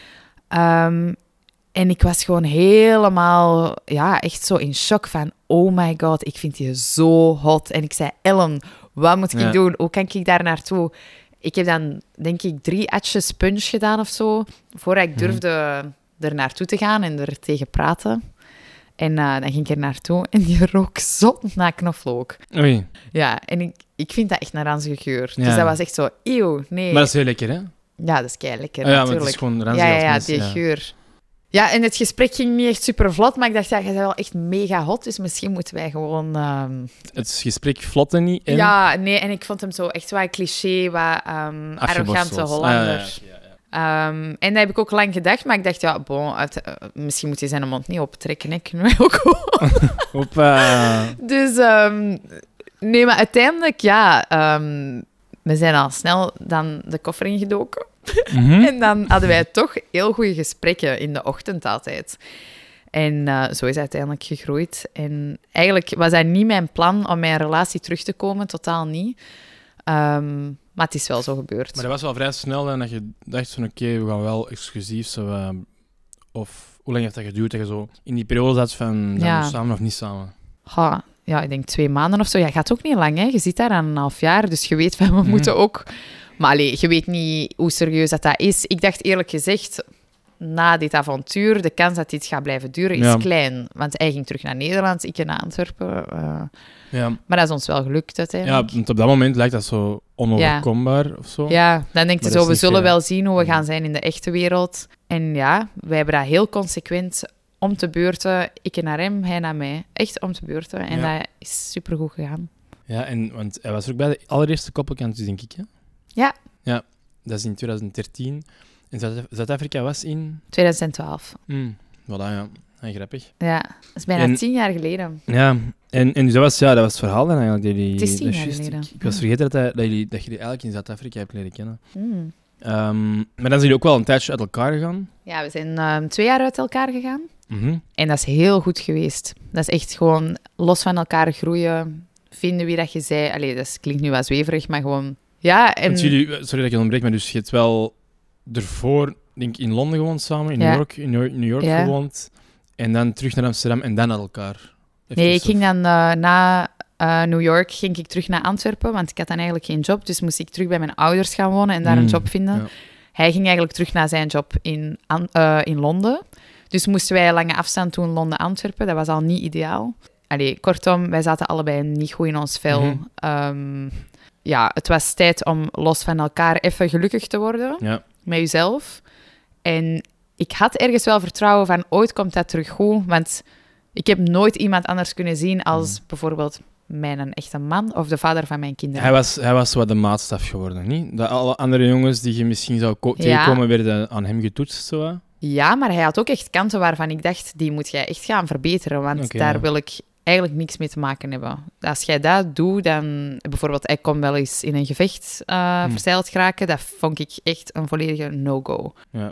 Um, en ik was gewoon helemaal, ja, echt zo in shock van, oh my god, ik vind die zo hot. En ik zei, Ellen, wat moet ik ja. doen? Hoe kan ik daar naartoe? Ik heb dan, denk ik, drie atjes punch gedaan of zo, voordat ik durfde hmm. er naartoe te gaan en er tegen praten. En uh, dan ging ik er naartoe en die rook zot naar knoflook. Oei. Ja, en ik, ik vind dat echt een ranzige geur. Ja. Dus dat was echt zo, eeuw, nee. Maar dat is heel lekker, hè? Ja, dat is kei lekker, oh, ja, natuurlijk. Maar het is gewoon ranzig ja, ja, als ja, mensen, die ja. geur. Ja, en het gesprek ging niet echt super vlot, maar ik dacht, ja, je bent wel echt mega hot, dus misschien moeten wij gewoon... Um... Het gesprek vlotte niet in. Ja, nee, en ik vond hem zo echt wat cliché, wat um, arrogante Hollander. Ah, ja, ja, ja. Um, en dat heb ik ook lang gedacht, maar ik dacht, ja, bon, uit, uh, misschien moet hij zijn mond niet optrekken, hè. Kunnen wij ook gewoon... Hoppa. Dus, um, nee, maar uiteindelijk, ja, um, we zijn al snel dan de koffer ingedoken. Mm-hmm. En dan hadden wij toch heel goede gesprekken in de ochtend altijd. En uh, zo is het uiteindelijk gegroeid. En eigenlijk was dat niet mijn plan om mijn relatie terug te komen, totaal niet. Um, maar het is wel zo gebeurd. Maar dat was wel vrij snel en dat je dacht van oké, okay, we gaan wel exclusief. Zo, uh, of hoe lang heeft dat geduurd dat je zo in die periode zat van ja. samen of niet samen? Ha, ja, ik denk twee maanden of zo. Ja, gaat ook niet lang, hè. Je zit daar aan een half jaar, dus je weet van we mm-hmm. moeten ook... Maar allee, je weet niet hoe serieus dat, dat is. Ik dacht eerlijk gezegd, na dit avontuur, de kans dat dit gaat blijven duren is ja. klein. Want hij ging terug naar Nederland, ik naar Antwerpen. Uh, ja. Maar dat is ons wel gelukt uiteindelijk. Ja, want op dat moment lijkt dat zo onoverkombaar ja. of zo. Ja, dan denk je zo, we zullen veel. wel zien hoe we gaan zijn in de echte wereld. En ja, wij hebben dat heel consequent om te beurten. Ik naar hem, hij naar mij. Echt om te beurten. En Ja. dat is supergoed gegaan. Ja, en, want hij was er ook bij de allereerste koppelkantjes, denk ik, hè? Ja. Ja, dat is in twintig dertien. En Zuid- Zuid-Afrika was in... twintig twaalf. Hmm, voilà, ja. Ja, grappig. Ja, dat is bijna En- tien jaar geleden. Ja, en, en dus dat, was, ja, dat was het verhaal dan eigenlijk. Dat jullie, Het is tien dat jaar juist- geleden. Ik, ik was vergeten dat, hij- dat, jullie, dat je die eigenlijk in Zuid-Afrika hebt leren kennen. Hmm. Ehm, maar dan zijn jullie ook wel een tijdje uit elkaar gegaan. Ja, we zijn ehm, twee jaar uit elkaar gegaan. Mhm. En dat is heel goed geweest. Dat is echt gewoon los van elkaar groeien, vinden wie dat je zei. Allee, dat klinkt nu wat zweverig, maar gewoon... Ja, en... Want jullie, sorry dat ik je onderbreek, maar dus je hebt wel ervoor, denk ik, in Londen gewoond samen, in Ja. New York, in New New York Ja. gewoond. En dan terug naar Amsterdam en dan naar elkaar. Nee, Even ik ging dan uh, na uh, New York ging ik terug naar Antwerpen, want ik had dan eigenlijk geen job. Dus moest ik terug bij mijn ouders gaan wonen en daar Mm, een job vinden. ja. Hij ging eigenlijk terug naar zijn job in, An- uh, in Londen. Dus moesten wij lange afstand doen, Londen-Antwerpen. Dat was al niet ideaal. Allee, kortom, wij zaten allebei niet goed in ons vel. Mhm. Um, ja, het was tijd om los van elkaar even gelukkig te worden Ja. met jezelf. En ik had ergens wel vertrouwen van ooit komt dat terug goed. Want ik heb nooit iemand anders kunnen zien als Mm. bijvoorbeeld mijn echte man of de vader van mijn kinderen. Hij was, hij was wat de maatstaf geworden, niet? Dat alle andere jongens die je misschien zou ko- Ja. tegenkomen, werden aan hem getoetst. Zo. Hè? Ja, maar hij had ook echt kanten waarvan ik dacht, die moet jij echt gaan verbeteren. Want Oké, daar ja. wil ik eigenlijk niks mee te maken hebben. Als jij dat doet, dan... Bijvoorbeeld, hij kon wel eens in een gevecht uh, Hmm. verzeild geraken. Dat vond ik echt een volledige no-go. Ja.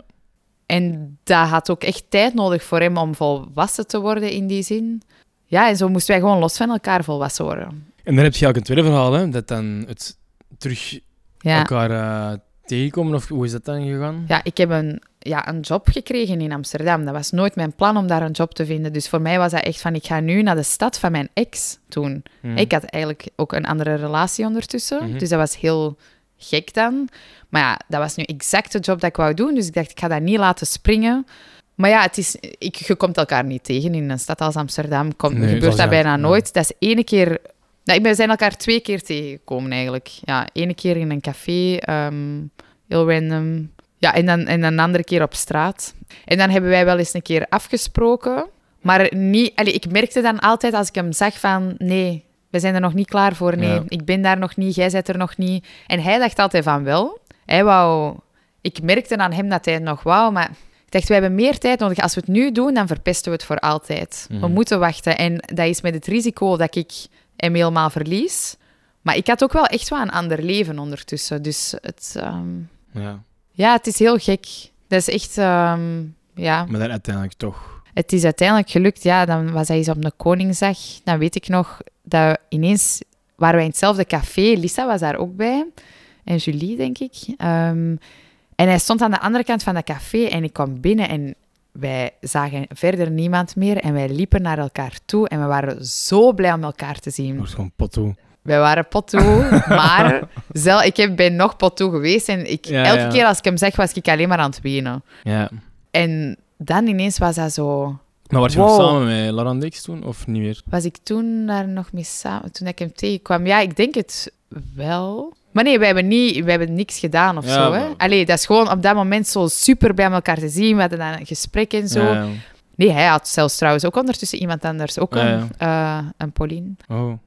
En dat had ook echt tijd nodig voor hem om volwassen te worden in die zin. Ja, en zo moesten wij gewoon los van elkaar volwassen worden. En dan heb je eigenlijk een tweede verhaal, hè? Dat dan het terug Ja, elkaar eh, tegenkomen, of hoe is dat dan gegaan? ja ik heb een, ja, een job gekregen in Amsterdam. Dat was nooit mijn plan om daar een job te vinden. Dus voor mij was dat echt van, ik ga nu naar de stad van mijn ex toen. Mhm. Ik had eigenlijk ook een andere relatie ondertussen. Mhm. Dus dat was heel gek dan. Maar ja, dat was nu exact de job dat ik wou doen. Dus ik dacht, ik ga dat niet laten springen. Maar ja, het is, ik, je komt elkaar niet tegen in een stad als Amsterdam. Komt, Nee, gebeurt zoals dat ja, bijna ja. nooit. Dat is ene keer... Nou, we zijn elkaar twee keer tegengekomen eigenlijk. Ja, ene keer in een café, ehm, heel random. Ja, en dan en een andere keer op straat. En dan hebben wij wel eens een keer afgesproken. Maar niet... Allee, ik merkte dan altijd als ik hem zag van... Nee, we zijn er nog niet klaar voor. Nee, Ja. ik ben daar nog niet, jij bent er nog niet. En hij dacht altijd van wel. Hij wou... Ik merkte aan hem dat hij het nog wou, maar... Ik dacht, we hebben meer tijd nodig. Als we het nu doen, dan verpesten we het voor altijd. We Mhm. moeten wachten. En dat is met het risico dat ik hem helemaal verlies. Maar ik had ook wel echt wel een ander leven ondertussen. Dus het... ehm, Ja, ja, het is heel gek. Dat is echt... ehm, ja, maar dan uiteindelijk toch. het is uiteindelijk gelukt. Ja, dan was hij eens op de Koningsdag. Dan weet ik nog dat ineens waren wij in hetzelfde café. Lisa was daar ook bij. En Julie, denk ik. Ehm, en hij stond aan de andere kant van dat café. En ik kwam binnen en wij zagen verder niemand meer. En wij liepen naar elkaar toe. En we waren zo blij om elkaar te zien. Dat is gewoon potto. Wij waren pottoe, maar zelf, ik heb, ben nog pottoe geweest. En ik, Ja, elke ja. keer als ik hem zag, was ik alleen maar aan het wenen. Ja. En dan ineens was dat zo... Maar was je Wow. nog samen met Laurent Dix toen, of niet meer? Was ik toen daar nog mee samen, toen ik hem tegenkwam? Ja, ik denk het wel. Maar nee, wij hebben, niet, wij hebben niks gedaan of Ja, zo. Hè? maar- Allee, dat is gewoon op dat moment zo super blij om elkaar te zien. We hadden dan een gesprek en zo. Ja, Nee, hij had zelfs trouwens ook ondertussen iemand anders. Ook Ja, een, eh, een Pauline. ja. Oh.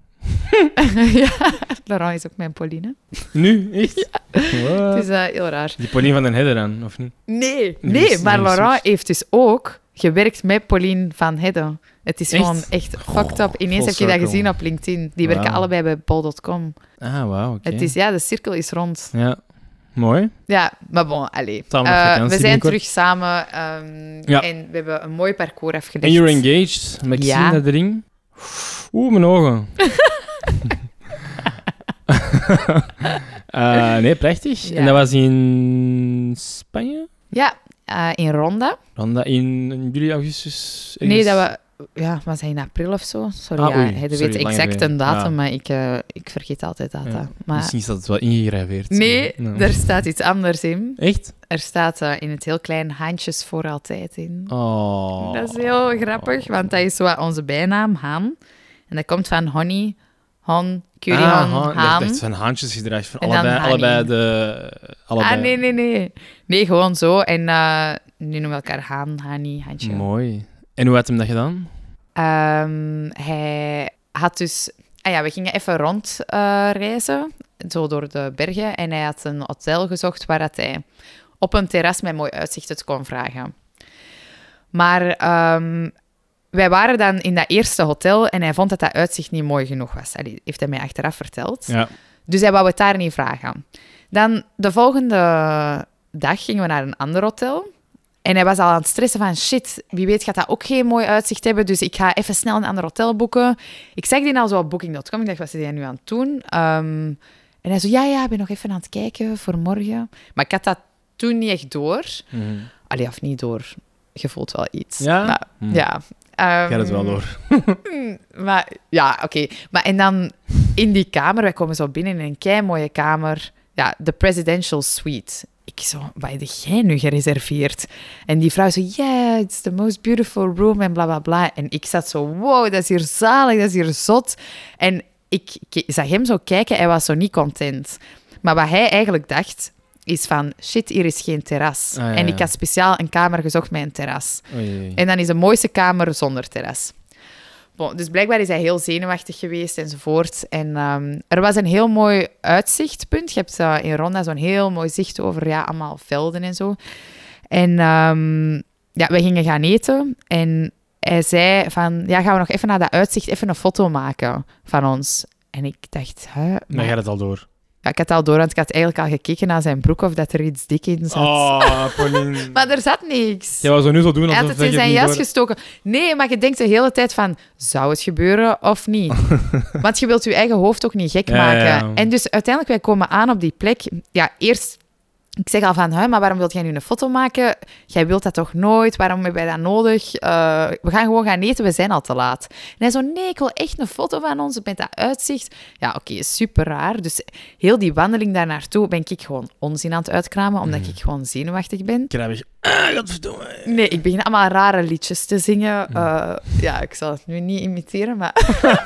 Ja, Laurent is ook mijn Pauline. Nu? Echt? What? Het is eh, heel raar. Die Pauline van den Hedder dan, of niet? Nee, Die nee, is- maar die is Laurent zus. heeft dus ook gewerkt met Pauline van Hedde. Het is Echt? gewoon echt fucked up. Ineens full heb je dat circle. gezien op LinkedIn. Die werken Wauw. allebei bij bol punt com. Ah, wauw, oké. Het is, ja, de cirkel is rond. Ja, mooi. Ja, maar bon, allez. Samen op Eh, vakantie we zijn binnenkort. terug samen ehm, Ja. en we hebben een mooi parcours afgelegd. En you're engaged, Maxine, Ja. naar de ring. Oeh, mijn ogen. Eh, nee, prachtig. Ja. En dat was in Spanje? Ja, eh, in Ronda. Dan dat in juli, augustus? Nee, ergens? dat we... Ja, was hij in april of zo? Sorry, Ah, ja, oei, hij sorry, weet langer exact geleden. een datum, Ja. maar ik, eh, ik vergeet altijd data. Ja. Maar Misschien staat het wel ingegraveerd. nee, Ja. er staat iets anders in. Echt? Er staat eh, in het heel klein Haantjes voor altijd in. Oh. Dat is heel grappig, want dat is zo wat onze bijnaam, Haan. En dat komt van Honey, Hon, Curry Ah, Hon, Han- ik Haan. dacht van haantjes gedraaid. Van En dan allebei, Hani. allebei de... Allebei. Ah, nee, nee, nee. Nee, gewoon zo. En eh, nu noemen we elkaar Haan, Hani, Haantje. Mooi. En hoe had hem dat gedaan? Um, hij had dus... Ah ja, we gingen even rondreizen, uh, zo door de bergen. En hij had een hotel gezocht waar dat hij op een terras met mooi uitzicht het kon vragen. Maar um, wij waren dan in dat eerste hotel en hij vond dat dat uitzicht niet mooi genoeg was. Allee, heeft hij mij achteraf verteld. Ja. Dus hij wou het daar niet vragen. Dan de volgende dag gingen we naar een ander hotel. En hij was al aan het stressen van, shit, wie weet gaat dat ook geen mooi uitzicht hebben. Dus ik ga even snel een ander hotel boeken. Ik zag die al zo op booking dot com. Ik dacht, wat is hij nu aan het doen? Um, en hij zo, ja, ja, ik ben nog even aan het kijken voor morgen. Maar ik had dat toen niet echt door. Mm. Allee, of niet door. Je voelt wel iets. Ja? Maar, Mm. Ja. Um, Ik had het wel door. maar ja, oké. Okay. Maar en dan in die kamer, wij komen zo binnen in een kei mooie kamer. Ja, de presidential suite. Ik zo, wat heb jij nu gereserveerd? En die vrouw zo, yeah, it's the most beautiful room en bla bla bla. En ik zat zo, wow, dat is hier zalig, dat is hier zot. En ik, ik zag hem zo kijken, hij was zo niet content. Maar wat hij eigenlijk dacht, is van, shit, hier is geen terras. Ah, ja, en ja. ik had speciaal een kamer gezocht met een terras. Oei, oei. En dan is de mooiste kamer zonder terras. Bon, dus blijkbaar is hij heel zenuwachtig geweest enzovoort. En um, er was een heel mooi uitzichtpunt. Je hebt uh, in Ronda zo'n heel mooi zicht over ja, allemaal velden en zo. En um, ja, we gingen gaan eten. En hij zei van, ja, gaan we nog even naar dat uitzicht even een foto maken van ons. En ik dacht, hè? Maar Maar... je had het al door. Ja, ik had het al door, want ik had eigenlijk al gekeken naar zijn broek of dat er iets dik in zat. Oh, Pauline. Maar er zat niks. Jij wou zo nu zo doen Hij had alsof het in je zijn niet jas door- gestoken. Nee, maar je denkt de hele tijd van, zou het gebeuren of niet? Want je wilt je eigen hoofd ook niet gek Ja, maken. ja, ja. En dus uiteindelijk, wij komen aan op die plek. Ja, eerst, ik zeg al van, hè, maar waarom wilt jij nu een foto maken? Jij wilt dat toch nooit? Waarom hebben wij dat nodig? Uh, we gaan gewoon gaan eten, we zijn al te laat. En hij zo, nee, ik wil echt een foto van ons met dat uitzicht. Ja, oké, okay, super raar. Dus heel die wandeling daar naartoe ben ik gewoon onzin aan het uitkramen, omdat Mm. ik gewoon zenuwachtig ben. Krijg je... Ah, godverdomme. Nee, ik begin allemaal rare liedjes te zingen. Uh, ja, ik zal het nu niet imiteren, maar...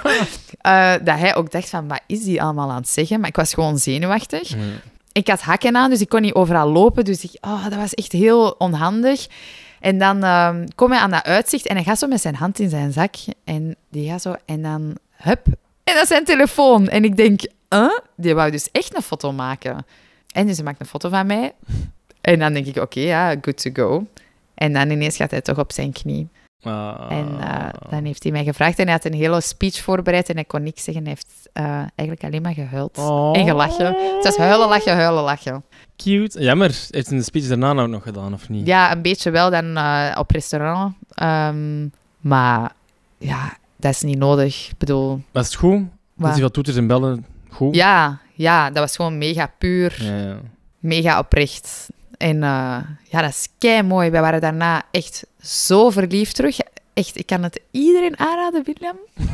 uh, dat hij ook dacht van, wat is die allemaal aan het zeggen? Maar ik was gewoon zenuwachtig. Mm. Ik had hakken aan, dus ik kon niet overal lopen. Dus ik, oh, dat was echt heel onhandig. En dan uh, kom hij aan dat uitzicht en hij gaat zo met zijn hand in zijn zak. En die gaat zo, en dan, hup. En dat is zijn telefoon. En ik denk, huh? Die wou dus echt een foto maken. En dus hij maakt een foto van mij. En dan denk ik, oké, okay, ja, good to go. En dan ineens gaat hij toch op zijn knie. Ah. En uh, dan heeft hij mij gevraagd en hij had een hele speech voorbereid en hij kon niks zeggen. Hij heeft uh, eigenlijk alleen maar gehuild Oh. en gelachen. Het was huilen, lachen, huilen, lachen. Cute. Jammer. Heeft hij de speech daarna nou nog gedaan, of niet? Ja, een beetje wel dan uh, op restaurant. Um, maar ja, dat is niet nodig. Ik bedoel... Was het goed? Wat? Dat hij wat toeters en bellen goed? Ja, ja, dat was gewoon mega puur, Ja, ja. mega oprecht. En uh, ja, dat is kei mooi. Wij waren daarna echt zo verliefd terug. Echt, ik kan het iedereen aanraden, William.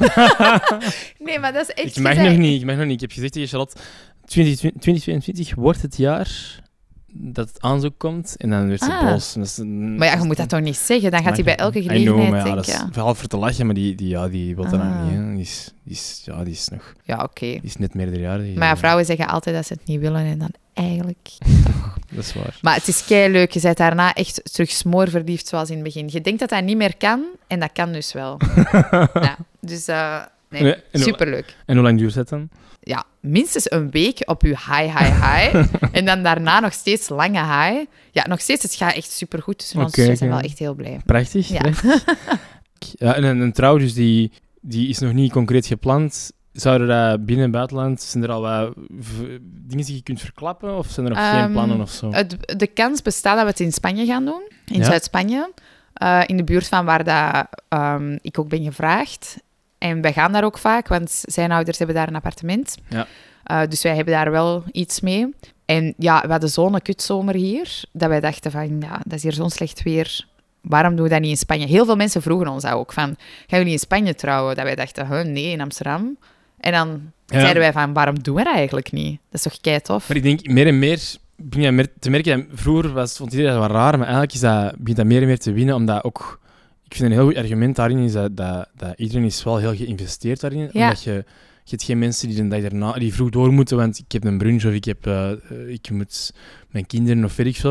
Nee, maar dat is echt... Ik mag je nog zei- niet. Ik mag nog niet. Ik heb gezegd tegen Charlotte, twintig tweeëntwintig wordt het jaar dat het aanzoek komt. En dan werd ze Ah. boos. En dat is een- Maar ja, je moet dat toch niet zeggen? Dan gaat hij bij elke I know, gelegenheid maar ja, denken... dat is Ja, vooral voor te lachen, maar die, die, ja, die wil dat Ah. nog niet. Hè. Die, is, die, is, ja, die is nog... ja oké. Die is net meerderjarig. Maar ja, vrouwen zeggen altijd dat ze het niet willen en dan eigenlijk... Dat is waar. Maar het is kei leuk. Je bent daarna echt terug smoorverliefd zoals in het begin. Je denkt dat dat niet meer kan en dat kan dus wel. Ja, dus uh, nee, En- en- superleuk. En hoe lang duurt het dan? Ja, minstens een week op je high, high, high. En dan daarna nog steeds lange high. Ja, nog steeds, het gaat echt supergoed tussen ons. Oké, Dus we zijn oké. wel echt heel blij. Prachtig. Ja. prachtig. Ja, en een, een trouw, dus die, die is nog niet concreet gepland. Zouden dat binnen en buitenland, zijn er al wat v- dingen die je kunt verklappen? Of zijn er nog geen Ehm, plannen of zo? Het, de kans bestaat dat we het in Spanje gaan doen. In Ja? Zuid-Spanje. Uh, in de buurt van waar dat, um, ik ook ben gevraagd. En wij gaan daar ook vaak, want zijn ouders hebben daar een appartement. Ja. Uh, dus wij hebben daar wel iets mee. En ja, we hadden zo'n kutzomer hier, dat wij dachten van, ja, dat is hier zo'n slecht weer. Waarom doen we dat niet in Spanje? Heel veel mensen vroegen ons dat ook, van, gaan jullie in Spanje trouwen? Dat wij dachten, huh, nee, in Amsterdam. En dan Ja. zeiden wij van, waarom doen we dat eigenlijk niet? Dat is toch kei tof? Maar ik denk, meer en meer begin je mer- te merken... dat vroeger was, vond iedereen dat wel raar, maar eigenlijk is dat, begint dat meer en meer te winnen, omdat ook... Ik vind een heel goed argument daarin is dat, dat, dat iedereen is wel heel geïnvesteerd daarin. Ja. Omdat je... Je hebt geen mensen die de dag daarna die vroeg door moeten, want ik heb een brunch of ik, heb, uh, ik moet mijn kinderen of weet ik veel wat.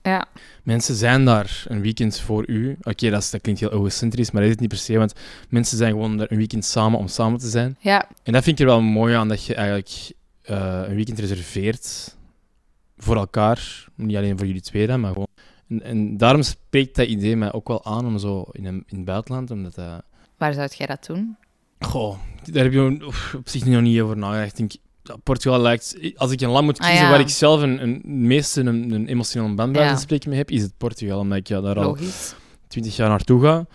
Ja. Mensen zijn daar een weekend voor u. Oké, okay, dat, dat klinkt heel egocentrisch, maar dat is het niet per se, want mensen zijn gewoon daar een weekend samen om samen te zijn. Ja. En dat vind ik er wel mooi aan, dat je eigenlijk uh, een weekend reserveert voor elkaar. Niet alleen voor jullie twee dan, maar gewoon... En, en daarom spreekt dat idee mij ook wel aan om zo in, een, in het buitenland, omdat dat... Waar zou jij dat doen? Goh, daar heb je op zich nog niet over nagedacht. Ik denk, Portugal lijkt... Als ik een land moet kiezen ah, ja. waar ik zelf een, een meeste een, een emotionele band bij ja. spreken mee heb, is het Portugal, omdat ik ja, daar Logisch. al twintig jaar naartoe ga.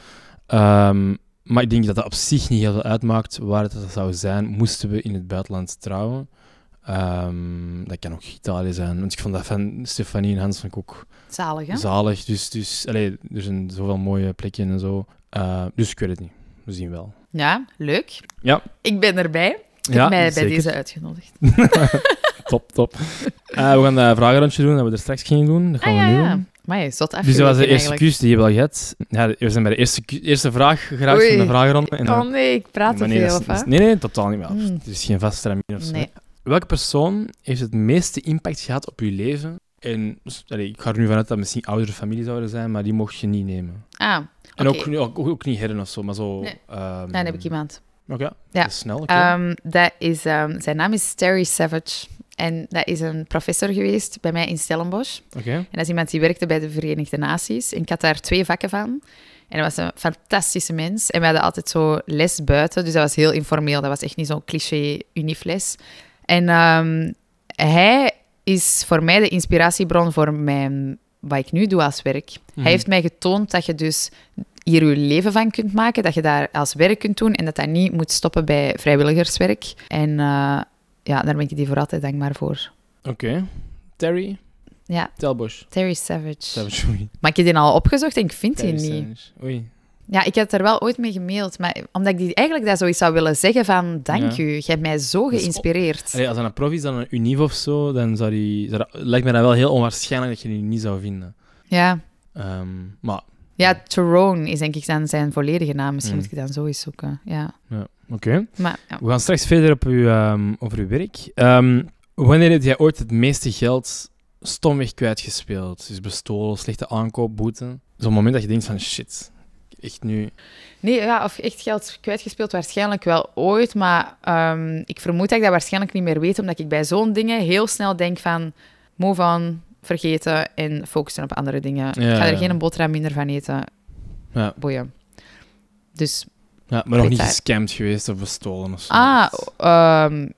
Um, maar ik denk dat dat op zich niet heel veel uitmaakt waar het zou zijn, moesten we in het buitenland trouwen. Um, dat kan ook Italië zijn, want ik vond dat van Stefanie en Hans vond ik ook zalig, hè? zalig. Dus, dus allee, er zijn zoveel mooie plekken en zo. Uh, dus ik weet het niet. We zien wel. Ja, leuk. Ja. Ik ben erbij. Ik Ja, heb mij zeker. bij deze uitgenodigd. top, top. Uh, we gaan dat vragenrondje doen dat we er straks gingen doen. Dat gaan ah, we ja, nu ja. doen. Maar je zat Dus dat was de afgeleken eerste eigenlijk. kus die je wel gehad. Ja, we zijn bij de eerste, eerste vraag geraakt Oei. van de vragenronde. En dan- Oh nee, ik praat te Maar nee, veel, dat of is- hè? nee, nee, totaal niet. Wel. Mm. Het is geen vaste termijn of zo. Nee. Welke persoon heeft het meeste impact gehad op je leven? En dus, allee, ik ga er nu vanuit dat misschien oudere familie zouden zijn, maar die mocht je niet nemen. Ah, En oké. ook, ook, ook niet herren of zo, maar zo... Nee. Um, Dan heb ik iemand. Oké, okay. Ja. Dat is snel. Okay. Um, dat is, um, zijn naam is Terry Savage. En dat is een professor geweest bij mij in Stellenbosch. Okay. En dat is iemand die werkte bij de Verenigde Naties. En ik had daar twee vakken van. En dat was een fantastische mens. En we hadden altijd zo les buiten. Dus dat was heel informeel. Dat was echt niet zo'n cliché-unifles. En um, hij is voor mij de inspiratiebron voor mijn, wat ik nu doe als werk. Mm-hmm. Hij heeft mij getoond dat je dus hier je leven van kunt maken. Dat je daar als werk kunt doen. En dat dat niet moet stoppen bij vrijwilligerswerk. En uh, ja, daar ben ik die voor altijd dankbaar voor. Oké. Okay. Terry? Ja. Telbosch. Terry Savage. Savage, oei. Maar ik heb die al opgezocht en ik vind Terry die niet. Savage. Oei. Ja, ik heb er wel ooit mee gemaild, maar omdat ik die eigenlijk dat zoiets zou willen zeggen van dank Ja. u, je hebt mij zo Dus geïnspireerd. Allee, als dat een prof is, dan een unief of zo, dan zou die... Zou dat, lijkt me dat wel heel onwaarschijnlijk dat je die niet zou vinden. Ja. Um, maar... Ja, Tyrone is denk ik dan zijn volledige naam. Misschien Mm. moet ik dan zo eens zoeken. Ja. Ja, oké. Okay. Maar, ja. We gaan straks verder op uw, um, over uw werk. Um, wanneer heb jij ooit het meeste geld stomweg kwijtgespeeld? Dus bestolen, slechte aankoop, boete? Zo'n moment dat je denkt van shit, echt nu... Nee, ja, of echt geld kwijtgespeeld, waarschijnlijk wel ooit. Maar um, ik vermoed dat ik dat waarschijnlijk niet meer weet, omdat ik bij zo'n dingen heel snel denk van move on, vergeten en focussen op andere dingen. Ja, ik ga er ja. geen boterham minder van eten. Ja. Boeien. Dus, Ja, maar nog Weet niet dat. gescamd geweest of bestolen of zo. ah, um,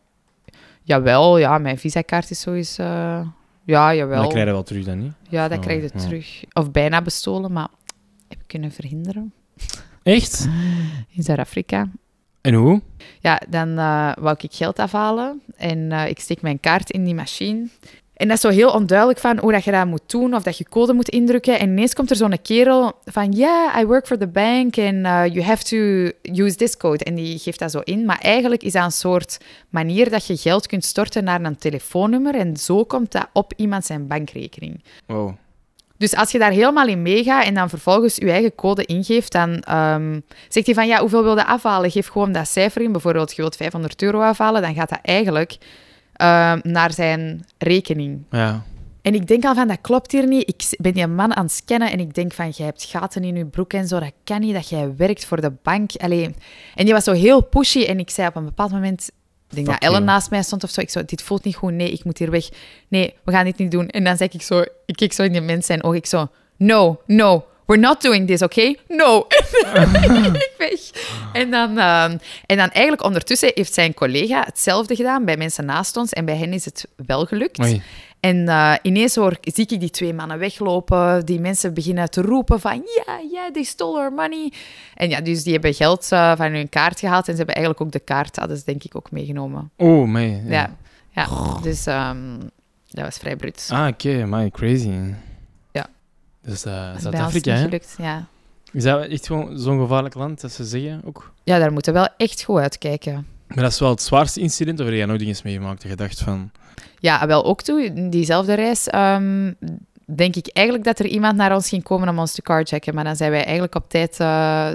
jawel, ja, mijn visakaart is zo eens... Uh, ja, jawel. Maar dat krijg je wel terug dan niet? Ja, dat Oh, krijg je ja. terug. Of bijna bestolen, maar heb ik kunnen verhinderen. Echt? In Zuid-Afrika. En hoe? Ja, dan uh, wou ik geld afhalen en uh, ik steek mijn kaart in die machine. En dat is zo heel onduidelijk van hoe dat je dat moet doen of dat je code moet indrukken. En ineens komt er zo'n kerel van, ja, yeah, I work for the bank and uh, you have to use this code. En die geeft dat zo in. Maar eigenlijk is dat een soort manier dat je geld kunt storten naar een telefoonnummer en zo komt dat op iemand zijn bankrekening. Wow. Dus als je daar helemaal in meegaat en dan vervolgens je eigen code ingeeft, dan um, zegt hij van, ja, hoeveel wil je afhalen? Geef gewoon dat cijfer in. Bijvoorbeeld, je wilt vijfhonderd euro afhalen, dan gaat dat eigenlijk uh, naar zijn rekening. Ja. En ik denk al van, dat klopt hier niet. Ik ben die man aan het scannen en ik denk van, jij hebt gaten in je broek en zo. Dat kan niet, dat jij werkt voor de bank. Allee. En die was zo heel pushy en ik zei op een bepaald moment... Ik denk Fuck dat Ellen you. naast mij stond of zo. Ik zo, dit voelt niet goed. Nee, ik moet hier weg. Nee, we gaan dit niet doen. En dan zei ik zo... Ik keek zo in die mensen zijn ogen. Ik zo... No, no. We're not doing this, oké? Okay? No. En dan ging ik weg. En dan, uh, en dan eigenlijk ondertussen heeft zijn collega hetzelfde gedaan bij mensen naast ons. En bij hen is het wel gelukt. Oei. En uh, ineens hoor, zie ik die twee mannen weglopen. Die mensen beginnen te roepen van... Ja, yeah, yeah, they stole our money. En ja, dus die hebben geld uh, van hun kaart gehaald. En ze hebben eigenlijk ook de kaart, hadden ze denk ik ook meegenomen. Oh, mij. Ja. Ja, ja. Dus um, dat was vrij bruut. Ah, oké. Okay, my crazy. Ja. Dus uh, Dat is bij ons Zuid-Afrika, niet hè? gelukt, ja. Is dat echt gewoon zo'n gevaarlijk land, dat ze zeggen ook? Ja, daar moeten we wel echt goed uitkijken. Maar dat is wel het zwaarste incident, of heb jij nog dingen meegemaakt dat je dacht van... Ja, wel ook toe. In diezelfde reis um, denk ik eigenlijk dat er iemand naar ons ging komen om ons te carjacken. Maar dan zijn wij eigenlijk op tijd uh,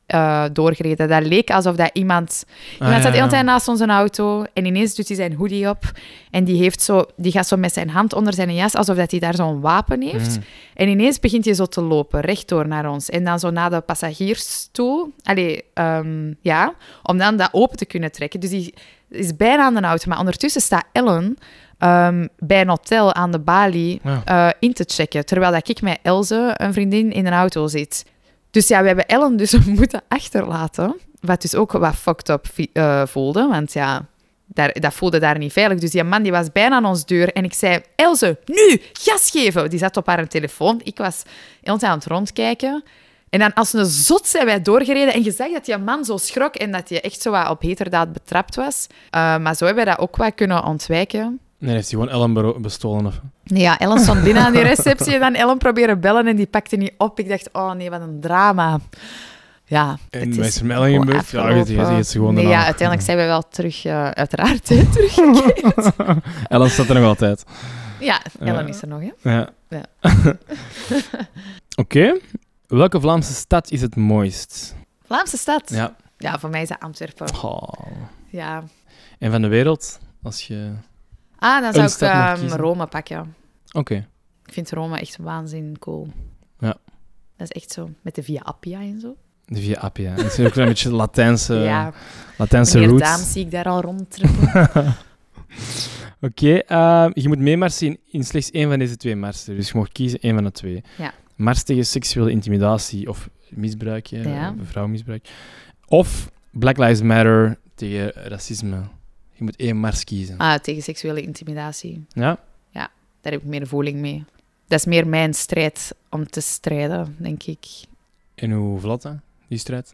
uh, doorgereden. Dat leek alsof dat iemand... Iemand Ah, ja, zat de hele ja. tijd naast onze auto en ineens doet hij zijn hoodie op en die, heeft zo, die gaat zo met zijn hand onder zijn jas, alsof dat hij daar zo'n wapen heeft. Mm. En ineens begint hij zo te lopen, rechtdoor naar ons. En dan zo naar de passagiersstoel. Allee, um, ja, om dan dat open te kunnen trekken. Dus die is bijna aan de auto. Maar ondertussen staat Ellen um, bij een hotel aan de balie Ja. uh, in te checken. Terwijl dat ik met Elze, een vriendin, in een auto zit. Dus ja, we hebben Ellen dus moeten achterlaten. Wat dus ook wat fucked up uh, voelde. Want ja, daar, dat voelde daar niet veilig. Dus die man die was bijna aan ons deur. En ik zei, Elze, nu, gas geven. Die zat op haar telefoon. Ik was heel aan het rondkijken. En dan als een zot zijn wij doorgereden. En je zag dat die man zo schrok en dat hij echt zo wat op heterdaad betrapt was. Uh, maar zo hebben we dat ook wat kunnen ontwijken. Nee, heeft hij gewoon Ellen bero- bestolen? Of? Nee, ja, Ellen stond binnen aan die receptie en dan Ellen proberen bellen en die pakte niet op. Ik dacht, oh nee, wat een drama. Ja, En het wat is is er met Ellen gewoon gebeurd? Ja, afgelopen. je ziet het gewoon Nee, daarna. ja, uiteindelijk zijn we wel terug, uh, uiteraard, hè, teruggekeerd. Ellen staat er nog altijd. Ja, Ellen Ja. is er nog, hè. Ja. Ja. Oké. Welke Vlaamse stad is het mooist? Vlaamse stad. Ja. Ja. voor mij is dat Antwerpen. Oh. Ja. En van de wereld? Als je... Ah, dan Een zou stad ik mag um, kiezen. Rome pakken. Oké. Ik vind Rome echt waanzin cool. Ja. Dat is echt zo, met de Via Appia en zo. De Via Appia. Dat is ook een beetje Latijnse, ja, Latijnse meneer roots. Daam zie ik daar al rondtrekken. Oké, eh, je moet meemarsen in, in slechts één van deze twee marsen. Dus je mag kiezen één van de twee. Ja. Mars tegen seksuele intimidatie of misbruik, hè, Ja. vrouwenmisbruik. Of Black Lives Matter tegen racisme. Je moet één mars kiezen. Ah, tegen seksuele intimidatie. Ja? Daar heb ik meer voeling mee. Dat is meer mijn strijd om te strijden, denk ik. En hoe vlot, hè, die strijd?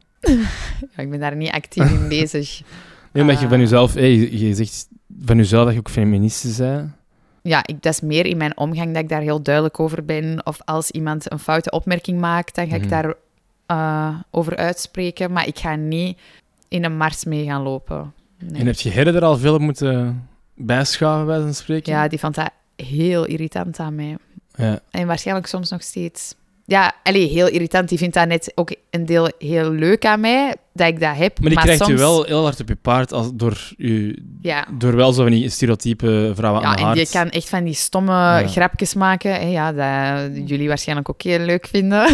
Ja, ik ben daar niet actief in bezig. Nee, omdat je Ah. van jezelf... Hey, je, je zegt van jezelf dat je ook feministe bent. Ja, ik, dat is meer in mijn omgang dat ik daar heel duidelijk over ben. Of als iemand een foute opmerking maakt, dan ga ik Mhm. daar uh, over uitspreken. Maar ik ga niet in een mars mee gaan lopen. Nee. En heb je Gerrit er al veel op moeten bijschaven, bij zijn spreken? Ja, die vond dat heel irritant aan mij. Ja. En waarschijnlijk soms nog steeds. Ja, allee, heel irritant. Die vindt dat net ook een deel heel leuk aan mij, dat ik dat heb. Maar die krijgt soms... je wel heel hard op je paard als, door, je, Ja. door wel zo van die stereotype vrouwen Ja, aan de en hart. die kan echt van die stomme Ja. grapjes maken. Hè, ja, dat jullie waarschijnlijk ook heel leuk vinden.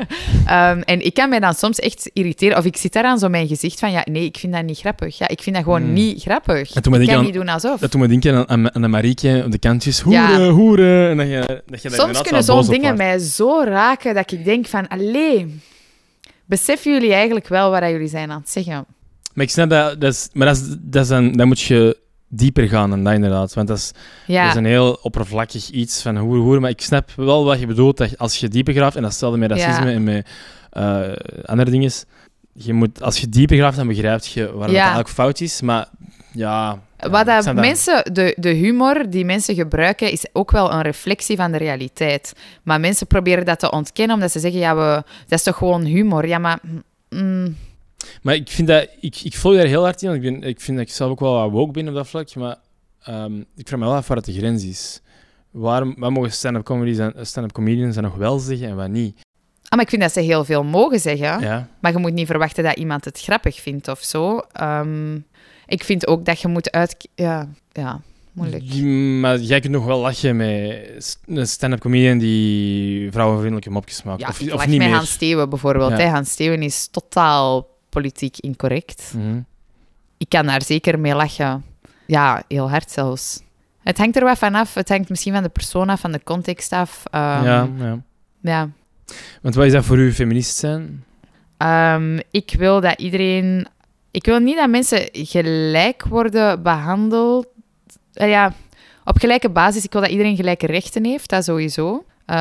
Ja. um, en ik kan mij dan soms echt irriteren. Of ik zit daar aan zo mijn gezicht van... Ja, nee, ik vind dat niet grappig. Ja, ik vind dat gewoon Mm. niet grappig. En toen me Ik denk kan aan- niet doen alsof. Dat doet me denken aan, aan, aan de Marieke op de kantjes. Hoeren, Ja. hoeren. En dat je, dat je daar Soms inderdaad kunnen wel boos zo'n op dingen wordt. mij zo raken dat ik denk van... Allee, beseffen jullie eigenlijk wel wat dat jullie zijn aan het zeggen? Maar ik snap dat... dat is, maar dat, is, dat, is een, dan moet je dieper gaan dan dat, inderdaad. Want dat is, Ja, dat is een heel oppervlakkig iets van hoeren, hoeren. Maar ik snap wel wat je bedoelt. Dat je- als je dieper graaft, en dat stelde met racisme Ja. en met uh, andere dingen... Je moet, als je dieper graaft, dan begrijp je waar het Ja. eigenlijk fout is. Maar ja... Wat ik dat snap dat. mensen, de, de humor die mensen gebruiken, is ook wel een reflectie van de realiteit. Maar mensen proberen dat te ontkennen, omdat ze zeggen, ja, we, dat is toch gewoon humor. Ja, maar... mm, Maar ik vind dat... Ik, ik volg daar heel hard in, want ik, ben, ik vind dat ik zelf ook wel wat woke ben op dat vlak. Maar um, ik vraag me wel af waar het de grens is. Waarom, wat mogen stand-up comedies en stand-up comedians dan nog wel zeggen en wat niet? ah, maar ik vind dat ze heel veel mogen zeggen. Ja. Maar je moet niet verwachten dat iemand het grappig vindt of zo. Um, ik vind ook dat je moet uit... Ja, ja moeilijk. Die- maar jij kunt nog wel lachen met st- een stand-up comedian die vrouwenvriendelijke mopjes maakt. Ja, of, ik of lach niet met meer. Hans Steeuwen bijvoorbeeld. Ja. Hè. Hans Steeuwen is totaal politiek incorrect. Mhm. Ik kan daar zeker mee lachen. Ja, heel hard zelfs. Het hangt er wat van af. Het hangt misschien van de persoon af, van de context af. Um, ja, ja. ja. Want wat is dat voor u, feminist zijn? Um, ik wil dat iedereen... Ik wil niet dat mensen gelijk worden behandeld. Uh, ja, op gelijke basis. Ik wil dat iedereen gelijke rechten heeft, dat sowieso.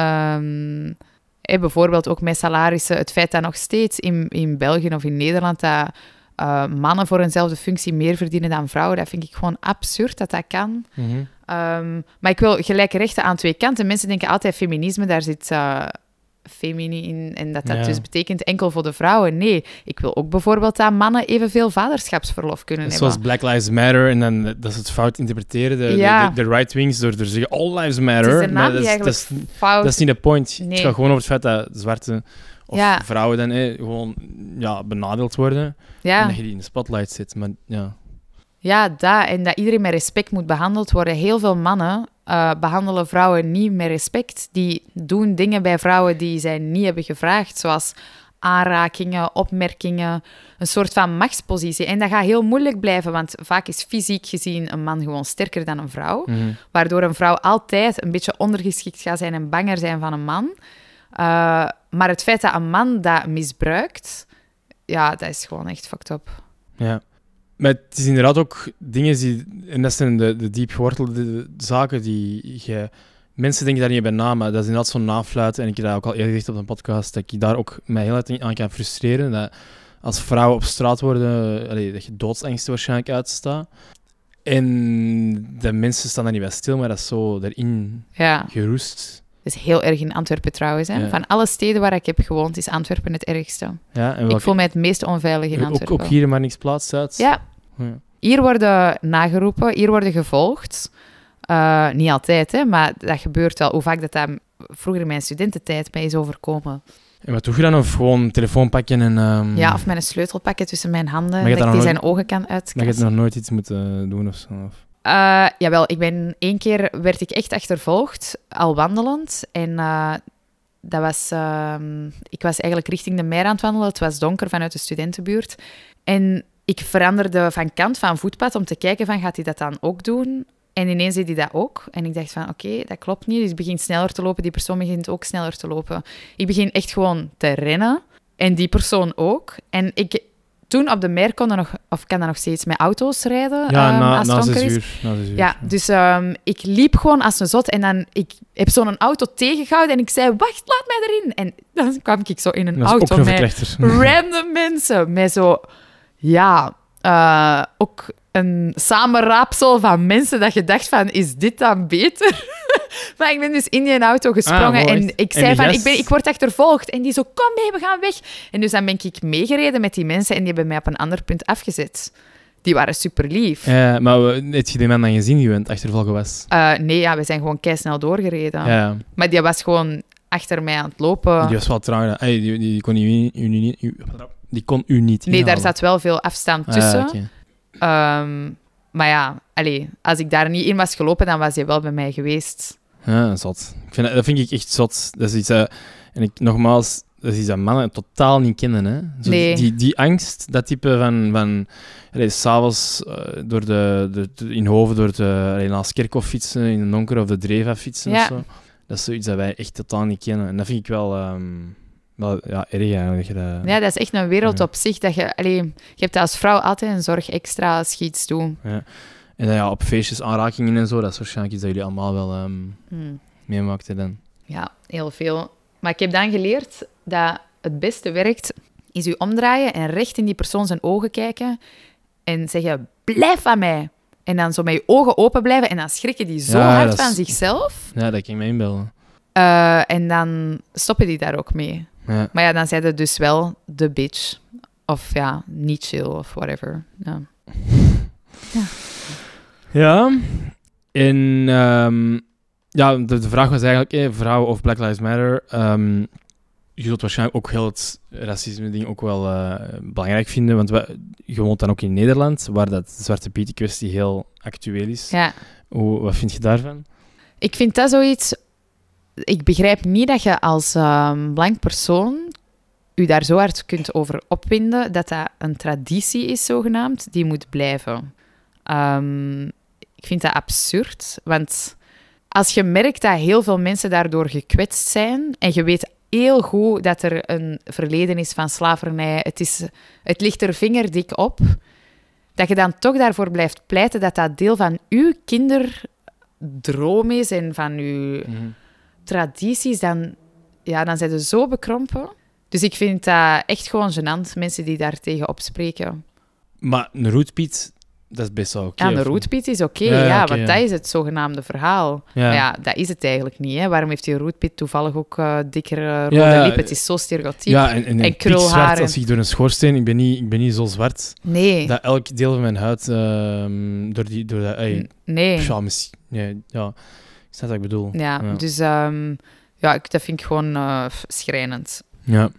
Um, eh, bijvoorbeeld ook met salarissen. Het feit dat nog steeds in, in België of in Nederland... dat uh, mannen voor eenzelfde functie meer verdienen dan vrouwen, dat vind ik gewoon absurd dat dat kan. Mhm. Um, maar ik wil gelijke rechten aan twee kanten. Mensen denken altijd feminisme, daar zit uh, femini in en dat dat Ja. dus betekent enkel voor de vrouwen. Nee, ik wil ook bijvoorbeeld dat mannen evenveel vaderschapsverlof kunnen Zoals hebben. Black Lives Matter en dan dat ze het fout interpreteren, de, Ja. de, de, de right-wings, door, door te zeggen All Lives Matter. Het is de naam Maar dat, die is, dat, eigenlijk is, fout... dat is niet de point. Nee. Het gaat gewoon over het feit dat zwarte Of Ja. vrouwen dan hè, gewoon ja, benadeeld worden. En Ja. dat je die in de spotlight zit. Maar ja... Ja, dat. En dat iedereen met respect moet behandeld worden. Heel veel mannen uh, behandelen vrouwen niet met respect. Die doen dingen bij vrouwen die zij niet hebben gevraagd. Zoals aanrakingen, opmerkingen. Een soort van machtspositie. En dat gaat heel moeilijk blijven. Want vaak is fysiek gezien een man gewoon sterker dan een vrouw. Mm-hmm. Waardoor een vrouw altijd een beetje ondergeschikt gaat zijn en banger zijn van een man. Uh, maar het feit dat een man dat misbruikt... Ja, dat is gewoon echt fucked up. Ja. Maar het is inderdaad ook dingen die... En dat zijn de, de diep gewortelde zaken die je... Mensen denken daar niet bij na, maar dat is inderdaad zo'n nafluiten. En ik heb dat ook al eerder gezegd op een podcast, dat ik daar ook mij heel erg aan kan frustreren. Dat als vrouwen op straat worden, allee, dat je doodsangsten waarschijnlijk uitstaat. En de mensen staan daar niet bij stil, maar dat is zo erin Ja. geroest. Dat is heel erg in Antwerpen trouwens. Hè? Ja. Van alle steden waar ik heb gewoond, is Antwerpen het ergste. Ja, en Ik welke- voel mij het meest onveilig in ook, Antwerpen. ook hier in Marnixplaats uit. Ja, Ja. hier worden nageroepen, hier worden gevolgd. Uh, niet altijd, hè, maar dat gebeurt wel. Hoe vaak dat, dat vroeger in mijn studententijd mij is overkomen. En wat doe je dan? Of gewoon een telefoon pakken en... Um, Ja, of met een sleutel pakken tussen mijn handen, je dat dan ik die nog- zijn ogen kan Dat je uitkrassen. nog nooit iets moeten doen of zo. Of... Uh, jawel, ik ben één keer werd ik echt achtervolgd, al wandelend. En uh, dat was... Uh, ik was eigenlijk richting de meer aan het wandelen. Het was donker vanuit de studentenbuurt. En ik veranderde van kant van voetpad om te kijken van, gaat hij dat dan ook doen? En ineens deed hij dat ook. En ik dacht van, oké, okay, dat klopt niet. Dus ik begin sneller te lopen. Die persoon begint ook sneller te lopen. Ik begin echt gewoon te rennen. En die persoon ook. En ik... Toen op de meer konden nog, of kan dat nog steeds met auto's rijden. Ja, um, na, als na het zes donker is. uur. Na zes uur. Ja, dus um, ik liep gewoon als een zot en dan ik heb zo'n auto tegengehouden en ik zei, wacht, laat mij erin. En dan kwam ik zo in een Dat is ook auto een met verklechter. random mensen. Met zo, ja, uh, ook een samenraapsel van mensen dat je dacht van, is dit dan beter? Maar ik ben dus in die auto gesprongen Ah, mooi. en ik En zei die van, gast? ik, ben, ik word achtervolgd. En die zo, kom mee, we gaan weg. En dus dan ben ik meegereden met die mensen en die hebben mij op een ander punt afgezet. Die waren super lief. Ja, maar we- heb je die man dan gezien die aan het achtervolgen was? Uh, nee, ja, we zijn gewoon keisnel doorgereden. Ja, ja. Maar die was gewoon achter mij aan het lopen. Die was wel traag. Hey, die, die, kon u, u, u, u, die kon u niet Nee, daar inhalen. zat wel veel afstand Ah, tussen. ja, oké. Um, maar ja, allee, als ik daar niet in was gelopen, dan was hij wel bij mij geweest. Ja, zot. Ik vind, dat dat vind ik echt zot. Dat is iets, uh, en ik, nogmaals, dat is iets dat mannen totaal niet kennen. Hè? Zo Nee. die, die angst, dat type van... van allee, s'avonds uh, door de, de, de- in Hoven door de, allee, naast Kerkhof fietsen, in de donker of de Dreva fietsen Ja. of zo. Dat is zoiets dat wij echt totaal niet kennen. En dat vind ik wel, um, wel ja, erg eigenlijk. Dat je dat, Ja, dat is echt een wereld Ja. op zich. Dat je, allee, je hebt als vrouw altijd een zorg extra als je iets doet. ja. En dan, ja, op feestjes, aanrakingen en zo, dat is waarschijnlijk iets dat jullie allemaal wel um, Hmm. meemaakten dan. Ja, heel veel. Maar ik heb dan geleerd dat het beste werkt, is u omdraaien en recht in die persoon zijn ogen kijken en zeggen, blijf van mij. En dan zo met je ogen open blijven en dan schrikken die zo Ja, hard dat is- van zichzelf. Ja, dat kan ik me inbeelden. Uh, en dan stoppen die daar ook mee. Ja. Maar ja, dan zijn ze dus wel de bitch. Of ja, niet chill of whatever. Ja. Ja, en ehm, ja, de, de vraag was eigenlijk, eh, vrouw of Black Lives Matter. Ehm, je zult waarschijnlijk ook heel het racisme-ding ook wel eh, belangrijk vinden, want we, je woont dan ook in Nederland, waar dat Zwarte Pieten-kwestie heel actueel is. ja. Hoe, wat vind je daarvan? Ik vind dat zoiets... Ik begrijp niet dat je als ehm, blank persoon je daar zo hard kunt over opwinden dat dat een traditie is, zogenaamd, die moet blijven. Ehm, ik vind dat absurd, want als je merkt dat heel veel mensen daardoor gekwetst zijn en je weet heel goed dat er een verleden is van slavernij, het, is, het ligt er vingerdik op, dat je dan toch daarvoor blijft pleiten dat dat deel van uw kinderdroom is en van uw tradities, dan, ja, dan zijn ze zo bekrompen. Dus ik vind dat echt gewoon gênant, mensen die daar tegen opspreken. Maar een roetpiet, dat is best wel oké. Ja, een of- roetpiet is oké, Ja, ja, ja, oké, want ja. dat is het zogenaamde verhaal. Ja. Maar ja, dat is het eigenlijk niet. Hè. Waarom heeft die roetpiet toevallig ook uh, dikkere rode Ja, ja, lippen? Het is zo stereotyp. Ja, en, en, En en krulharen. pikzwart, als ik door een schoorsteen... Ik ben niet, ik ben niet zo zwart, Nee, dat elk deel van mijn huid ehm, door die... Door dat, ey, N- nee. ja, misschien... Nee, ja, ik snap wat ik bedoel. Ja, Ja. dus um, ja, ik, dat vind ik gewoon uh, schrijnend. Ja.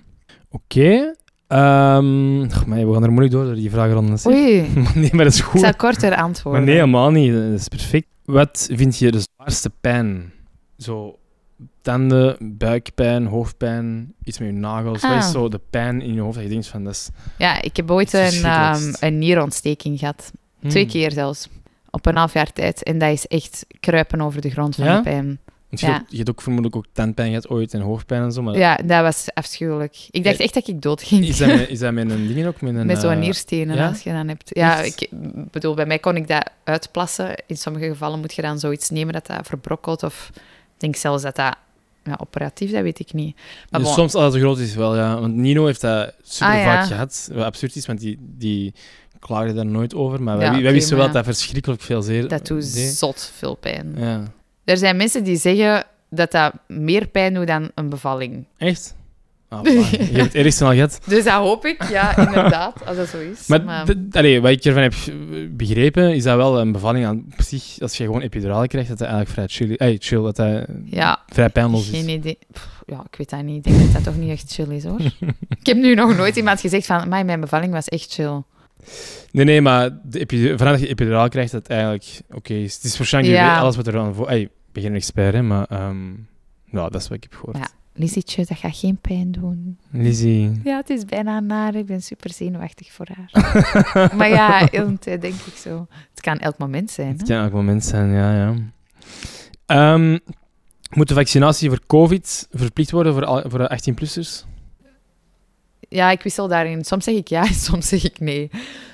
Oké. Ehm, ach, maar we gaan er moeilijk door, door die vragenronde. zeg. Oei, Nee, maar dat is ik goed. zal korter antwoorden. Maar nee, helemaal niet. Dat is perfect. Wat vind je de zwaarste pijn? Zo, tanden, buikpijn, hoofdpijn, iets met je nagels. Ah. Wat is zo de pijn in je hoofd dat je denkt van, dat is... Ja, ik heb ooit Het is een, verschrikkelijkst. ehm, een nierontsteking gehad. Hmm. Twee keer zelfs. Op een half jaar tijd. En dat is echt kruipen over de grond van Ja? de pijn. Want je, Ja. hebt ook, je hebt ook vermoedelijk ook tandpijn gehad ooit en hoofdpijn en zo. Maar Ja, dat was afschuwelijk. Ik dacht Ja. echt dat ik dood ging. is, dat met, is dat met een ding ook? Met, een, Met zo'n eh, nierstenen, ja? als je dat hebt. Ja, Echt? ik bedoel, bij mij kon ik dat uitplassen. In sommige gevallen moet je dan zoiets nemen dat dat verbrokkelt. Of ik denk zelfs dat dat ja, operatief, dat weet ik niet. Maar dus bon, soms als het te groot is wel, ja. Want Nino heeft dat super Ah, vaak ja. gehad. Wat absurd is, want die, die klaagde daar nooit over. Maar wij, Ja, wij oké, wisten wel maar dat dat verschrikkelijk veel zeer dat doet deed. zot veel pijn. Ja. Er zijn mensen die zeggen dat dat meer pijn doet dan een bevalling. Echt? Ah, fijn. Je hebt het ergste al gehad. Dus dat hoop ik, ja, inderdaad, als dat zo is. Maar, Maar- d- allee, wat ik ervan heb begrepen, is dat wel een bevalling aan op zich, als je gewoon epidurale krijgt, dat dat eigenlijk vrij chill is. Hey, chill, dat dat ja, vrij pijnloos is. geen idee. Pff, ja, ik weet dat niet. Ik denk dat dat toch niet echt chill is, hoor. Ik heb nu nog nooit iemand gezegd van, "Amai, mijn bevalling was echt chill." Nee, nee, maar de epidu- vanaf dat je epiduraal krijgt, dat het eigenlijk oké is. Het is waarschijnlijk je Ja. weet alles wat er aan voor. Hey, ik ben geen expert, hè, maar ehm, ja, dat is wat ik heb gehoord. Ja. Lizietje, dat gaat geen pijn doen. Lizzie. Ja, het is bijna naar. Ik ben super zenuwachtig voor haar. Maar ja, heel de tijd denk ik zo. Het kan elk moment zijn. Het Hè? kan elk moment zijn, ja, ja. Ehm, moet de vaccinatie voor COVID verplicht worden voor, al- voor achttien-plussers? Ja, ik wissel daarin. Soms zeg ik ja en soms zeg ik nee.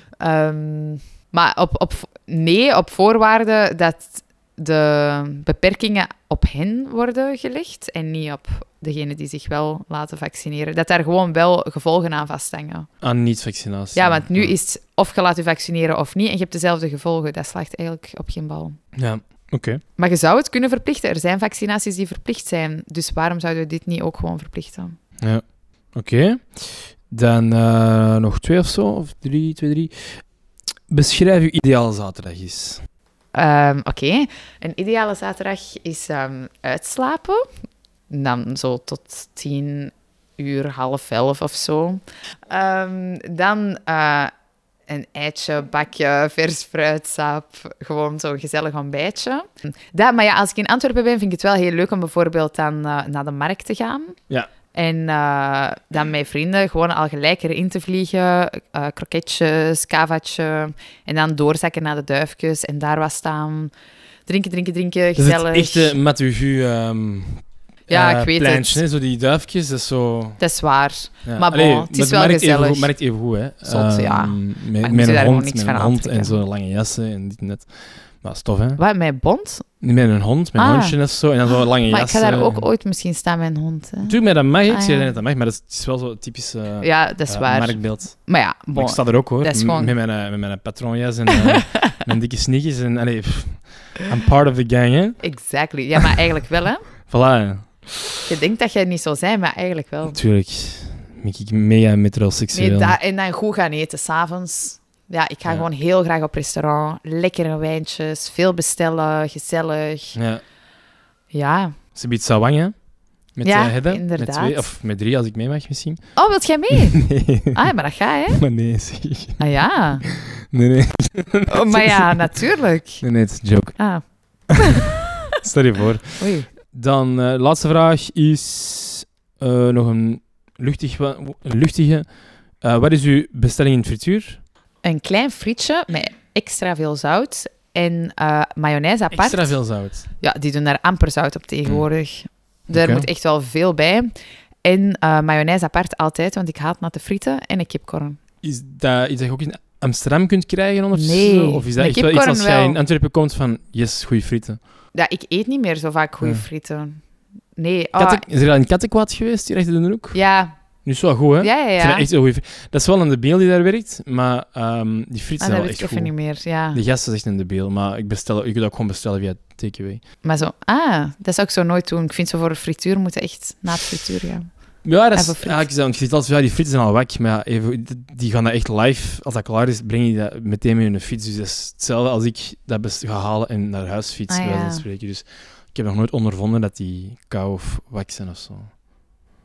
Ehm, maar op, op, nee, op voorwaarde dat de beperkingen op hen worden gelegd en niet op degenen die zich wel laten vaccineren. Dat daar gewoon wel gevolgen aan vasthangen. Aan niet-vaccinatie. Ja, want nu is het of je laat je vaccineren of niet en je hebt dezelfde gevolgen. Dat slaagt eigenlijk op geen bal. Ja, oké. Maar je zou het kunnen verplichten. Er zijn vaccinaties die verplicht zijn. Dus waarom zouden we dit niet ook gewoon verplichten? Ja, oké. Dan eh, nog twee of zo, of drie, twee, drie. Beschrijf uw ideale zaterdag eens. Ehm, Oké, een ideale zaterdag is ehm, uitslapen. Dan zo tot tien uur, half elf of zo. Ehm, dan eh, een eitje, bakje, vers fruitsap. Gewoon zo'n gezellig ontbijtje. Dat, maar ja, als ik in Antwerpen ben, vind ik het wel heel leuk om bijvoorbeeld dan eh, naar de markt te gaan. Ja. En eh, dan met vrienden gewoon al gelijk erin te vliegen. eh kroketjes, kavatje. En dan doorzakken naar de duifjes en daar wat staan. Drinken, drinken, drinken, Dat is gezellig. het echte Matuvu ehm Ja, eh, ik weet pleintje, het. hè, zo die duifjes, dat is zo... Dat is waar. Ja. Maar bon, Allee, het is maar wel merkt even gezellig. goed- merkt even goed, hè. Zot, ja. Ehm, Met, je met moet je een daar gewoon hond, niks met een van hond en aantrekken. zo'n lange jassen en dit en dat. Maar dat is tof, hè. Wat, met bond? Met een hond, met een Ah. hondje of zo, en dan zo'n lange Maar ik jassen. ga daar ook ooit misschien staan met een hond. Hè? Tuurlijk, maar dat mag, ik Ah, zeg ja. dat dat mag, maar dat is, het is wel zo typisch uh, Ja, dat is uh, waar. marktbeeld. Maar ja, Maar bon. ik sta er ook, hoor, dat is m- gewoon- met mijn, uh, met mijn patronjas en uh, mijn dikke sneakers. En, allee, pff, I'm part of the gang, hè. Exactly. Ja, maar eigenlijk wel, hè. Voilà, Je denkt dat jij niet zou zijn, maar eigenlijk wel. natuurlijk. Ben ik mega metroseksueel. Nee, da- en dan goed gaan eten, s'avonds. Ja, ik ga Ja. gewoon heel graag op restaurant. Lekkere wijntjes, veel bestellen, gezellig. Ja. Ja. Ze biedt Sawang, hè. Met Ja, uh, Hedda. Met inderdaad. twee, of met drie, als ik mee mag, misschien. Oh, wilt jij mee? Nee. Ah, maar dat gaat, hè? Maar nee, zeg. Ah ja. Nee, nee. Oh, maar ja, natuurlijk. Nee, nee, het is een joke. Ah, Stel je voor. oei. Dan, uh, de laatste vraag is uh, nog een, luchtig, wa- een luchtige. Uh, wat is uw bestelling in het frituur? Een klein frietje met extra veel zout en eh mayonaise apart. Extra veel zout. Ja, die doen daar amper zout op tegenwoordig. Daar Oké. moet echt wel veel bij. En eh mayonaise apart altijd, want ik haat natte frieten en een kipcorn. Is dat iets dat je ook in Amsterdam kunt krijgen ondertussen? Nee, Of is dat een echt wel iets als kipcorn jij wel. in Antwerpen komt van, yes, goede frieten? Ja, ik eet niet meer zo vaak goede Ja. frieten. Nee. oh, Katte, is er al in Kattenkwaad geweest, hier achter de hoek? ja, Nu is het wel goed, hè? ja, ja. Ik vind ja. dat echt heel goeie fri- Dat is wel een debiel die daar werkt, maar ehm, die frieten Ah, zijn dat wel weet echt ik goed. even niet meer. Ja. Die gast is echt een debiel, maar ik, bestel, ik kan dat ook gewoon bestellen via takeaway. Maar zo, ah, dat zou ik zo nooit doen. Ik vind zo voor een frituur moeten echt na het frituur gaan. Ja, dat is, Even friet. ja, ik zeg, want je ziet altijd, ja, die frieten zijn al wak, maar ja, even, die gaan dat echt live, als dat klaar is, breng je dat meteen met hun fiets. Dus dat is hetzelfde als ik dat best ga halen en naar huis fiets, Ah, bij wijze ja. van spreken. Dus ik heb nog nooit ondervonden dat die kou of wak zijn of zo.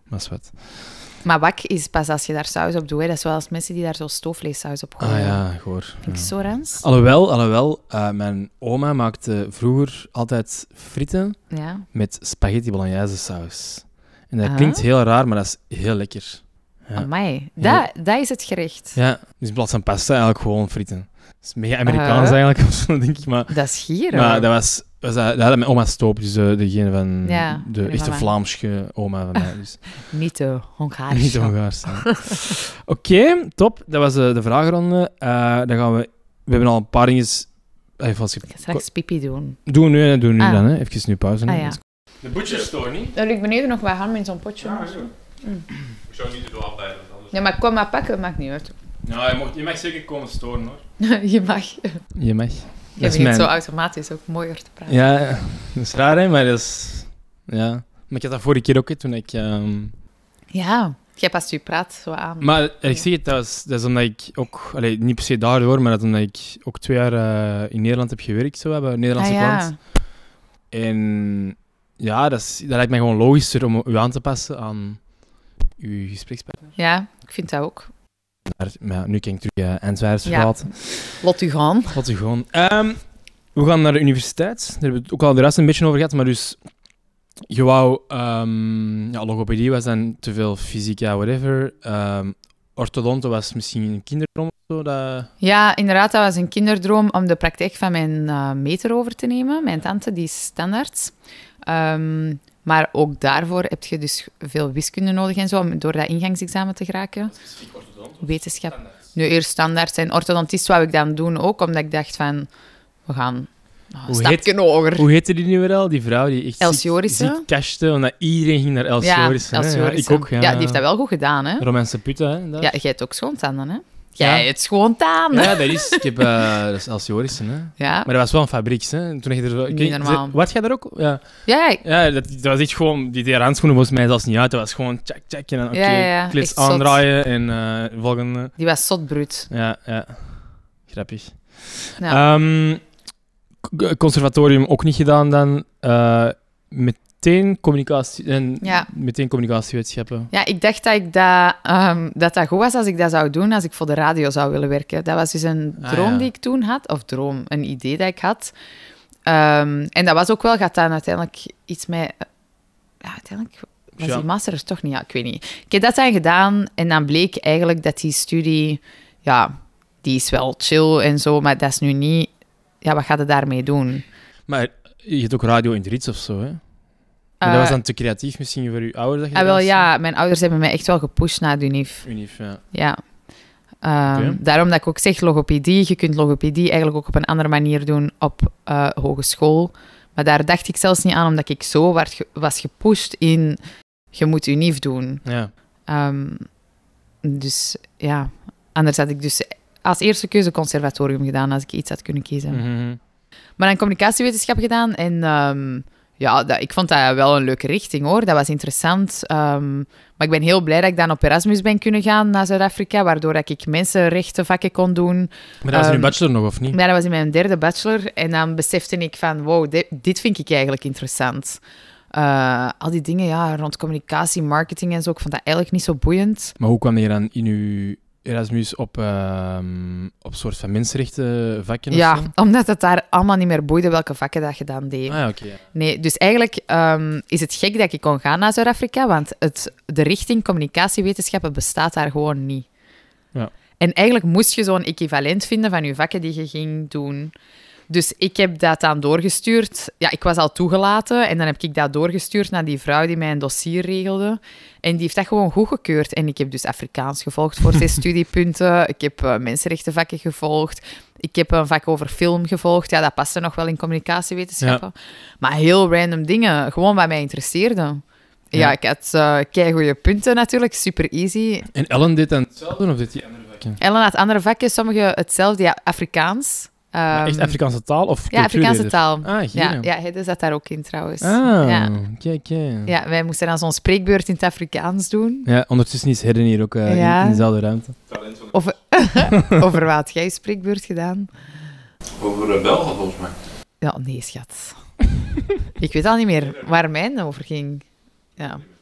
Maar is wat. Maar wak is pas als je daar saus op doet. Hè. Dat is wel als mensen die daar zo stoofvleessaus op gooien. Ah ja, goor. Vind ik Ja. zo rans. Alhoewel, alhoewel uh, mijn oma maakte vroeger altijd frieten Ja. met spaghetti bolognese saus. En dat Ah. klinkt heel raar, maar dat is heel lekker. Ja. Amai. Ja. Dat, dat is het gerecht. Ja, dus in plaats van pasta eigenlijk gewoon frieten. Dat is mega Amerikaans Uh. eigenlijk, of zo, denk ik. Maar, Dat is gier. maar hoor. dat was... was dat, dat had mijn oma stoop, dus uh, degene van Ja, de van echte mama. Vlaamse oma van mij. Dus. Niet de Hongaars. Niet Hongaars. ja. Oké, top. Dat was uh, de vragenronde. Uh, dan gaan we... We hebben al een paar dingen... Even als je... Ik ga straks pipi doen. Doen nu, doen nu Ah. dan. Hè. Even nu pauze. Ah, hè. ja. De butcher store, niet? Er ligt beneden nog wat ham in zo'n potje. Ik zou niet te veel afleiden. Ja, maar kom maar pakken, maakt niet uit. Ja, je mag, je mag zeker komen storen, hoor. Je mag. Je mag. Je begint mijn- zo automatisch ook mooier te praten. Ja, dat is raar, hè, maar dat is... Ja. Maar ik had dat vorige keer ook, hè, toen ik... ehm, Ja, jij past je praat zo aan. Maar ik zeg het, dat is, dat is omdat ik ook... Allee, niet per se daardoor, maar dat is omdat ik ook twee jaar eh, in Nederland heb gewerkt, zo, bij een Nederlandse ah, ja. klant. En ja, dat, is, dat lijkt mij gewoon logischer om u aan te passen aan uw gesprekspartner. Ja, ik vind dat ook. Maar, maar ja, nu kan ik terug uh, Antwerps Ja. verlaten. Lot u gaan. Wat u gewoon. Ehm, we gaan naar de universiteit. Daar hebben we het ook al de rest een beetje over gehad, maar dus... Je wou... ehm, ja, logopedie was dan te veel fysica, whatever. Ehm orthodonte was misschien een kinderdroom of zo. Dat... Ja, inderdaad, dat was een kinderdroom om de praktijk van mijn uh, meter over te nemen. Mijn tante, die is standaard. Ehm, maar ook daarvoor heb je dus veel wiskunde nodig en zo, om door dat ingangsexamen te geraken. Specifiek orthodonte? Wetenschap. Nu, eerst standaard zijn. Orthodontist wou ik dan doen ook, omdat ik dacht van... We gaan oh, een Hoe stapje hoger. Hoe heette die nu weer al? Die vrouw die echt Els ziek- Jorissen. ziek cashte, omdat iedereen ging naar Els Ja, Jorissen, hè. Els Ja, ik Jorissen. ook, ja. Ja, die heeft dat wel goed gedaan, hè? Romeinse putten, hè. daar. Ja, jij hebt ook schoontanden, hè? Jij Ja. hebt schoontanden. Ja, dat is... Ik heb... eh dat is Els Jorissen, hè. Ja. Maar dat was wel een fabriek, hè. Toen je er zo... ik Niet weet- normaal. Wat jij daar ook? Ja. Ja, Ja, dat, dat was echt gewoon... Die deed haar handschoenen volgens mij zelfs niet uit. Dat was gewoon check, check. En dan, oké, Ja, ja, ja. klits Echt zot. aandraaien en eh volgende. die was zot bruut. Ja, ja. Grappig. Ja. Ehm, c- conservatorium ook niet gedaan dan. Eh, meteen communicatie... En Ja. meteen communicatiewetenschappen. Ja, ik dacht dat, ik dat, ehm, dat dat goed was als ik dat zou doen, als ik voor de radio zou willen werken. Dat was dus een Ah, droom ja. die ik toen had, of droom, een idee dat ik had. Ehm, en dat was ook wel, gaat dan uiteindelijk iets met... Ja, uiteindelijk was Ja. die master er toch niet, ja, ik weet niet. Ik heb dat dan gedaan en dan bleek eigenlijk dat die studie, ja, die is wel chill en zo, maar dat is nu niet... Ja, wat gaat het daarmee doen? Maar je hebt ook radio in de rits of zo, hè? Maar dat Eh, was dan te creatief misschien voor je ouders? Dat je Ah, wel dat ja, mijn ouders hebben mij echt wel gepusht naar de unief. Unif, ja. Ja. Ehm, Oké. Daarom dat ik ook zeg logopedie. Je kunt logopedie eigenlijk ook op een andere manier doen op eh, hogeschool. Maar daar dacht ik zelfs niet aan, omdat ik zo werd ge- was gepusht in... Je moet unief doen. Ja. Ehm, dus ja, anders had ik dus als eerste keuze conservatorium gedaan als ik iets had kunnen kiezen. Mhm. Maar dan communicatiewetenschap gedaan en ehm, ja, dat, ik vond dat wel een leuke richting hoor. Dat was interessant. Ehm, maar ik ben heel blij dat ik dan op Erasmus ben kunnen gaan naar Zuid-Afrika, waardoor dat ik mensenrechtenvakken kon doen. Maar dat was in Ehm, je bachelor nog, of niet? Ja, dat was in mijn derde bachelor en dan besefte ik van wow, dit, dit vind ik eigenlijk interessant. Eh, al die dingen ja, rond communicatie, marketing en zo, ik vond dat eigenlijk niet zo boeiend. Maar hoe kwam je dan in je Erasmus op, ehm op soort van mensenrechten vakken? of Ja, zo? omdat het daar allemaal niet meer boeide welke vakken dat je dan deed. Ah, ja, oké. ja. Nee, dus eigenlijk ehm, is het gek dat ik kon gaan naar Zuid-Afrika, want het, de richting communicatiewetenschappen bestaat daar gewoon niet. Ja. En eigenlijk moest je zo'n equivalent vinden van je vakken die je ging doen. Dus ik heb dat dan doorgestuurd. Ja, ik was al toegelaten en dan heb ik dat doorgestuurd naar die vrouw die mijn dossier regelde. En die heeft dat gewoon goedgekeurd. En ik heb dus Afrikaans gevolgd voor zes studiepunten. Ik heb uh, mensenrechtenvakken gevolgd. Ik heb een vak over film gevolgd. Ja, dat paste nog wel in communicatiewetenschappen. Maar heel random dingen. Gewoon wat mij interesseerde. Ja, Ja. ik had uh, keigoede punten natuurlijk. Super easy. En Ellen deed dan hetzelfde, of deed die andere vakken? Ellen had andere vakken. Sommige hetzelfde. Ja, Afrikaans. Maar echt Ehm, Afrikaanse taal of Ja, cultuur Afrikaanse deed er? taal. Ah, hier. Ja, ja, hij zat daar ook in trouwens. Ah, Ja. kijk, kijk. Ja, wij moesten dan zo'n spreekbeurt in het Afrikaans doen. Ja, ondertussen is Herden hier ook eh, Ja. in, in dezelfde ruimte. Of, over wat had jij spreekbeurt gedaan? Over uh, België, volgens mij. Ja, nee, schat. Ik weet al niet meer waar mijn over ging. Ja.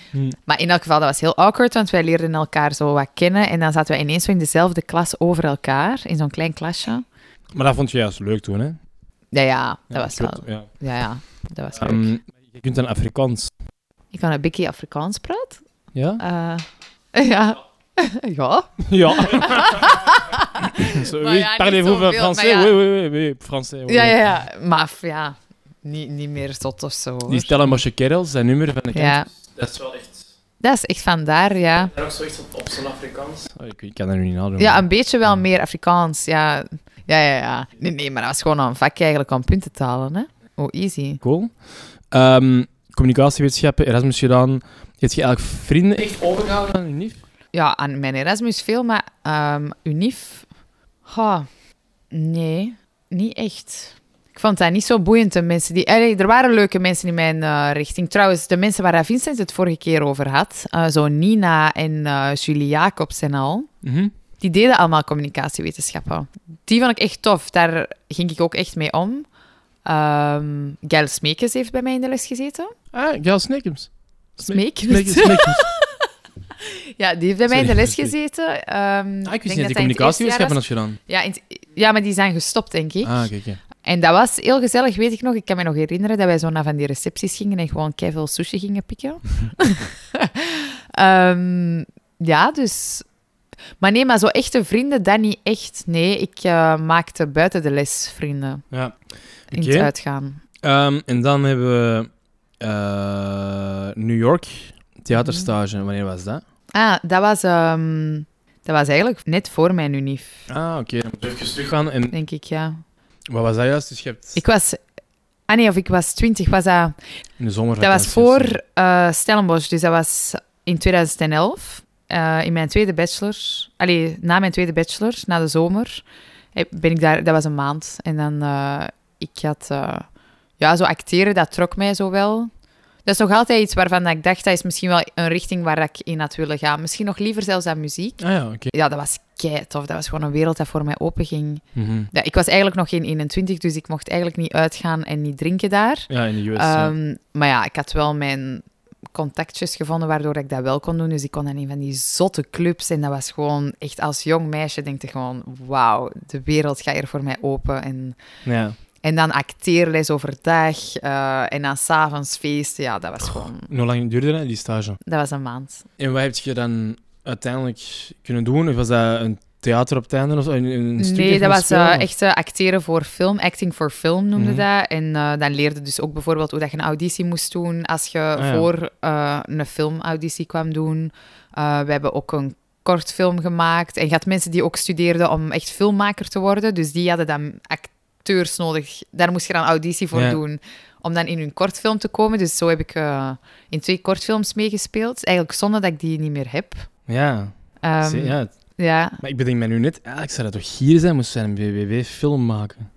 Hm. Maar in elk geval, dat was heel awkward, want wij leerden elkaar zo wat kennen. En dan zaten wij ineens zo in dezelfde klas over elkaar, in zo'n klein klasje. Maar dat vond je juist leuk toen, hè? Ja, ja, dat Ja, was klopt, wel... Ja. Ja, ja, dat was leuk. Ehm, je kunt dan Afrikaans. Ik kan een beetje Afrikaans praten. Ja? Uh, ja. ja. Ja. Zo, Maar oui, ja, niet parlez-vous zoveel, français? maar ja. Oui, oui, oui, oui, français. Oui. Ja, ja, ja. Maar f- ja, niet, niet meer zot of zo. hoor. Die Stellenbosch Kerels, zijn nummer van de Ja, Dat is wel echt... dat is echt vandaar, ja. En ook zoiets op, op zo'n Afrikaans? Oh, ik, ik kan dat nu niet nadoen. Ja, een beetje wel meer Afrikaans, ja. Ja, ja, ja. Nee, nee, maar dat was gewoon een vak eigenlijk om punten te halen, hè. Oh, easy. Cool. Um, communicatiewetenschappen, Erasmus gedaan. Heb je eigenlijk vrienden echt overgehouden aan UNIF? Ja, aan mijn Erasmus veel, maar um, Unif... Ha, nee, niet echt. Ik vond dat niet zo boeiend, de mensen die... Allee, er waren leuke mensen in mijn uh, richting. Trouwens, de mensen waar Vincent het vorige keer over had, uh, zo Nina en uh, Julie Jacobs en al, Mm-hmm. die deden allemaal communicatiewetenschappen. Die vond ik echt tof. Daar ging ik ook echt mee om. Um, Gail Smeekens heeft bij mij in de les gezeten. Ah, Gail Smeekens. Smeekens? Smeekens, Smeekens. Ja, die heeft bij mij in de Sorry, les sorry. gezeten. Um, Ah, ik wist denk niet dat die dat dat in het eerste jaar communicatiewetenschappen was. had gedaan. Ja, in het- ja, maar die zijn gestopt, denk ik. Ah, kijk, okay, En dat was heel gezellig, weet ik nog. Ik kan me nog herinneren dat wij zo naar van die recepties gingen en gewoon keiveel sushi gingen pikken. um, ja, dus... Maar nee, maar zo echte vrienden, dat niet echt. Nee, ik uh, maakte buiten de les vrienden ja. in Oké. het uitgaan. Um, en dan hebben we uh, New York, theaterstage. Wanneer was dat? Ah, dat was, um, dat was eigenlijk net voor mijn unif, Ah, oké. Okay. Dan moet je even teruggaan. En denk ik, ja. wat was dat juist? Dus je hebt Ik was... Ah nee, of ik was twintig, was dat... in de zomer... Dat was voor uh, Stellenbosch, dus dat was in twintig elf. Uh, in mijn tweede bachelor... Allee, na mijn tweede bachelor, na de zomer, eh, ben ik daar... Dat was een maand. En dan... Uh, ik had... Uh, ja, zo acteren, dat trok mij zo wel. Dat is nog altijd iets waarvan dat ik dacht, dat is misschien wel een richting waar ik in had willen gaan. Misschien nog liever zelfs aan muziek. Ah ja, oké. Okay. Ja, dat was keitof. Dat was gewoon een wereld dat voor mij openging. Mm-hmm. Ja, ik was eigenlijk nog geen eenentwintig, dus ik mocht eigenlijk niet uitgaan en niet drinken daar. Ja, in de U S. Ja. Um, maar ja, ik had wel mijn contactjes gevonden waardoor ik dat wel kon doen. Dus ik kon dan in van die zotte clubs. En dat was gewoon echt als jong meisje denk je gewoon, wauw, de wereld gaat hier voor mij open. En, ja. en dan acteerles overdag uh, en dan 's avonds feesten. Ja, dat was gewoon... En hoe lang duurde dat, die stage? Dat was een maand. En wat heb je dan uiteindelijk kunnen doen? Of was dat een theater op het einde of zo? Een, een stukje Nee, dat van was spelen, uh, of? echt uh, acteren voor film, acting voor film noemde Mhm. dat. En uh, dan leerde dus ook bijvoorbeeld hoe dat je een auditie moest doen als je Ah, ja. voor uh, een filmauditie kwam doen. Uh, we hebben ook een kortfilm gemaakt. En je had mensen die ook studeerden om echt filmmaker te worden. Dus die hadden dan acteurs nodig. Daar moest je dan auditie voor Ja. doen om dan in hun kortfilm te komen. Dus zo heb ik uh, in twee kortfilms meegespeeld. Eigenlijk zonde dat ik die niet meer heb. Ja. Um, Zie- ja. ja. Maar ik bedenk mij nu net, eigenlijk zou dat toch hier zijn, moest zijn een B B B-film maken.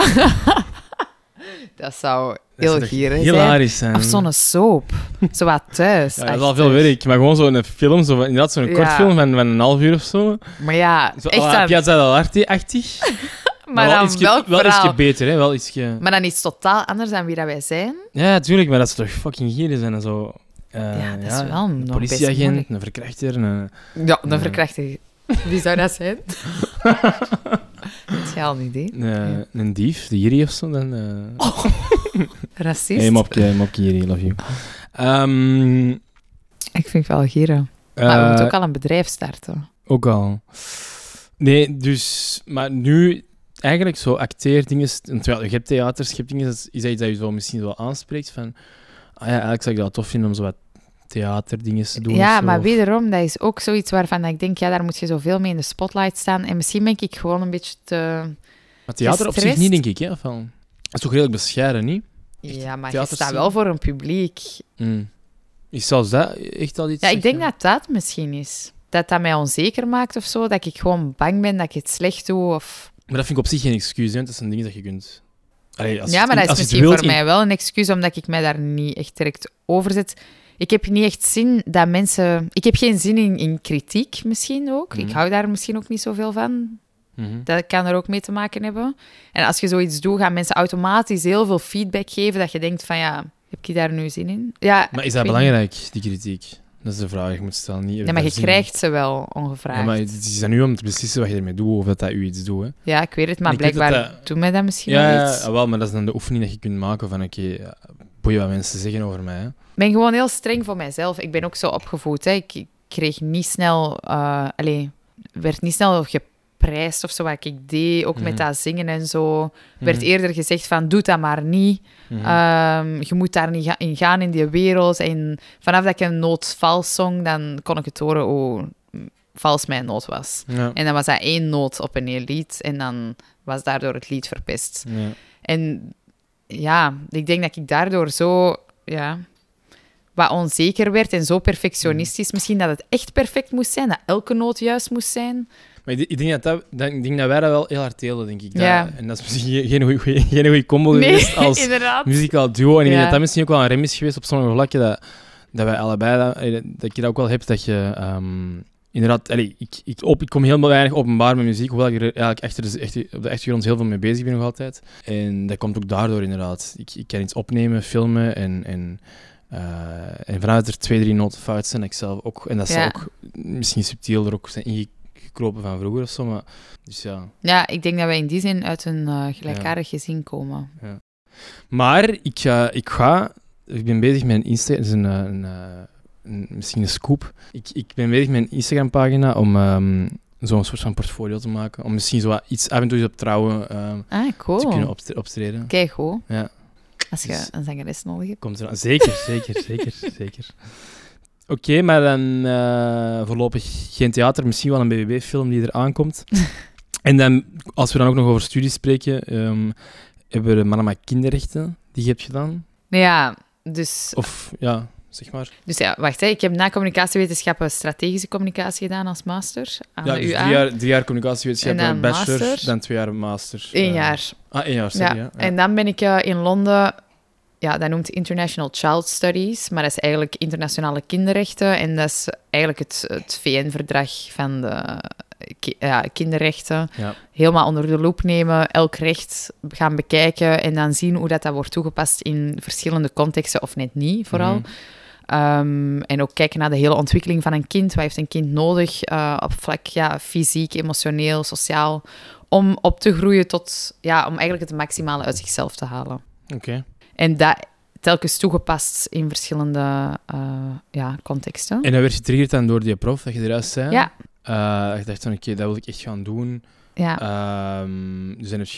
Dat zou Dat heel zou toch gierig zijn. hilarisch zijn. Of zo'n soap. Zo wat thuis. Ja, dat is al achter. veel werk, maar gewoon zo'n film, zo, van- inderdaad zo'n Ja. kortfilm van, van een half uur of zo. Maar ja, Zo, echt à la dan, Piazza dell'Arte-achtig. maar dan ietsje- welk wel verhaal? ietsje beter, hè. Wel ietsje... Maar dan iets totaal anders dan wie dat wij zijn. Ja, natuurlijk, maar dat zou toch fucking gieren zijn en zo. Uh, Ja, dat is wel een nog best politieagent, moeilijk. een verkrachter, een... Ja, een Ja. verkrachter. Wie zou dat zijn? Dat is al een idee. een, een dief, de Jiri of zo. Dan, uh... Racist. Hey, mopje, mopje Jiri, love you. Um, Ik vind het wel gieren. uh, Maar we moeten ook al een bedrijf starten. Ook al. Nee, dus... Maar nu, eigenlijk zo acteerdingen... Terwijl je hebt theaters, je hebt dingen... Is dat iets dat je zo misschien wel aanspreekt van... Ah ja, eigenlijk zou ik dat tof vinden om zo wat theaterdingen te doen. Ja, of zo, maar of- wederom, dat is ook zoiets waarvan ik denk, ja, daar moet je zoveel mee in de spotlight staan. En misschien ben ik gewoon een beetje te... Maar theater op zich gestrest. niet, denk ik. Hè? Of wel? Dat is toch redelijk bescheiden, niet? Echt, Ja, maar je theater staat zien? wel voor een publiek. Mm. Is zelfs dat echt al iets? Ja, ik zeg denk je? dat dat misschien is. Dat dat mij onzeker maakt of zo. Dat ik gewoon bang ben dat ik het slecht doe. Of... Maar dat vind ik op zich geen excuus, hè. Dat zijn dingen dat je kunt... Allee, als je Ja, het- maar dat is als je het misschien wilt voor in- mij wel een excuus, omdat ik mij daar niet echt direct over zet. Ik heb niet echt zin dat mensen... Ik heb geen zin in, in kritiek misschien ook. Mhm. Ik hou daar misschien ook niet zoveel van. Mhm. Dat kan er ook mee te maken hebben. En als je zoiets doet, gaan mensen automatisch heel veel feedback geven dat je denkt van, ja, heb ik daar nu zin in? Ja, Maar ik is dat weet belangrijk, die kritiek? Dat is de vraag, je moet stellen. Niet Nee, maar je herzien. krijgt ze wel ongevraagd. Ja, maar Ja, het is aan u om te beslissen wat je ermee doet, of dat, dat u iets doet. Hè. ik weet het, maar Ik weet blijkbaar dat dat- doet mij dat misschien Ja, wel ja, iets. ja, wel, maar dat is dan de oefening dat je kunt maken van, oké, okay, ja, boeien wat mensen zeggen over mij. Hè. Ik ben gewoon heel streng voor mijzelf. Ik ben ook zo opgevoed. Hè. Ik, ik kreeg niet snel... Uh, allez, werd niet snel geprijsd of zo wat ik deed. Ook Mhm. met dat zingen en zo. werd Mhm. eerder gezegd van, doe dat maar niet. Mhm. Um, je moet daar niet ga- in gaan in die wereld. En vanaf dat ik een noot vals zong, dan kon ik het horen hoe vals mijn noot was. Ja. En dan was dat één noot op een heel lied. En dan was daardoor het lied verpest. Ja. En ja, ik denk dat ik daardoor zo... Ja, wat onzeker werd en zo perfectionistisch. Misschien dat het echt perfect moest zijn, dat elke noot juist moest zijn. Maar ik, ik, denk dat dat, dat, ik denk dat wij dat wel heel hard delen, denk ik. Dat, Ja. En dat is misschien geen goede geen goeie combo Nee, geweest als inderdaad. muzikaal duo. En ik denk Ja. dat dat misschien ook wel een rem is geweest op sommige vlakken. Dat, dat wij allebei, dat, dat je dat ook wel hebt, dat je... Um, inderdaad, allee, ik, ik, op, ik kom heel weinig openbaar met muziek, hoewel ik er eigenlijk achter, echt, op de achtergrond heel veel mee bezig ben nog altijd. En dat komt ook daardoor inderdaad. Ik, ik kan iets opnemen, filmen en... en Uh, en vanuit er twee, drie noten fout zijn, ik zelf ook. En dat zal Ja. ook misschien subtiel er ook zijn ingekropen van vroeger of zo. Maar, dus ja. Ja, ik denk dat wij in die zin uit een uh, gelijkaardig gezin komen. Maar ik ga, ik ga... Ik ben bezig met een Instagram... Dat is een, een, een, een, misschien een scoop. Ik, ik ben bezig met een Instagram-pagina om um, zo'n soort van portfolio te maken. Om misschien zo wat iets af en toe eens op trouwen um, Ah, te cool. kunnen optre- optreden. Kijk, goed. Ja. Als je Dus- een zangeres nodig hebt. Komt er aan. Zeker, zeker, zeker, zeker. Oké, okay, maar dan uh, voorlopig geen theater, misschien wel een B B B-film die er aankomt. En dan, als we dan ook nog over studies spreken, um, hebben we de Manama Kinderrechten die je hebt gedaan. Ja, dus... Of, ja, zeg maar. Dus ja, wacht. Hè. Ik heb na communicatiewetenschappen strategische communicatie gedaan als master aan Ja, de dus U A. drie jaar, drie jaar communicatiewetenschappen, En dan bachelor, master. dan twee jaar master. Eén Uh, jaar. Ah, één jaar, sorry. Ja. Ja. Ja. En dan ben ik uh, in Londen... Ja, dat noemt International Child Studies, maar dat is eigenlijk internationale kinderrechten. En dat is eigenlijk het, het V N-verdrag van de ki- ja, kinderrechten. Ja. Helemaal onder de loep nemen, elk recht gaan bekijken en dan zien hoe dat, dat wordt toegepast in verschillende contexten, of net niet, vooral. Mhm. Um, en ook kijken naar de hele ontwikkeling van een kind. Wat heeft een kind nodig uh, op vlak ja, fysiek, emotioneel, sociaal, om op te groeien tot... Ja, om eigenlijk het maximale uit zichzelf te halen. Oké. Okay. En dat telkens toegepast in verschillende uh, ja, contexten. En dan werd je getriggerd dan door die prof, dat je eruit zei. Ja. Uh, ik dacht van, oké, okay, dat wil ik echt gaan doen. Ja, Um, dus dan heb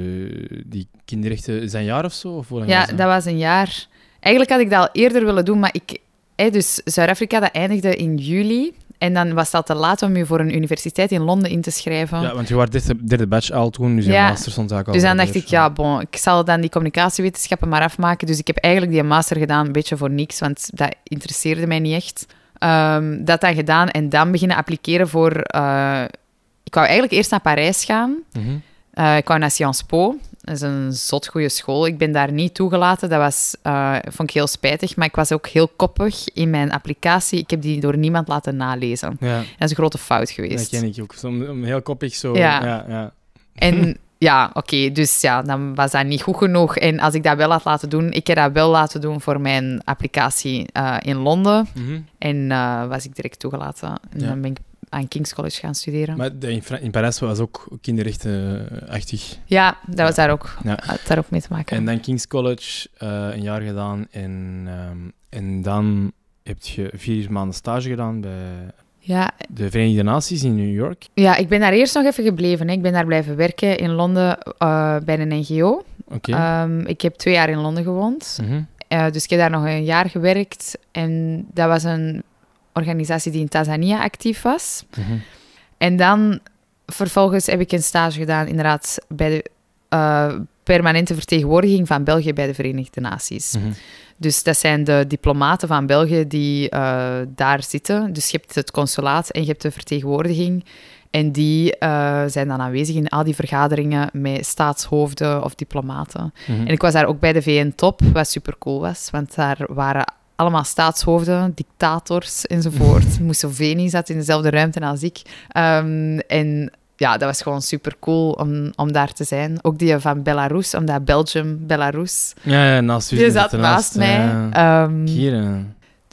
je die kinderrechten... Is dat een jaar of zo? Of hoe lang ja was dat? dat was een jaar. Eigenlijk had ik dat al eerder willen doen, maar ik... Hey, dus Zuid-Afrika, dat eindigde in juli. En dan was dat te laat om je voor een universiteit in Londen in te schrijven. Ja, want je was derde, derde batch al toen, dus je Ja. master stond eigenlijk al. Dus dan voor dacht de ik, deur. ja, bon, ik zal dan die communicatiewetenschappen maar afmaken. Dus ik heb eigenlijk die master gedaan, een beetje voor niks, want dat interesseerde mij niet echt. Um, dat dan gedaan en dan beginnen appliceren voor... Uh, ik wou eigenlijk eerst naar Parijs gaan. Mm-hmm. Uh, ik wou naar Sciences Po. Dat is een zot goede school. Ik ben daar niet toegelaten. Dat was, uh, vond ik heel spijtig, maar ik was ook heel koppig in mijn applicatie. Ik heb die door niemand laten nalezen. Ja, Dat is een grote fout dat geweest. ken ik ook. Zo, om- heel koppig zo. Ja. Ja, ja. En ja, oké, okay, dus ja, dan was dat niet goed genoeg. En als ik dat wel had laten doen, ik heb dat wel laten doen voor mijn applicatie uh, in Londen. Mm-hmm. En uh, was ik direct toegelaten. En Ja. dan ben ik aan King's College gaan studeren. Maar de- in, Fra- in Parijs was ook kinderrechten-achtig. Ja, dat was daar ook, Ja. had daar ook mee te maken. En dan King's College uh, een jaar gedaan. En, um, en dan heb je vier maanden stage gedaan bij Ja, de Verenigde Naties in New York. ja, ik ben daar eerst nog even gebleven. Hè. Ik ben daar blijven werken in Londen uh, bij een N G O. Oké. Okay. Um, ik heb twee jaar in Londen gewoond. Mm-hmm. Uh, dus ik heb daar nog een jaar gewerkt. En dat was een organisatie die in Tanzania actief was. Mm-hmm. En dan vervolgens heb ik een stage gedaan inderdaad bij de uh, permanente vertegenwoordiging van België bij de Verenigde Naties. Mm-hmm. Dus dat zijn de diplomaten van België die uh, daar zitten. Dus je hebt het consulaat en je hebt de vertegenwoordiging. En die uh, zijn dan aanwezig in al die vergaderingen met staatshoofden of diplomaten. Mm-hmm. En ik was daar ook bij de V N-top, wat super cool was. Want daar waren allemaal staatshoofden, dictators enzovoort. Mussolini zat in dezelfde ruimte als ik. Um, en ja, dat was gewoon super cool om, om daar te zijn. Ook die van Belarus, omdat Belgium, Belarus... Ja, ja, naast u. Die zat naast mij. Ja. Um, Hier. Uh.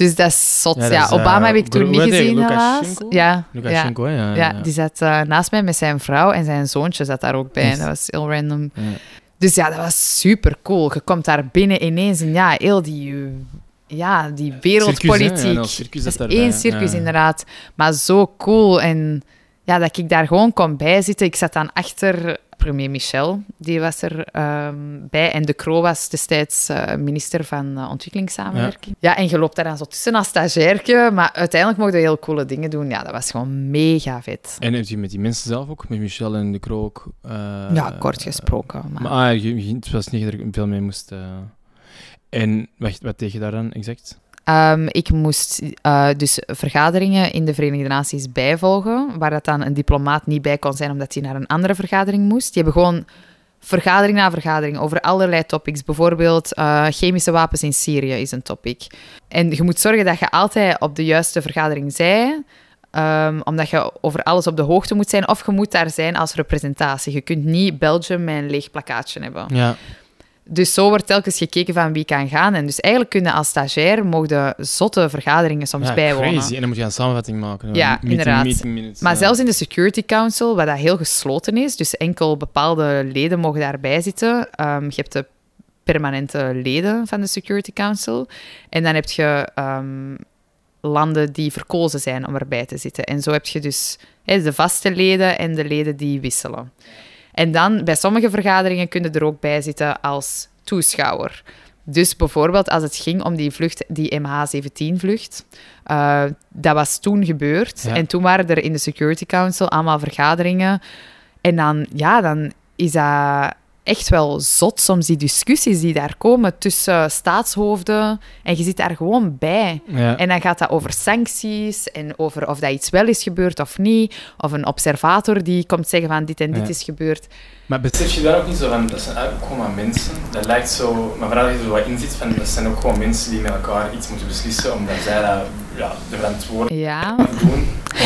Dus dat is zot. Ja, Ja, dat is, Obama uh, heb ik toen Gro- niet hoe heet hij? gezien, helaas. Lukashenko? Ja, Lukashenko, ja. hè? Ja, Ja, die zat uh, naast mij met zijn vrouw en zijn zoontje zat daar ook bij. Yes. Dat was heel random. Ja. Dus ja, dat was super cool. Je komt daar binnen ineens en ja, heel die, ja, die wereldpolitiek. Circus, hè? Ja, nou, circus dat dat is daarbij, één circus ja. inderdaad. Maar zo cool. En ja, dat ik daar gewoon kon bijzitten. Ik zat dan achter premier Michel, die was er ehm, bij. En De Croo was destijds uh, minister van uh, ontwikkelingssamenwerking. Ja. ja, en je loopt daar dan zo tussen als stagiairke. Maar uiteindelijk mocht je heel coole dingen doen. Ja, dat was gewoon mega vet. En heb je met die mensen zelf ook, met Michel en De Croo ook... Uh, Ja, kort gesproken. Maar... Maar ah, je, je, het was niet dat je er veel mee moest... Uh... En wacht, wat deed je daar dan exact? Um, ik moest uh, dus vergaderingen in de Verenigde Naties bijvolgen, waar dat dan een diplomaat niet bij kon zijn, omdat hij naar een andere vergadering moest. Die hebben gewoon vergadering na vergadering over allerlei topics. Bijvoorbeeld uh, chemische wapens in Syrië is een topic. En je moet zorgen dat je altijd op de juiste vergadering bent, um, omdat je over alles op de hoogte moet zijn, of je moet daar zijn als representatie. Je kunt niet Belgium met een leeg plakkaatje hebben. Ja. Dus zo wordt telkens gekeken van wie kan gaan. En dus eigenlijk kun je als stagiair mogen zotte vergaderingen soms ja, bijwonen. Crazy. En dan moet je een samenvatting maken. Ja, meeting, inderdaad. Meeting minutes, Maar ja. zelfs in de Security Council, wat dat heel gesloten is, dus enkel bepaalde leden mogen daarbij zitten. Um, je hebt de permanente leden van de Security Council. En dan heb je um, landen die verkozen zijn om erbij te zitten. En zo heb je dus he, de vaste leden en de leden die wisselen. En dan, bij sommige vergaderingen kun je er ook bij zitten als toeschouwer. Dus bijvoorbeeld als het ging om die vlucht, die M H zeventien-vlucht, uh, dat was toen gebeurd. Ja. En toen waren er in de Security Council allemaal vergaderingen. En dan, ja, dan is dat echt wel zot, soms die discussies die daar komen tussen staatshoofden. En je zit daar gewoon bij. Ja. En dan gaat dat over sancties en over of dat iets wel is gebeurd of niet. Of een observator die komt zeggen van dit en dit Ja. is gebeurd. Maar besef je daar ook niet zo van, dat zijn eigenlijk ook gewoon maar mensen. Dat lijkt zo, maar vooral als je er zo wat in zit, van, dat zijn ook gewoon mensen die met elkaar iets moeten beslissen, omdat zij dat, ja, de verantwoordelijkheid Ja, doen.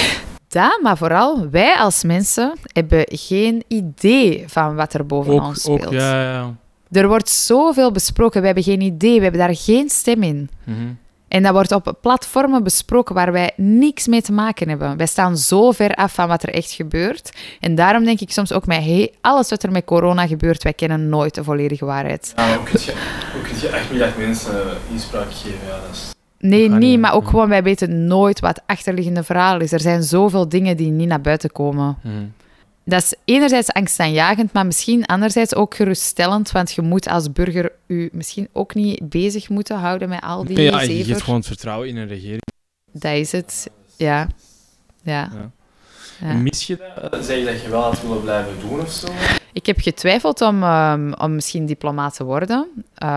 dat, maar vooral wij als mensen hebben geen idee van wat er boven ons Ook, speelt. ook, ja, ja. Er wordt zoveel besproken, we hebben geen idee, we hebben daar geen stem in. Mhm. En dat wordt op platformen besproken waar wij niks mee te maken hebben. Wij staan zo ver af van wat er echt gebeurt. En daarom denk ik soms ook met hey, alles wat er met corona gebeurt, wij kennen nooit de volledige waarheid. Ja, maar hoe kun je, hoe kun je acht miljard mensen inspraak geven? Ja, dat is... Nee, Ah, niet, nee. maar ook Mhm. gewoon, wij weten nooit wat het achterliggende verhaal is. Er zijn zoveel dingen die niet naar buiten komen. Mhm. Dat is enerzijds angstaanjagend, maar misschien anderzijds ook geruststellend, want je moet als burger je misschien ook niet bezig moeten houden met al die Ja, je zever. geeft gewoon het vertrouwen in een regering. Dat is het, ja. Ja. Ja. Ja. En mis je dat? Zeg je dat je wel had willen blijven doen of zo? Ik heb getwijfeld om, um, om misschien diplomaat te worden,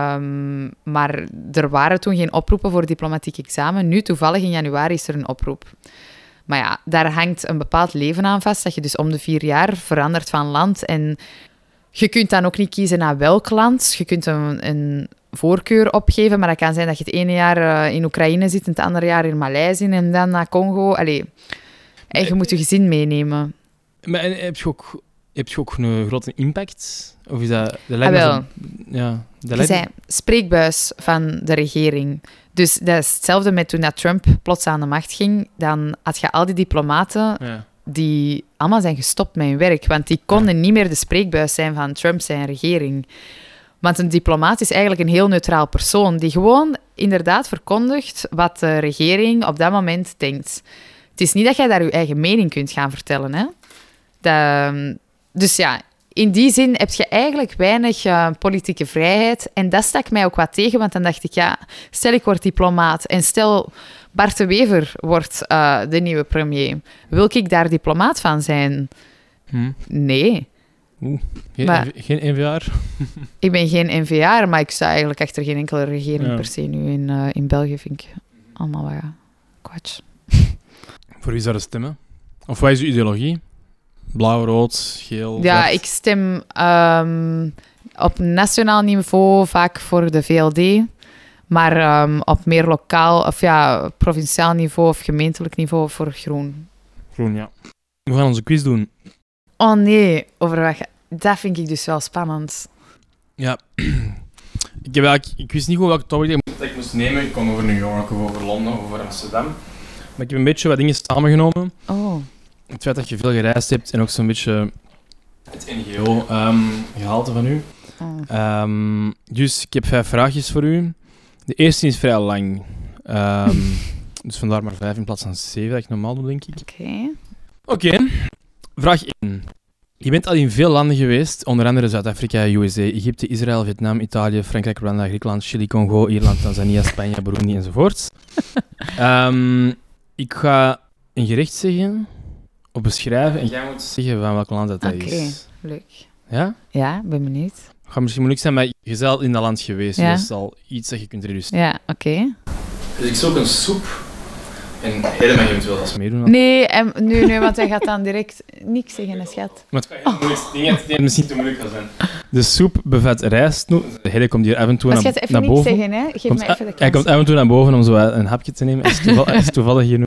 um, maar er waren toen geen oproepen voor diplomatiek examen. Nu, toevallig in januari, is er een oproep. Maar ja, daar hangt een bepaald leven aan vast, dat je dus om de vier jaar verandert van land. En je kunt dan ook niet kiezen naar welk land. Je kunt een, een voorkeur opgeven, maar dat kan zijn dat je het ene jaar uh, in Oekraïne zit en het andere jaar in Maleisië en dan naar Congo. Allee. En je moet je gezin meenemen. Maar en heb je ook, heb je ook een grote impact? Of is dat... dat Ah, lijkt me wel. zo- ja, dat Je lijkt me- bent spreekbuis van de regering. Dus dat is hetzelfde met toen dat Trump plots aan de macht ging. Dan had je al die diplomaten Ja. die allemaal zijn gestopt met hun werk. Want die konden niet meer de spreekbuis zijn van Trump zijn regering. Want een diplomaat is eigenlijk een heel neutraal persoon die gewoon inderdaad verkondigt wat de regering op dat moment denkt. Het is niet dat jij daar je eigen mening kunt gaan vertellen. Hè? Dat, dus ja, in die zin heb je eigenlijk weinig uh, politieke vrijheid. En dat stak mij ook wat tegen, want dan dacht ik, ja, stel ik word diplomaat en stel Bart de Wever wordt uh, de nieuwe premier. Wil ik daar diplomaat van zijn? Hm. Nee. Oeh, geen, Maar- N V geen N V A? Ik ben geen N V A'er, maar ik sta eigenlijk achter geen enkele regering Ja. per se nu in, uh, in België, vind ik allemaal wat ja, kwats. Voor wie zou je stemmen? Of wat is uw ideologie? Blauw, rood, geel, Ja, zwart? ik stem um, op nationaal niveau vaak voor de V L D, maar um, op meer lokaal of ja, provinciaal niveau of gemeentelijk niveau voor groen. Groen, ja. We gaan onze quiz doen. Oh nee, over wat... ge- Dat vind ik dus wel spannend. Ja. ik, heb eigenlijk, ik wist niet goed welke topic ik moest, ik moest moest nemen. Ik kon over New York of over Londen of over Amsterdam. Maar ik heb een beetje wat dingen samengenomen. Oh. Het feit dat je veel gereisd hebt en ook zo'n beetje het N G O-gehalte van u. Oh. Um, dus ik heb vijf vraagjes voor u. De eerste is vrij lang. Um, dus vandaar maar vijf in plaats van zeven, dat ik normaal doe, denk ik. Oké. Okay. Oké, okay. Vraag één. Je bent al in veel landen geweest, onder andere Zuid-Afrika, U S A, Egypte, Israël, Vietnam, Italië, Frankrijk, Rwanda, Griekenland, Chili, Congo, Ierland, Tanzania, Spanje, Burundi enzovoort. um, ik ga een gerecht zeggen of beschrijven en jij moet zeggen van welk land dat, dat okay, is. Oké, leuk. Ja? Ja, ben benieuwd. Het gaat misschien moeilijk zijn, maar je bent al in dat land geweest, ja. dus dat is al iets dat je kunt reduceren. Ja, oké. Okay. Dus ik zoek een soep. En Heden mag je eventueel als meedoen. Nee, en, nee, nee, want hij gaat dan direct niks zeggen, schat. Maar het kan heel moeilijk dingen die misschien te moeilijk gaan zijn. De soep bevat rijstnoedels. Heden komt hier af en toe maar naar, schat, naar even boven. niks zeggen, hè. Geef komt, me even de kans. Hij komt af en toe naar boven om zo een hapje te nemen. Hij is toevallig, is toevallig hier nu.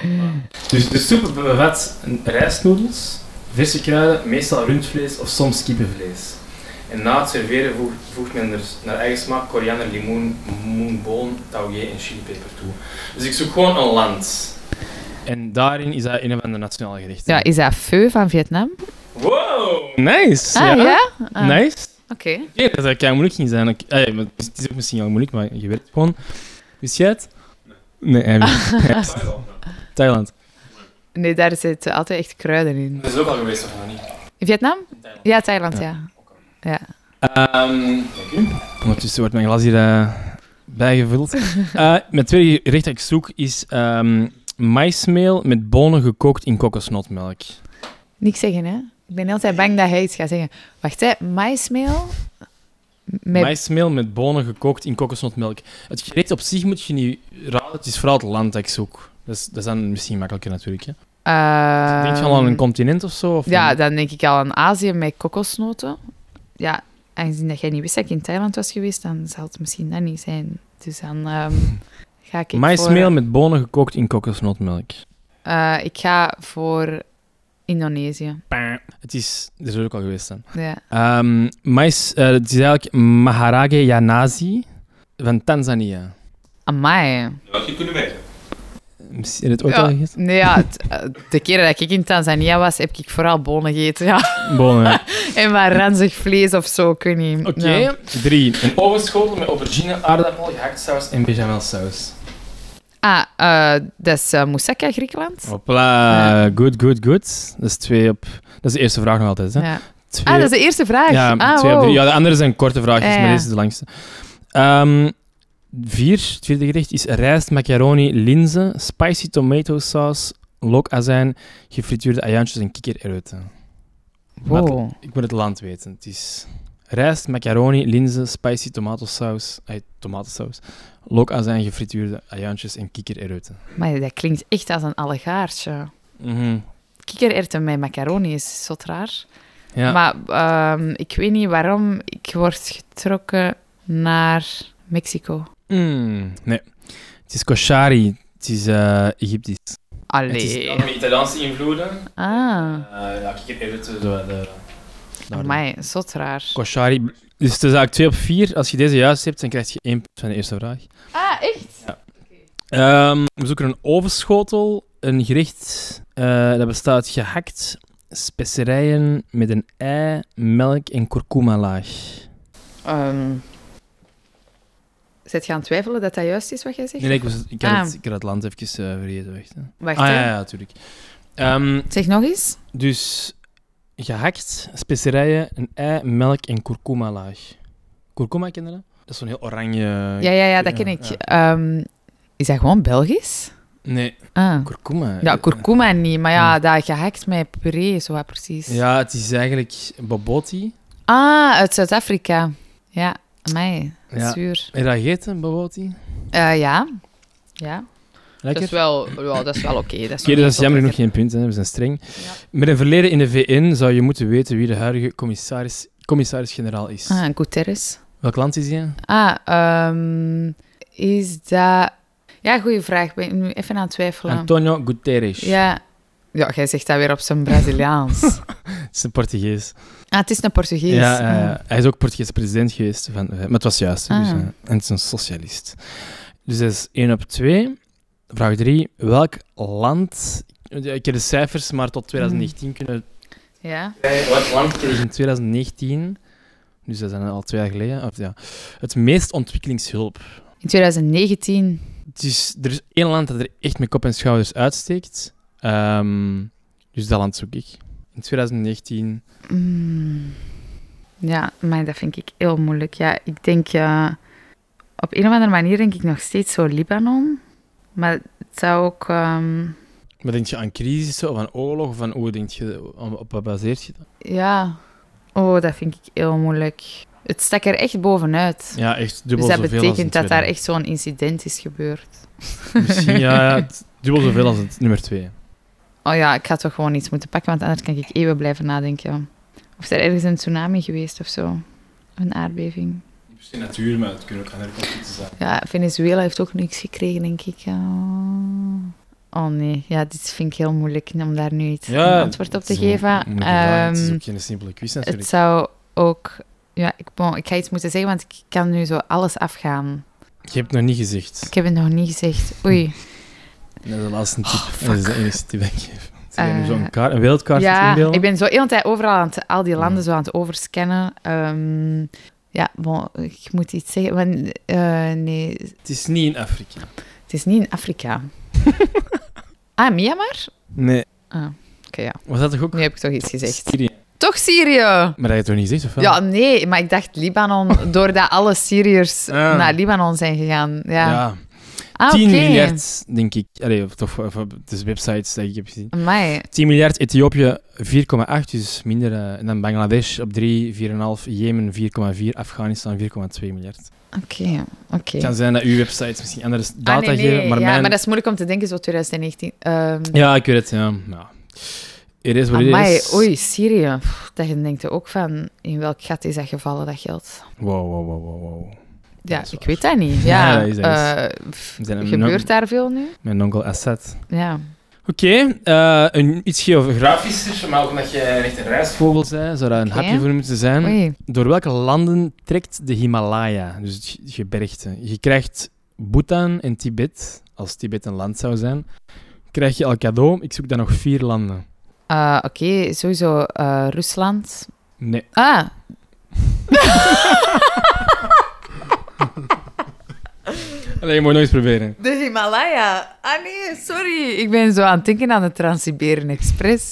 Dus de soep bevat rijstnoedels, verse kruiden, meestal rundvlees of soms kippenvlees. En na het serveren voegt, voegt men er naar eigen smaak koriander, limoen, moenboon, taugé en chilipeper toe. Dus ik zoek gewoon een land. En daarin is dat een van de nationale gerechten. Ja, is dat pho van Vietnam? Wow! Nice! Ah, ja? ja? Ah. Nice. Oké. Okay. Ja, dat zou kei moeilijk ging zijn. Ik, ah, ja, maar het is ook misschien wel moeilijk, maar je weet het gewoon. Wist jij het? Nee, hij niet. Thailand. Nee, daar zitten altijd echt kruiden in. Dat is ook al geweest, of nog niet? In Vietnam? In Thailand. Ja, Thailand, ja. ja. ja. Um, Dank u. Ondertussen wordt mijn glas hier uh, bijgevuld. uh, mijn tweede gerecht dat ik zoek is um, maïsmeel met bonen gekookt in kokosnotmelk. Niks zeggen, hè? Ik ben altijd bang dat hij iets gaat zeggen. Wacht, hè. Maïsmeel? Met... Maïsmeel met bonen gekookt in kokosnotmelk. Het gerecht op zich moet je niet raden. Het is vooral het land dat ik zoek. Dat is, dat is dan misschien makkelijker natuurlijk. Hè. Uh, denk je al aan een continent of zo? Of ja, een... dan denk ik al aan Azië met kokosnoten. Ja, aangezien dat jij niet wist dat ik in Thailand was geweest, dan zal het misschien dat niet zijn. Dus dan um, ga ik Maïsmeel voor... met bonen gekookt in kokosnotmelk. Uh, ik ga voor Indonesië. Het is... Er is ook al geweest dan. Ja. Um, mais, uh, het is eigenlijk Maharage Yanazi van Tanzania. Amai. Dat had je kunnen weten. Heb je het ooit ja, al gegeten? Nee, ja. Het, de keren dat ik in Tanzania was, heb ik vooral bonen gegeten. Ja. Bonen. En maar ranzig vlees of zo, ik weet niet. Oké. Okay. Ja. Drie. Een ovenschotel met aubergine, aardappel, gehaktsaus en bechamelsaus. Ah, uh, dat is uh, Moussaka, Griekenland. Hopla, ja. good, good, good. Dat is twee op... Dat is de eerste vraag nog altijd, hè? Ja. Twee... Ah, dat is de eerste vraag? Ja, ah, twee wow. op drie. Ja, de andere zijn korte vraagjes, ja, ja. maar deze is de langste. Um, vier, het vierde gericht is rijst, macaroni, linzen, spicy tomato saus, lookazijn, gefrituurde ajuintjes en kikkererwten. Wow. Maar ik moet het land weten. Het is rijst, macaroni, linzen, spicy tomatensaus, ay, tomatensaus, lookazijn, gefrituurde ajuintjes en kikkererwten. Maar dat klinkt echt als een allegaartje. Mm-hmm. Kikkererwten met macaroni is zot raar. Ja. Maar um, ik weet niet waarom ik word getrokken naar Mexico. Mm, nee, het is koshari. Het is uh, Egyptisch. Allee. Het is ja, met Italiaanse invloeden. Ah. Uh, ja, kikkererwten, zo de... Amai, zot raar. Koshari. Dus het is eigenlijk twee op vier. Als je deze juist hebt, dan krijg je één punt van de eerste vraag. Ah, echt? Ja. Okay. Um, we zoeken een ovenschotel. Een gerecht uh, dat bestaat uit gehakt specerijen met een ei, melk en kurkuma laag. Um, Zet je aan het twijfelen dat dat juist is wat jij zegt? Nee, nee ik, was, ik, had ah. het, ik had het land even uh, vergeten. Wacht, hè. Wacht, ah, hè? ja, ja, natuurlijk. Um, zeg nog eens. Dus gehakt, specerijen, een ei, melk en kurkuma laag. Kurkuma, ken je dat? Dat is zo'n heel oranje... Ja, ja, ja, dat ken ik. Ja. Um, is dat gewoon Belgisch? Nee, ah. kurkuma. Ja, kurkuma niet, maar ja, dat gehakt met puree, zo wat precies. Ja, het is eigenlijk boboti. Ah, uit Zuid-Afrika. Ja, amai, ja. zuur. Heb je dat gegeten, boboti? Uh, ja. Ja. Lekker? Dat is wel, ja, dat is wel oké. Okay. Dat is, okay, dat is jammer genoeg geen punt, hè. We zijn streng. Ja. Met een verleden in de V N zou je moeten weten wie de huidige commissaris, commissaris-generaal is. Ah, Guterres. Welk land is hij? Ah, um, is dat... Ja, goede vraag. Ben ik nu even aan het twijfelen. Antonio Guterres. Ja. Ja, jij zegt dat weer op zijn Braziliaans. Het is een Portugees. Ah, het is een Portugees. Ja, uh, ah. hij is ook Portugees president geweest. Van, uh, maar het was juist. Ah. Dus, uh, en het is een socialist. Dus dat is één op twee. Vraag drie. Welk land... Ik heb de cijfers, maar tot twintig negentien kunnen... Ja. Welk land kreeg in twintig negentien... Dus dat is dan al twee jaar geleden. Of, ja, het meest ontwikkelingshulp. In twintig negentien. Dus er is één land dat er echt met kop en schouders uitsteekt. Um, dus dat land zoek ik. In twintig negentien... Mm. Ja, maar dat vind ik heel moeilijk. Ja, ik denk... Uh, op een of andere manier denk ik nog steeds zo Libanon. Maar het zou ook... Um... Maar denk je aan crisis of aan oorlog? Of aan hoe denk je... Op wat baseert je dat? Ja... Oh, dat vind ik heel moeilijk. Het stak er echt bovenuit. Ja, echt dubbel dus dat zoveel als betekent dat daar tweede. echt zo'n incident is gebeurd. Misschien, ja, ja het, dubbel zoveel als het nummer twee. Oh ja, ik ga toch gewoon iets moeten pakken, want anders kan ik eeuwen blijven nadenken. Of is er ergens een tsunami geweest of zo? Een aardbeving. Niet per se natuur, maar het kunnen ook andere conflicten zijn. Ja, Venezuela heeft ook niks gekregen, denk ik. Oh, oh nee, ja, dit vind ik heel moeilijk om daar nu iets Ja, een antwoord op te het is een geven. moeilijke vraag. Het is Um, ook geen simpele quiz natuurlijk. het zou ook... Ja, ik, bon, ik ga iets moeten zeggen, want ik kan nu zo alles afgaan. Je hebt het nog niet gezegd. Ik heb het nog niet gezegd. Oei. Dat is de laatste tip. Oh, dat is de enige tip dat ik geef. Zie je nu Uh, zo'n kaart, een wereldkaart Ja, inbeelden? ik ben zo de hele tijd overal aan het, al die landen Ja. zo aan het overscannen. Um, ja, bon, ik moet iets zeggen. Want, uh, nee, Het is niet in Afrika. het is niet in Afrika. Ah, Myanmar? Nee. Ah, oké, okay, ja. Was dat toch ook... Nu heb ik toch iets gezegd. Syrië. Toch Syrië? Maar dat heb je toch niet gezegd, of wel? Ja, nee, maar ik dacht Libanon, doordat alle Syriërs Ah. naar Libanon zijn gegaan. Ja. Ja. Ah, tien oké. miljard, denk ik. Allee, of toch, of, of, het is websites dat ik heb gezien. Amai. tien miljard, Ethiopië vier komma acht, dus minder. Uh, en dan Bangladesh op drie, vier komma vijf, Jemen vier komma vier, Afghanistan vier komma twee miljard. Oké, oké. Het kan zijn dat uw websites misschien andere data Ah, nee, nee. geven, maar ja, mijn... maar dat is moeilijk om te denken, zo twintig negentien. Um, Ja, ik weet het, ja. ja. It is what it Amai, is. oei, Syrië. Pff, dat je denkt ook van, in welk gat is dat gevallen, dat geld? Wow, wow, wow, wow, wow. Ja, is ik waar. weet dat niet. Ja, Ja, dat is- dat is. eh, pff, We zijn een- gebeurt daar veel nu? Mijn onkel Assad. Ja. Oké, okay, uh, een iets geografischer, maar ook omdat je echt een reisvogel bent, zou dat een Oké. hapje voor moeten zijn. Oei. Door welke landen trekt de Himalaya, dus het gebergte? Je krijgt Bhutan en Tibet, als Tibet een land zou zijn. Krijg je al cadeau, ik zoek dan nog vier landen. Uh, Oké, okay, sowieso uh, Rusland. Nee. Ah. Allee, je moet nog eens proberen. De Himalaya. Ah nee, sorry. Ik ben zo aan het denken aan de Trans-Siberian Express.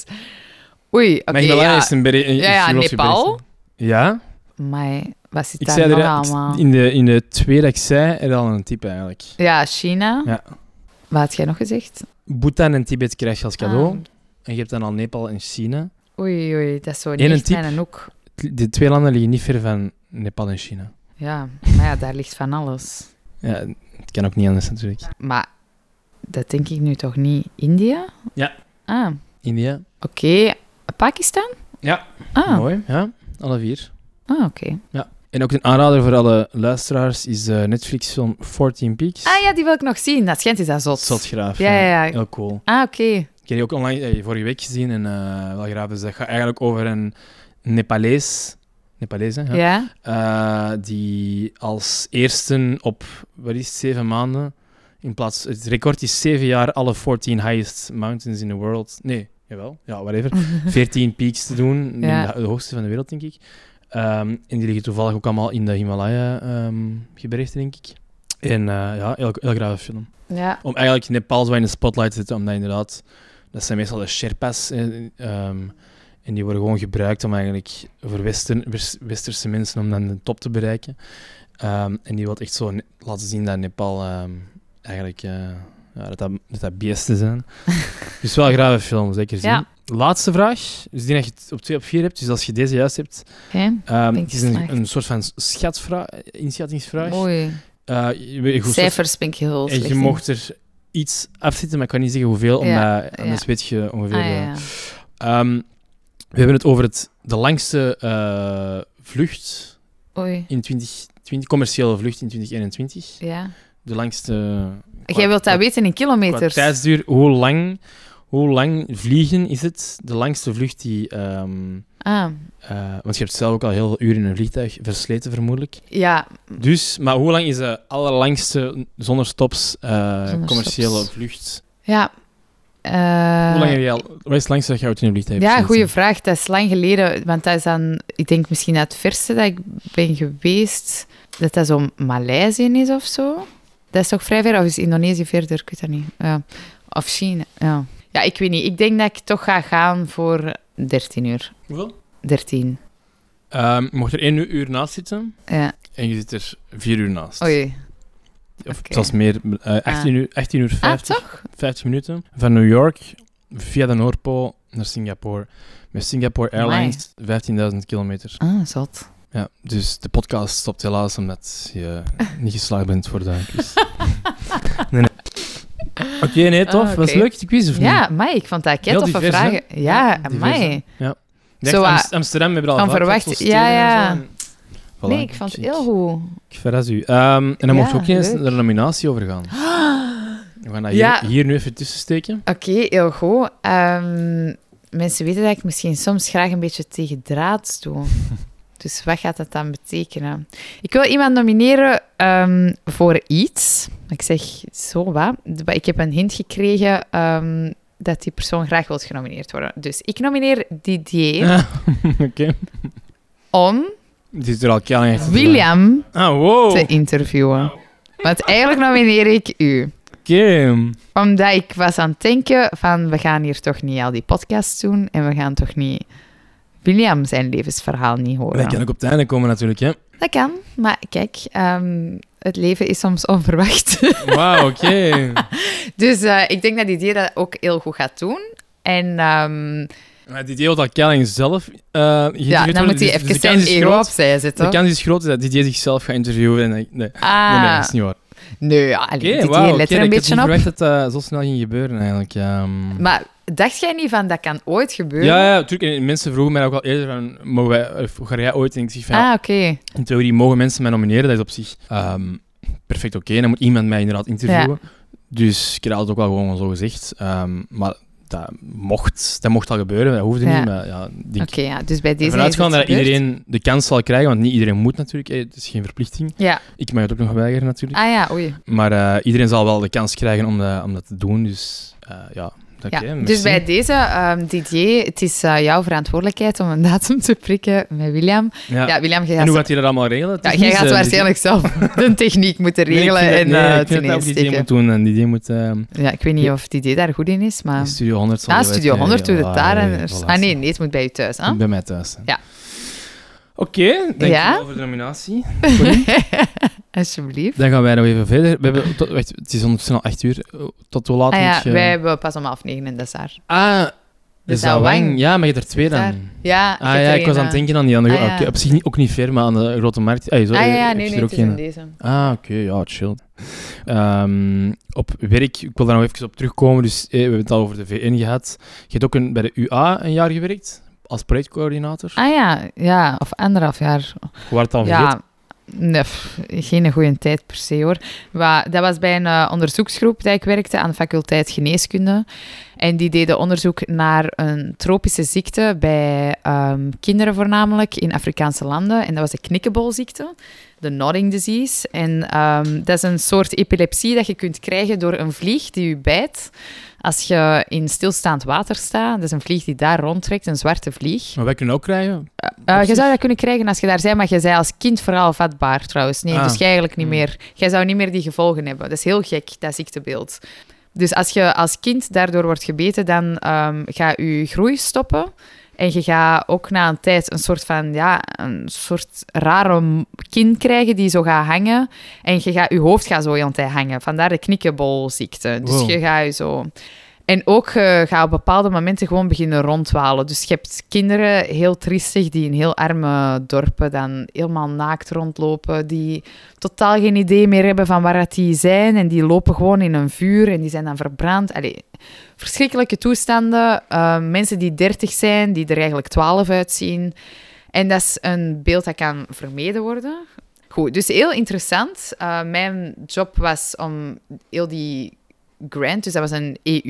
Oei, oké. Maar Himalaya ja. is een berg. Ja, ja, Nepal. Ja? Maar wat zit Ik daar zei nog er, allemaal? in, de, in de twee dat ik zei, er al een type eigenlijk. Ja, China. Ja. Wat had jij nog gezegd? Bhutan en Tibet krijg je als cadeau. Ah. En je hebt dan al Nepal en China. Oei, oei, dat is zo Eén niet een echt tip. mijn hoek. De twee landen liggen niet ver van Nepal en China. Ja, maar ja, daar ligt van alles. Ja, het kan ook niet anders natuurlijk. Maar dat denk ik nu toch niet. India? Ja. Ah, India. oké. Pakistan? Ja. Ah, Mooi, ja. Alle vier. ah oké. Ja. En ook een aanrader voor alle luisteraars is de Netflix-film fourteen Peaks. Ah ja, die wil ik nog zien. Dat schijnt is dat zot. Zotgraaf. Ja, ja, ja. Heel cool. Ah, oké. Ik heb die ook online, eh, vorige week gezien en uh, wel graag. Dus dat gaat eigenlijk over een Nepalees. Nepalees, hè? Ja. Ja? Uh, die als eerste op, wat is het, zeven maanden, in plaats, het record is zeven jaar alle fourteen highest mountains in the world. Nee, jawel, ja, whatever. veertien peaks te doen, Ja. de, de hoogste van de wereld, denk ik. Um, en die liggen toevallig ook allemaal in de Himalaya-gebergte, um, denk ik. En uh, ja, heel, heel graag film. Ja. Om eigenlijk Nepal zo in de spotlight te zetten, omdat inderdaad, dat zijn meestal de Sherpas. Eh, um, en die worden gewoon gebruikt om eigenlijk voor Western, west, westerse mensen om dan de top te bereiken. Um, en die wil echt zo ne- laten zien dat Nepal um, eigenlijk uh, ja, dat, dat, dat, dat beesten zijn. Dus wel graag een film, zeker zien. Ja. Laatste vraag. Dus die dat je het op twee op vier hebt. Dus als je deze juist hebt. Oké. Um, Denk het is je een, slecht. een soort van schatvraag, inschattingsvraag. Mooi. Uh, je, je, je, Cijfers ben ik heel en slecht je in. mocht er iets afzitten, maar ik kan niet zeggen hoeveel, omdat Ja, ja. anders weet je ongeveer. Ah, ja, uh, ja. Um, we hebben het over het, de langste uh, vlucht, Oei. in twintig twintig, commerciële vlucht in twintig eenentwintig. Ja. De langste... qua- Jij wilt dat qua- weten in Qua kilometers. tijdsduur, hoe lang, hoe lang vliegen is het? De langste vlucht die um, Ah, Uh, want je hebt zelf ook al heel veel uren in een vliegtuig versleten, vermoedelijk. ja. Dus, maar hoe lang is de allerlangste, zonder stops, uh, Zonder commerciële stops. vlucht? Ja. Uh, Hoe lang heb je al... Wat is het langste dat je ooit in een vliegtuig hebt Ja, gezeten? goede vraag. Dat is lang geleden, want dat is dan, ik denk misschien het verste dat ik ben geweest, dat dat zo Maleisië is of zo. Dat is toch vrij ver, of is Indonesië verder? Ik weet dat niet. Ja. Of China, ja. Ja, ik weet niet. Ik denk dat ik toch ga gaan voor dertien uur. Hoeveel? dertien. Um, je mocht er één uur naast zitten Ja. en je zit er vier uur naast. Oei. Of oké. zelfs meer, uh, achttien, uur, achttien uur Ah, vijftig, toch? vijftig minuten. Van New York via de Noordpool naar Singapore. Met Singapore Airlines vijftienduizend kilometer. Ah, zot. Ja, dus de podcast stopt helaas omdat je niet geslaagd bent voor de quiz. nee, nee. Oké, okay, nee, tof. Ah, oké. Was het leuk, de quiz, of niet? Ja, amai, ik vond dat kei Heel toffe divers, hè? vragen. Ja, divers, amai. hè? Ja. Ik Zo, dacht, uh, Amst- Amsterdam hebben we al kan vaak gehad, verwachten. zo steden Ja, en ja. zo, en- Voilà, Nee, ik vond het ik- heel goed. Ik verras u. Um, en dan Ja, mocht je ook eens leuk. naar de nominatie overgaan. We gaan dat hier, Ja. hier nu even tussen steken. Oké, heel goed. Ehm, mensen weten dat ik misschien soms graag een beetje tegen draad doe. Dus wat gaat dat dan betekenen? Ik wil iemand nomineren ehm, voor iets. Ik zeg zo wat. Ik heb een hint gekregen ehm, dat die persoon graag wil genomineerd worden. Dus ik nomineer Didier Ah, Oké. om Het is er al keihard echt te William zeggen. Ah, wow. te interviewen. Want eigenlijk nomineer ik u. Oké. Omdat ik was aan het denken van, we gaan hier toch niet al die podcasts doen en we gaan toch niet William zijn levensverhaal niet horen. Dat kan ook op het einde komen natuurlijk, hè. Dat kan, maar kijk, ehm, het leven is soms onverwacht. Wauw, oké. Dus uh, ik denk dat die dat ook heel goed gaat doen. En um, Maar die idee dat Kelling zelf... Uh, ja, dan moet hij even zijn ego opzij zetten. De kans is groot dat Didier zichzelf gaat interviewen. En, nee, nee, Ah, nee, nee, dat is niet waar. nee, ja, Oké, Didier, wauw, let oké, er een ik beetje had op. niet verwacht dat dat zo snel ging gebeuren, eigenlijk. Um... Maar dacht jij niet van, dat kan ooit gebeuren? Ja, ja, natuurlijk. En mensen vroegen mij ook al eerder van, mogen wij, of, ga jij ooit? En ik zeg van, ja, Ah, oké. in theorie mogen mensen mij nomineren. Dat is op zich um, perfect oké. Dan moet iemand mij inderdaad interviewen. Dus ik heb dat ook wel gewoon zo gezegd. Um, maar dat mocht, dat mocht al gebeuren, dat hoefde Ja. niet. Maar ja, Oké, ik ja, dus bij deze ervan uitgaan is dat het gebeurd. iedereen de kans zal krijgen, want niet iedereen moet natuurlijk. hè, Het is geen verplichting. Ja. Ik mag het ook nog weigeren natuurlijk. Ah ja, oei. Maar uh, iedereen zal wel de kans krijgen om dat, om dat te doen. Dus uh, ja, oké. Ja, merci. dus bij deze, um, Didier, het is uh, jouw verantwoordelijkheid om een datum te prikken met William. Ja. Ja, William, jij En gaat, hoe gaat hij dat allemaal regelen? Het ja, is jij niet, gaat uh, waarschijnlijk zelf de techniek moeten Nee, ik regelen vind dat- en nee, uh, ik vind dat ook Didier insteken. moet doen. En Didier moet... Uh, Ja, ik weet niet of Didier daar goed in is, maar... in Studio honderd zal Ah, hij Studio wel honderd doet regelen. het daar. Ah, En nee, er- voilà. ah nee, nee, het moet bij u thuis. Hè? Bij mij thuis. hè. Ja. Oké, okay, dankjewel Ja? voor de nominatie. Alsjeblieft. Dan gaan wij nog even verder. We hebben tot, wacht, het is ondertussen al acht uur. Tot hoe laat Ah ja, moet je... wij hebben pas om half negen en dat is daar. Ah, de De Zawang. Zawang. Ja, maar je hebt er twee dan. Daar. Ja, Ah ja, ik was aan het denken aan die andere. Ah, ja. Oké, op zich niet, ook niet ver, maar aan de grote markt. Ah, zo, Ah ja, ja, heb nee, je nee, er het ook is in geen- deze. Ah, oké, ja, chill. Ehm, op werk, ik wil daar nog even op terugkomen, dus eh, we hebben het al over de V N gehad. Je hebt ook een, bij de U A een jaar gewerkt, als projectcoördinator. Ah ja, ja, of anderhalf jaar. Hoe werd het al vergeten? Ja, nee, pff, geen goede tijd per se hoor. Maar dat was bij een uh, onderzoeksgroep dat ik werkte aan de faculteit geneeskunde. En die deden onderzoek naar een tropische ziekte bij um, kinderen voornamelijk in Afrikaanse landen. En dat was de knikkenbolziekte, de nodding disease. En um, dat is een soort epilepsie dat je kunt krijgen door een vlieg die je bijt als je in stilstaand water staat. Dat is een vlieg die daar rondtrekt, een zwarte vlieg. Maar wij kunnen ook krijgen. Uh, je zou dat kunnen krijgen als je daar bent, maar je zei als kind vooral vatbaar trouwens. Nee, Ah. dus jij eigenlijk niet Hmm. meer. Jij zou niet meer die gevolgen hebben. Dat is heel gek, dat ziektebeeld. Dus als je als kind daardoor wordt gebeten, dan um, gaat je groei stoppen. En je gaat ook na een tijd een soort van, ja, een soort rare m- kin krijgen die zo gaat hangen. En je, gaat, je hoofd gaat zo heel de tijd hangen. Vandaar de knikkenbolziekte. Dus Wow. je gaat je zo... En ook je gaat op bepaalde momenten gewoon beginnen rondwalen. Dus je hebt kinderen, heel triestig, die in heel arme dorpen dan helemaal naakt rondlopen, die totaal geen idee meer hebben van waar dat die zijn. En die lopen gewoon in een vuur en die zijn dan verbrand. Allee, verschrikkelijke toestanden. Uh, mensen die dertig zijn, die er eigenlijk twaalf uitzien. En dat is een beeld dat kan vermeden worden. Goed, dus heel interessant. Uh, mijn job was om heel die grant, dus dat was een E U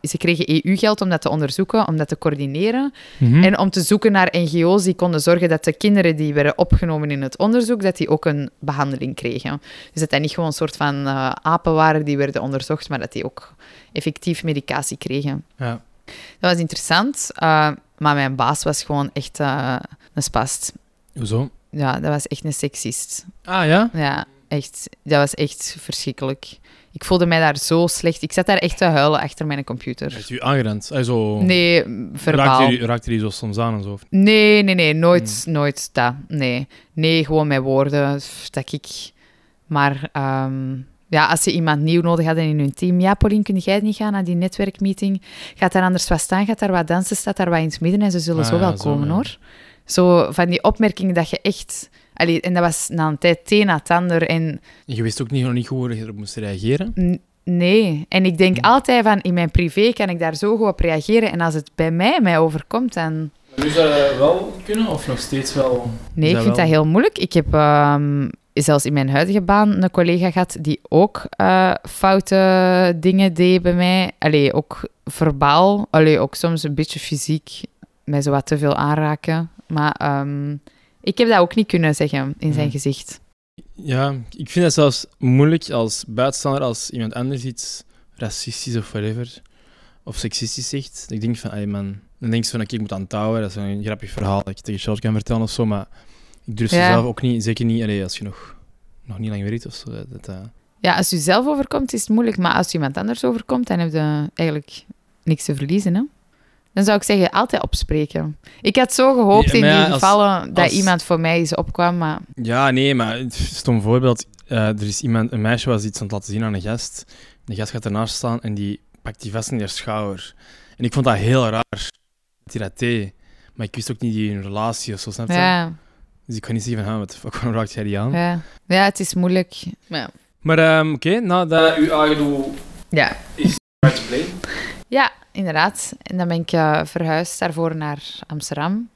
ze kregen E U-geld om dat te onderzoeken, om dat te coördineren. Mhm. En om te zoeken naar N G O's die konden zorgen dat de kinderen die werden opgenomen in het onderzoek, dat die ook een behandeling kregen. Dus dat dat niet gewoon een soort van uh, apen waren die werden onderzocht, maar dat die ook effectief medicatie kregen. Ja. Dat was interessant, uh, maar mijn baas was gewoon echt uh, een spast. Hoezo? Ja, dat was echt een seksist. Ah, ja? Ja, echt. Dat was echt verschrikkelijk. Ik voelde mij daar zo slecht. Ik zat daar echt te huilen achter mijn computer. Heeft u aangerend? Ah, zo... Nee, verbaal. Raakte u, raakte u zo soms aan en zo? Nee, nee, nee. Nooit, hmm. nooit dat. Nee. Nee, gewoon met woorden. Dat ik... Maar... Um, ja, als je iemand nieuw nodig had in hun team... Ja, Pauline, kun jij niet gaan naar die netwerkmeeting? Gaat daar anders wat staan? Gaat daar wat dansen? Staat daar wat in het midden? En ze zullen ah, zo wel ja, komen, zo, ja. hoor. Zo van die opmerkingen dat je echt... Allee, en dat was na een tijd een na het ander. En... Je wist ook niet, nog niet hoe je erop moest reageren? N- nee. En ik denk Hm. altijd van... In mijn privé kan ik daar zo goed op reageren. En als het bij mij mij overkomt, dan... Nu zou dat wel kunnen, of nog steeds wel... Nee, ik vind dat heel moeilijk. Ik heb um, zelfs in mijn huidige baan een collega gehad die ook uh, foute dingen deed bij mij. Allee, ook verbaal. Allee, ook soms een beetje fysiek. Mij zo wat te veel aanraken. Maar um, ik heb dat ook niet kunnen zeggen in zijn Hmm. gezicht. Ja, ik vind het zelfs moeilijk als buitenstaander, als iemand anders iets racistisch of whatever, of seksistisch zegt. Ik denk van, ay man... Dan denk je van, oké, ik moet aan het touwen. Dat is een grappig verhaal dat ik tegen Charles kan vertellen of zo, maar ik durf ze Ja. zelf ook niet, zeker niet, allee, als je nog, nog niet lang werkt of zo. Dat, dat, uh... Ja, als je zelf overkomt, is het moeilijk. Maar als je iemand anders overkomt, dan heb je eigenlijk niks te verliezen, hè? Dan zou ik zeggen, altijd opspreken. Ik had zo gehoopt Ja, maar in ja, die als- gevallen dat als- iemand voor mij eens opkwam, maar... Ja, nee, maar stom voorbeeld. Uh, er is iemand, een meisje was iets aan het laten zien aan een gast. De gast gaat ernaast staan en die pakt die vast in haar schouder. En ik vond dat heel raar, dat hij dat deed. Maar ik wist ook niet die in een relatie of zo, snap je? Ja, Dus ik kan niet zeggen van, ah, wat de fuck, waarom raakt jij die aan? ja. ja, het is moeilijk. Maar ja. Maar um, oké, okay, nadat u aangedoe Ja. is right to play. Ja, inderdaad. En dan ben ik uh, verhuisd daarvoor naar Amsterdam.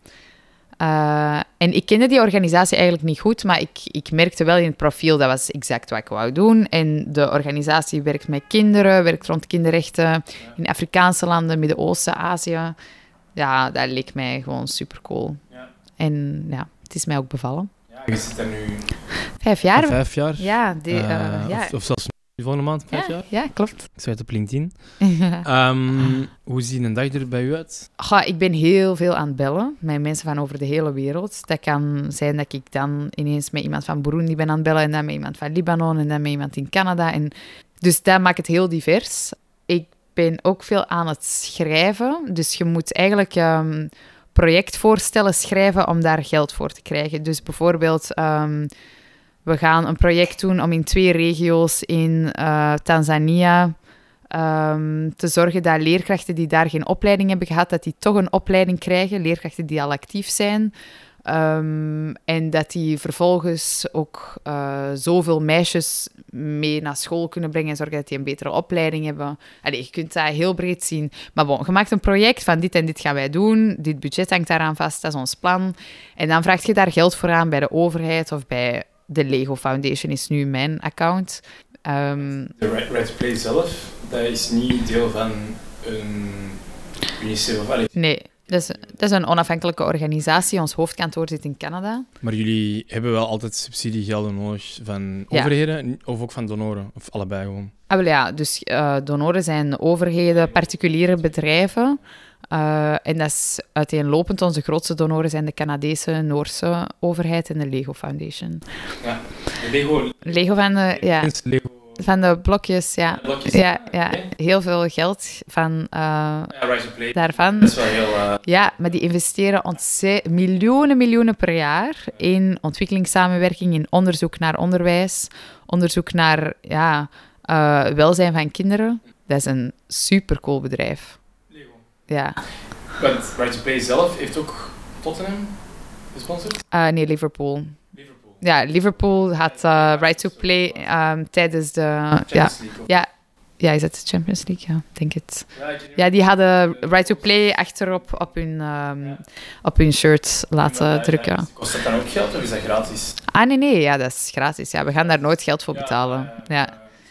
Uh, en ik kende die organisatie eigenlijk niet goed, maar ik, ik merkte wel in het profiel, dat was exact wat ik wou doen. En de organisatie werkt met kinderen, werkt rond kinderrechten in Afrikaanse landen, Midden-Oosten, Azië. Ja, dat leek mij gewoon super cool. Ja. En ja, het is mij ook bevallen. Ja, je zit daar nu Vijf jaar? vijf jaar. Ja, die, uh, Uh, ja. Of, of zelfs de volgende maand, vijf ja, jaar. ja, klopt. Ik zet het op LinkedIn. Um, hoe ziet een dag er bij u uit? Goh, ik ben heel veel aan het bellen met mensen van over de hele wereld. Dat kan zijn dat ik dan ineens met iemand van Burundi ben aan het bellen en dan met iemand van Libanon en dan met iemand in Canada. En dus dat maakt het heel divers. Ik ben ook veel aan het schrijven. Dus je moet eigenlijk um, projectvoorstellen schrijven om daar geld voor te krijgen. Dus bijvoorbeeld... Um, we gaan een project doen om in twee regio's in uh, Tanzania um, te zorgen dat leerkrachten die daar geen opleiding hebben gehad, dat die toch een opleiding krijgen. Leerkrachten die al actief zijn. Um, en dat die vervolgens ook uh, zoveel meisjes mee naar school kunnen brengen en zorgen dat die een betere opleiding hebben. Allee, je kunt dat heel breed zien. Maar bon, je maakt een project van dit en dit gaan wij doen. Dit budget hangt daaraan vast, dat is ons plan. En dan vraag je daar geld voor aan bij de overheid of bij... De Lego Foundation is nu mijn account. Um, de Right, right to Play zelf, dat is niet deel van een ministerie of... Nee, dat is, dat is een onafhankelijke organisatie. Ons hoofdkantoor zit in Canada. Maar jullie hebben wel altijd subsidiegelden nodig van Ja. overheden of ook van donoren? Of allebei gewoon? Ah, wel ja, dus uh, donoren zijn overheden, particuliere bedrijven. Uh, en dat is uiteenlopend. Onze grootste donoren zijn de Canadese, Noorse overheid en de Lego Foundation. Ja, de Lego... Lego van de, ja, Lego... van de blokjes, ja. blokjes. Ja, ja, heel veel geld van uh, Ja, Right to Play. daarvan. Dat is wel heel... Uh... Ja, maar die investeren ontzettend miljoenen, miljoenen per jaar in ontwikkelingssamenwerking, in onderzoek naar onderwijs, onderzoek naar ja, uh, welzijn van kinderen. Dat is een supercool bedrijf. Lego. Ja. Want Right to Play zelf heeft ook Tottenham gesponsord? Uh, nee, Liverpool. Liverpool. Ja, Liverpool had uh, Right to Play um, tijdens de... ja, League, ja, ja, is het de Champions League? Ja, ik denk het. Ja, Ja, die hadden Right to Play achterop op hun, um, op hun shirt laten drukken. Kost dat dan ook geld of is dat gratis? Ah, nee, nee, ja, dat is gratis. Ja, we gaan daar nooit geld voor betalen. Ja.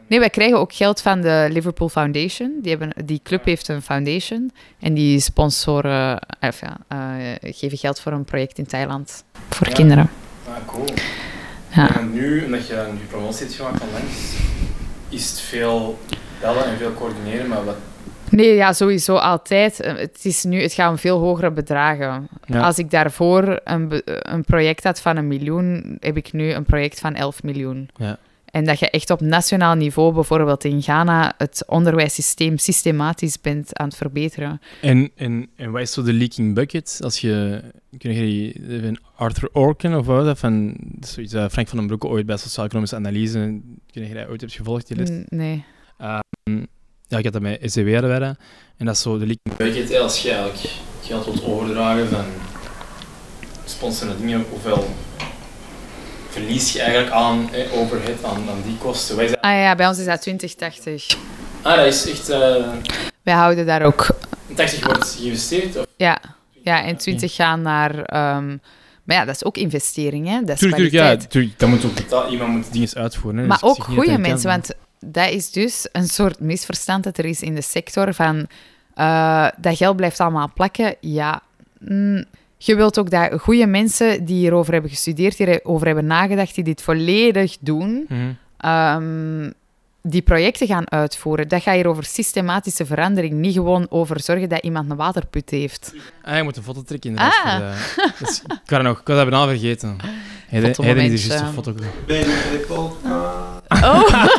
Nee, wij krijgen ook geld van de Liverpool Foundation. Die, hebben, die club heeft een foundation. En die sponsoren, of ja, uh, geven geld voor een project in Thailand. Voor ja. kinderen. Ah, cool. Ja. En nu, omdat je nu promotie hebt gemaakt van langs, is het veel bellen en veel coördineren, maar wat... Nee, ja, sowieso altijd. Het, is nu, het gaat om veel hogere bedragen. Ja. Als ik daarvoor een, be- een project had van een miljoen, heb ik nu een project van elf miljoen. Ja. En dat je echt op nationaal niveau, bijvoorbeeld in Ghana, het onderwijssysteem systematisch bent aan het verbeteren. En, en, en wat is zo de leaking bucket? Als je, kun je die van Arthur Orkin of wat, dat van zoiets, uh, Frank van den Broeke ooit bij Sociaal-Economische Analyse, kun je dat ooit hebt gevolgd, die les? N- Nee. Um, ja, ik had dat met S C W erbij. En dat is zo de leaking bucket. Als je eigenlijk geld wilt overdragen van sponsoren dingen, hoeveel verlies je eigenlijk aan eh, overhead, aan, aan die kosten? Wij zijn... Ah ja, bij ons is dat twintig tachtig. Ah, dat is echt... Uh, Wij houden daar ook... tachtig wordt geïnvesteerd? Of? Ja, ja en twintig gaan naar... Um, maar ja, dat is ook investering, hè. Dat is Tuurlijk, tuurlijk, ja. kwaliteit. Tuurlijk, dat moet ook betaald. Iemand moet dingen uitvoeren. Hè. Maar Dus ik ook zeg niet dat goede dat mensen, kan, want dat is dus een soort misverstand dat er is in de sector van uh, dat geld blijft allemaal plakken. Ja, mm, je wilt ook dat goede mensen die hierover hebben gestudeerd, die erover hebben nagedacht, die dit volledig doen, Mm-hmm. um, die projecten gaan uitvoeren. Dat gaat hier over systematische verandering, niet gewoon over zorgen dat iemand een waterput heeft. Ah, je moet een foto trekken inderdaad. Ah. Voor de, dat is, ik had het nog, ik had dat bijna vergeten. Hij hij had hier juist een foto. Ben je podcast? Oh!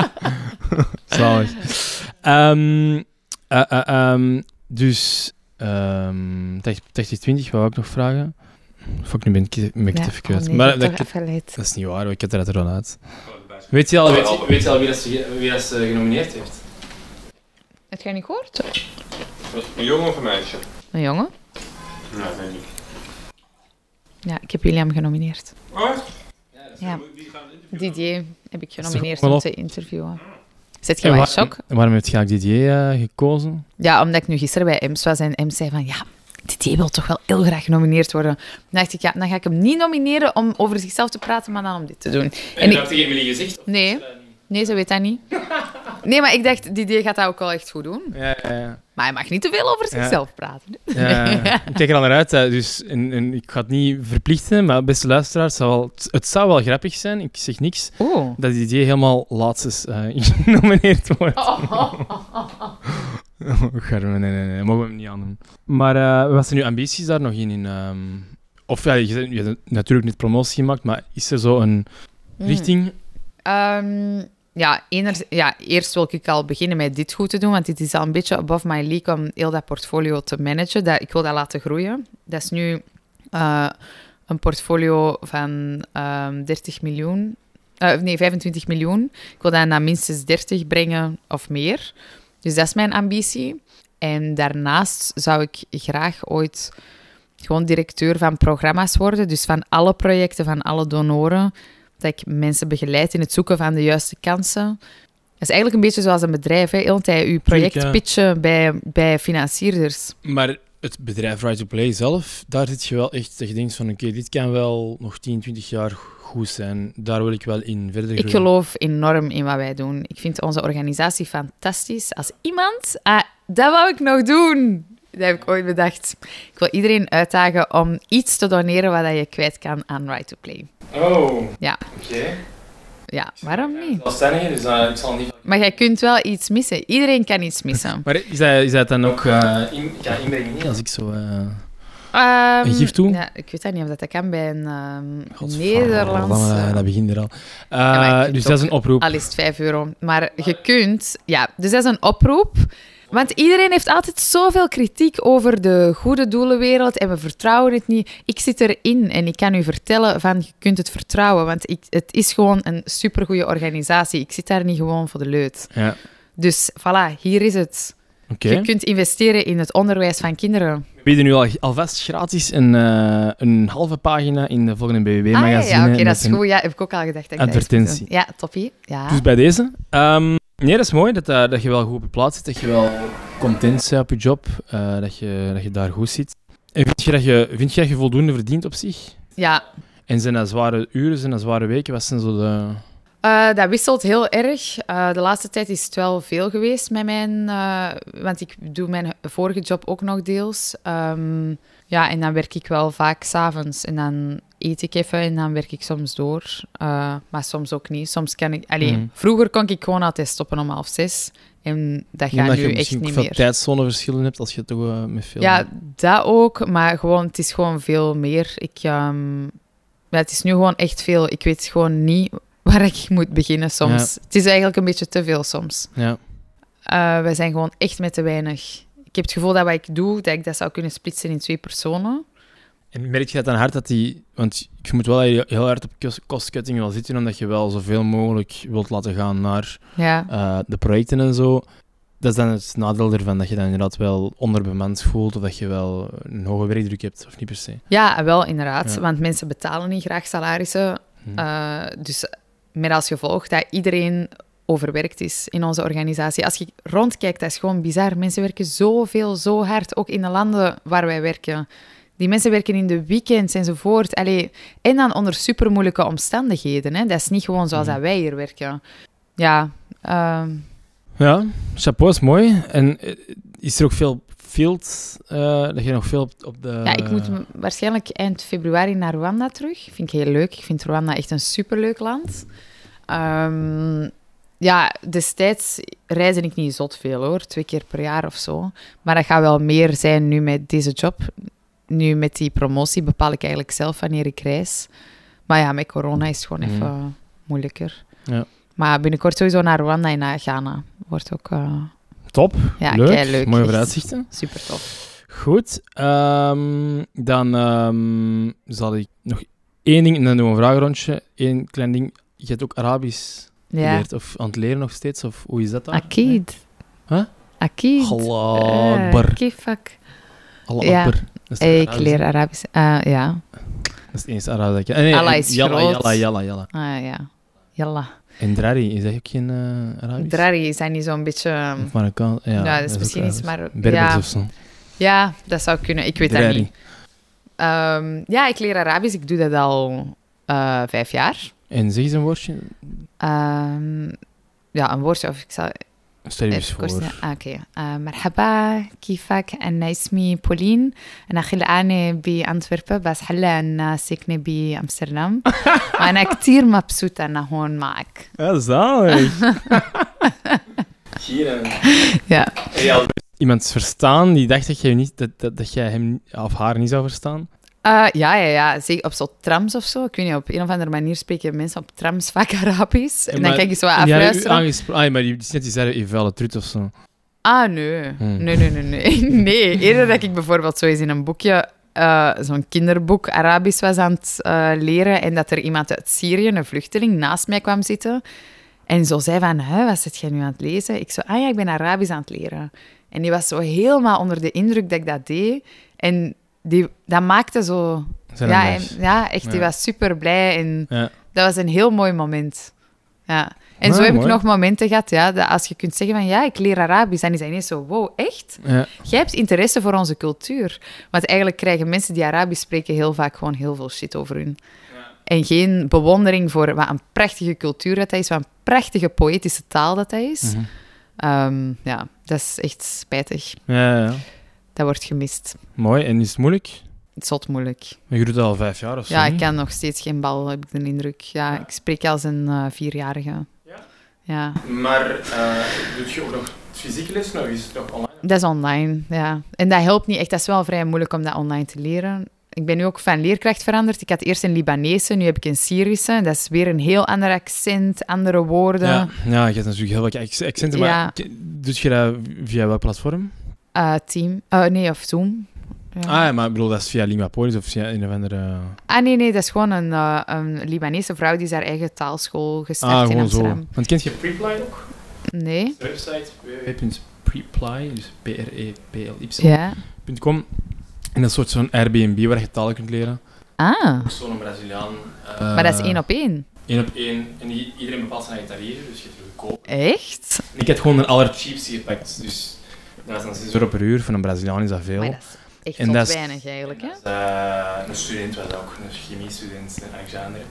Zalig. Um, uh, uh, um, dus, um, tachtig twintig, wat wou ik nog vragen? Fuck, nu ben ik, ben ik Ja, het even kwijt. oh nee, maar ik dat, heb toch afgeleid. dat is niet waar, ik heb er al uit. Weet je al, weet je, weet je al wie, dat ze, wie dat ze genomineerd heeft? Heb je niet gehoord? Een jongen of een meisje? Een jongen? Ja, denk ik. Ja, ik heb William genomineerd. Oh? Ja. Didier heb ik toch genomineerd wel om op- te interviewen. Zet je En wel in waar- shock? en waarom heb je eigenlijk Didier uh, gekozen? Ja, omdat ik nu gisteren bij Ems was en Ems zei van ja, Didier wil toch wel heel graag genomineerd worden. Dan dacht ik, ja, dan ga ik hem niet nomineren om over zichzelf te praten, maar dan om dit te doen. En ik, tegen Emily gezegd? nee, nee, ze weet dat niet. Nee, maar ik dacht, Didier gaat dat ook wel echt goed doen. Ja, ja, ja. Maar hij mag niet te veel over Ja. zichzelf praten. Ja, ik kijk er al naar uit. Hè. Dus, en, en ik ga het niet verplichten, maar beste luisteraars, het zou wel, het zou wel grappig zijn, ik zeg niks, Oeh. dat die idee helemaal laatst uh, genomineerd wordt. Oh. Oh, Germe, nee, nee, nee, mogen we hem niet aandoen. Maar uh, wat zijn uw ambities daar nog in? in um, of ja, je, hebt- je hebt natuurlijk net promotie gemaakt, maar is er zo een richting? Ehm, ja, ener- ja, eerst wil ik al beginnen met dit goed te doen, want dit is al een beetje above my league om heel dat portfolio te managen. Dat, ik wil dat laten groeien. Dat is nu uh, een portfolio van um, dertig miljoen. Uh, nee, vijfentwintig miljoen. Ik wil dat naar minstens dertig brengen of meer. Dus dat is mijn ambitie. En daarnaast zou ik graag ooit gewoon directeur van programma's worden. Dus van alle projecten, van alle donoren. Dat ik mensen begeleid in het zoeken van de juiste kansen. Dat is eigenlijk een beetje zoals een bedrijf. Hè. Heel de tijd je project ja. pitchen bij, bij financierders. Maar het bedrijf Right to Play zelf, daar zit je wel echt dat je denkt van oké, dit kan wel nog tien, twintig jaar goed zijn. Daar wil ik wel in verder groeien. Ik geloof enorm in wat wij doen. Ik vind onze organisatie fantastisch. Als iemand... Ah, dat wou ik nog doen. Dat heb ik ooit bedacht. Ik wil iedereen uitdagen om iets te doneren wat je kwijt kan aan Right to Play. Oh, Ja. oké. Ja, waarom niet? Zelfstandige, dus uh, ik zal niet... Maar jij kunt wel iets missen. Iedereen kan iets missen. Maar is dat, is dat dan ook uh, in, kan inbrengen niet als ik zo... Uh... Um, Een gif toe? Ja, ik weet dat niet of dat, dat kan bij een um, Godverdomme, Nederlandse... Dat, dat begint er al. Uh, maar je kunt dus dat is ook- een oproep. Al is het vijf euro. Maar je kunt... Ja, dus dat is een oproep. Want iedereen heeft altijd zoveel kritiek over de goede doelenwereld en we vertrouwen het niet. Ik zit erin en ik kan u vertellen van je kunt het vertrouwen. Want ik, het is gewoon een supergoeie organisatie. Ik zit daar niet gewoon voor de leut. Ja, Dus voilà, hier is het. oké. Je kunt investeren in het onderwijs van kinderen. We bieden nu al, alvast gratis een, uh, een halve pagina in de volgende B B Ah, ja, B-magazine. ja oké, dat met is een- goed. Ja, heb ik ook al gedacht. Dat ik dat eens moet advertentie. doen. Ja, toppie. Ja. Dus bij deze. Um, nee, dat is mooi dat, uh, dat je wel goed op je plaats zit, dat je wel content bent op je job, uh, dat, je, dat je daar goed zit. En vind je dat je, vind je dat je voldoende verdient op zich? ja. En zijn dat zware uren, zijn dat zware weken? Wat zijn zo de... Uh, dat wisselt heel erg. Uh, de laatste tijd is het wel veel geweest met mijn... Uh, want ik doe mijn vorige job ook nog deels. Um, ja, en dan werk ik wel vaak 's avonds. En dan eet ik even en dan werk ik soms door. Uh, maar soms ook niet. Soms kan ik... Allee, mm. Vroeger kon ik gewoon altijd stoppen om half zes. En dat gaat nu echt niet meer. Omdat je tijdzoneverschillen hebt als je toch uh, met veel... Ja, dat ook. Maar gewoon, het is gewoon veel meer. Ik, um, ja, het is nu gewoon echt veel. Ik weet gewoon niet waar ik moet beginnen soms. Ja. Het is eigenlijk een beetje te veel soms. Ja. Uh, wij zijn gewoon echt met te weinig. Ik heb het gevoel dat wat ik doe, dat ik dat zou kunnen splitsen in twee personen. En merk je dat dan hard dat die... Want je moet wel heel hard op cost-cutting wel zitten, omdat je wel zoveel mogelijk wilt laten gaan naar ja. uh, de projecten en zo. Dat is dan het nadeel ervan, dat je dan inderdaad wel onderbemand voelt, of dat je wel een hoge werkdruk hebt, of niet per se. Ja, wel inderdaad. Ja. Want mensen betalen niet graag salarissen. Hm. Uh, dus met als gevolg dat iedereen overwerkt is in onze organisatie. Als je rondkijkt, dat is gewoon bizar. Mensen werken zoveel, zo hard, ook in de landen waar wij werken. Die mensen werken in de weekends enzovoort. Allee, en dan onder supermoeilijke omstandigheden. Hè. Dat is niet gewoon zoals mm. dat wij hier werken. Ja. Uh... Ja, chapeau is mooi. En is er ook veel field, uh, dat je nog veel op, op de... Ja, ik moet waarschijnlijk eind februari naar Rwanda terug. Vind ik heel leuk. Ik vind Rwanda echt een superleuk land. Um, ja, destijds reisde ik niet zot veel, hoor. Twee keer per jaar of zo. Maar dat gaat wel meer zijn nu met deze job. Nu met die promotie bepaal ik eigenlijk zelf wanneer ik reis. Maar ja, met corona is het gewoon even mm. moeilijker. Ja. Maar binnenkort sowieso naar Rwanda en naar Ghana. Wordt ook... Uh... Top, ja, leuk. leuk. Mooie vooruitzichten. Super tof. Goed, um, dan um, zal ik nog één ding, en dan doen we een vragenrondje. Eén klein ding. Je hebt ook Arabisch ja. geleerd, of aan het leren nog steeds, of hoe is dat dan? Akid. Huh? Akid. Allah Akbar. Kifak. Allah ja. Akbar. Ik leer Arabisch. Uh, ja. Dat is het enige Arabisch dat ik... Nee, nee, Allah is yalla, groot. Yalla, yalla, yalla. Ah ja. Yalla. En Drari, is dat ook geen uh, Arabisch? Drari, is dat niet zo'n beetje... Of Marokkaan? Ja, ja, dat is dat misschien iets, maar... Berbers ja. of zo. Ja, dat zou kunnen. Ik weet Drari. dat niet. Um, ja, ik leer Arabisch. Ik doe dat al uh, vijf jaar. En zeg eens een woordje. Um, ja, een woordje. Of ik zal... Stel je eens voor. Ah, oké. Okay. Uh, مرحبا كيفك أنا اسمي بولين أنا خلقانة بأنتوربا بس هلا أنا ساكنة بأمستردام وأنا كتير مبسوطة أنا هون معك. Ja, zalig. Ja. Iemand verstaan die dacht dat jij, niet, dat, dat, dat jij hem of haar niet zou verstaan? Uh, ja, ja, ja. Zeker op zo'n trams of zo. Ik weet niet, op een of andere manier spreken mensen op trams vaak Arabisch. En dan kijk je zo afluisteren. Ah, maar die is net die zeiden je vuile trut of zo. Ah, nee. Hmm. Nee, nee, nee, nee. Nee, eerder dat ik bijvoorbeeld zo eens in een boekje, uh, zo'n kinderboek Arabisch was aan het uh, leren en dat er iemand uit Syrië, een vluchteling, naast mij kwam zitten en zo zei van, huh, wat zit jij nu aan het lezen? Ik zo, ah ja, ik ben Arabisch aan het leren. En die was zo helemaal onder de indruk dat ik dat deed. En die, dat maakte zo... Ja, en, ja, echt, die ja. was super blij. En ja. dat was een heel mooi moment. Ja. En ja, zo heb mooi. ik nog momenten gehad, ja, dat als je kunt zeggen van, ja, ik leer Arabisch, dan is dat ineens zo, wow, echt? Ja. Jij hebt interesse voor onze cultuur. Want eigenlijk krijgen mensen die Arabisch spreken heel vaak gewoon heel veel shit over hun. Ja. En geen bewondering voor wat een prachtige cultuur dat is, wat een prachtige poëtische taal dat dat is. Mm-hmm. Um, ja, dat is echt spijtig. Ja, ja. Dat wordt gemist. Mooi. En is het moeilijk? Het is zot moeilijk. Maar je doet het al vijf jaar of zo? Ja, niet? ik kan nog steeds geen bal, heb ik de indruk. Ja, ja. Ik spreek als een uh, vierjarige. Ja? Ja. Maar uh, doe je ook nog fysieke les of is het nog online? Dat is online, ja. En dat helpt niet echt. Dat is wel vrij moeilijk om dat online te leren. Ik ben nu ook van leerkracht veranderd. Ik had eerst een Libanese, nu heb ik een Syrische. Dat is weer een heel ander accent, andere woorden. Ja, ja je hebt natuurlijk heel veel accenten, maar ja. Doe je dat via welk platform? Uh, team. Uh, nee, of Zoom. Ja. Ah, ja, maar ik bedoel, dat is via Lingua Polis of via een of andere... Ah, nee, nee, dat is gewoon een, uh, een Libanese vrouw die is haar eigen taalschool gestart ah, in Amsterdam. Zo. Want kent je Preply ook? Nee. De website w w w punt preply, dus P R E P L Y ja. punt com. En dat is een soort zo'n Airbnb waar je talen kunt leren. Ah. Zo'n Braziliaan. Uh, maar dat is één op één? Één op één. En die, iedereen bepaalt zijn eigen tarieven, dus je hebt het goedkoop. Echt? En ik heb gewoon een allercheapste gepakt, dus dat is dan zes euro per uur. Voor een Braziliaan is dat veel. Maar dat is echt en tot dat is, weinig eigenlijk, hè? Dat is, uh, een student was ook, een chemie-student, een Alexander.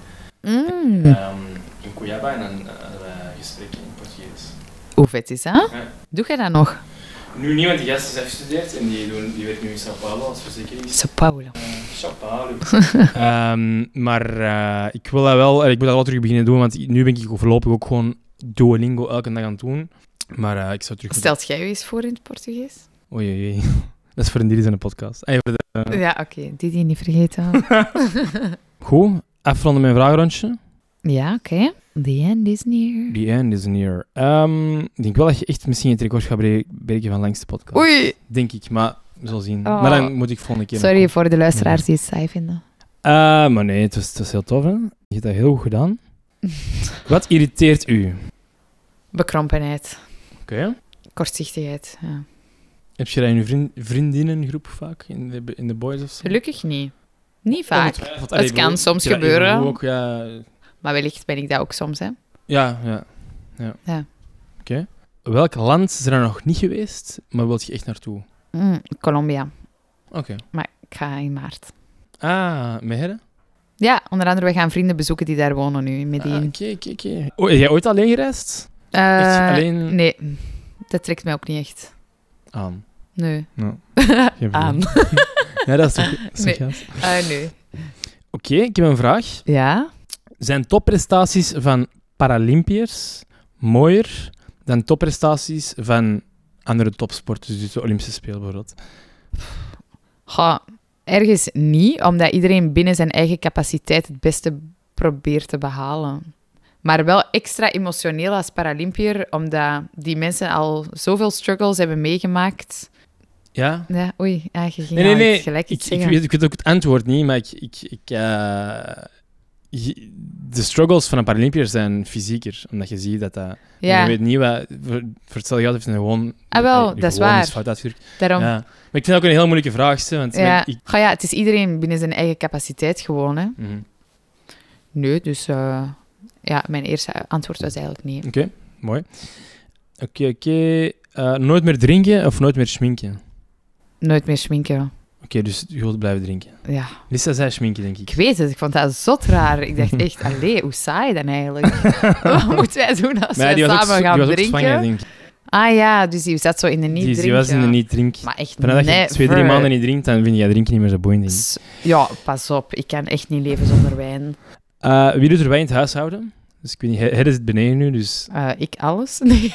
Mm. Um, in Cuiabá en dan uh, hadden we gesprekken in Portugees. Hoe vet is dat? Ja. Doe jij dat nog? Nu niet, want die gast is afgestudeerd en die, doen, die werkt nu in Sao Paulo als verzekerings... Sao Paulo. Uh, Sao Paulo. um, maar uh, ik wil dat wel, ik moet dat wel terug beginnen doen, want nu ben ik voorlopig ook gewoon Duolingo elke dag aan het doen. Maar uh, ik zou terug... Stelt jij je eens voor in het Portugees? Oei, oei, oei. Dat is voor een Didi zijn podcast. Ah, voor de, uh... Ja, oké. Okay. Die die niet vergeten. Goed, afronden mijn vraagrondje. Ja, oké. Okay. The end is near. The end is near. Um, ik denk wel dat je echt misschien het record gaat bre- breken van langste podcast. Oei! Denk ik, maar we zullen zien. Oh. Maar dan moet ik volgende keer... Sorry voor de luisteraars die het saai vinden. Uh, maar nee, het was, het was heel tof, hè. Je hebt dat heel goed gedaan. Wat irriteert u? Bekrompenheid. Oké. Okay. Kortzichtigheid, ja. Heb je dat in je vriend, vriendinnengroep vaak? In de, in de boys of zo? Gelukkig niet. Niet vaak. Het Allee, kan soms gebeuren. Ook, ja. Maar wellicht ben ik dat ook soms, hè. Ja, ja. ja. ja. Oké. Okay. Welk land is er nog niet geweest, maar wilt je echt naartoe? Mm, Colombia. Oké. Okay. Maar ik ga in maart. Ah, Mehre? Ja, onder andere, we gaan vrienden bezoeken die daar wonen nu, in Medellin. Oké, ah, oké, okay, oké. Okay. Oh, heb jij ooit alleen gereisd? Uh, echt alleen? Nee, dat trekt mij ook niet echt. Aan? Nee. No. Aan. Ja, dat is toch... Dat is nee. Uh, nee. Oké, okay, ik heb een vraag. Ja? Zijn topprestaties van Paralympiërs mooier dan topprestaties van andere topsporters, dus de Olympische Spelen bijvoorbeeld? Ga, ergens niet, omdat iedereen binnen zijn eigen capaciteit het beste probeert te behalen. Maar wel extra emotioneel als Paralympiër, omdat die mensen al zoveel struggles hebben meegemaakt. Ja? Ja, oei, ja, je ging nee, nee, nee. gelijk ik, iets ik, zeggen. weet, ik weet ook het antwoord niet, maar ik... ik, ik uh, de struggles van een Paralympiër zijn fysieker, omdat je ziet dat dat... Ja. Je weet niet wat... Voor, voor hetzelfde geld heeft hij gewoon... Ah, wel, die dat is gewoon waar. Is fout uitgedrukt. Daarom... Ja. Maar ik vind dat ook een heel moeilijke vraag, hè, want... Ja. Ik, Ga, ja, het is iedereen binnen zijn eigen capaciteit gewoon, hè. Mm-hmm. Nee, dus... Uh, ja, mijn eerste antwoord was eigenlijk nee. Oké, okay, mooi. Oké, okay, oké. Okay. Uh, nooit meer drinken of nooit meer schminken? Nooit meer schminken. Oké, okay, dus je wilt blijven drinken. Ja. Lisa zei schminken, denk ik. Ik weet het, ik vond dat zot raar. Ik dacht echt, allee, hoe saai dan eigenlijk? Wat moeten wij doen als maar wij samen ook, gaan die was drinken? ook zwanger, denk ik. Ah ja, dus die zat zo in de niet die, drinken. Die was in de niet drinken. Maar echt Vanaf dat je twee, drie maanden niet drinkt, dan vind je drinken niet meer zo boeiend, denk ik. Ja, pas op. Ik kan echt niet leven zonder wijn. Uh, wie doet er wijn in het huishouden? Dus ik weet niet, Hedde zit beneden nu, dus... Uh, ik alles? Nee.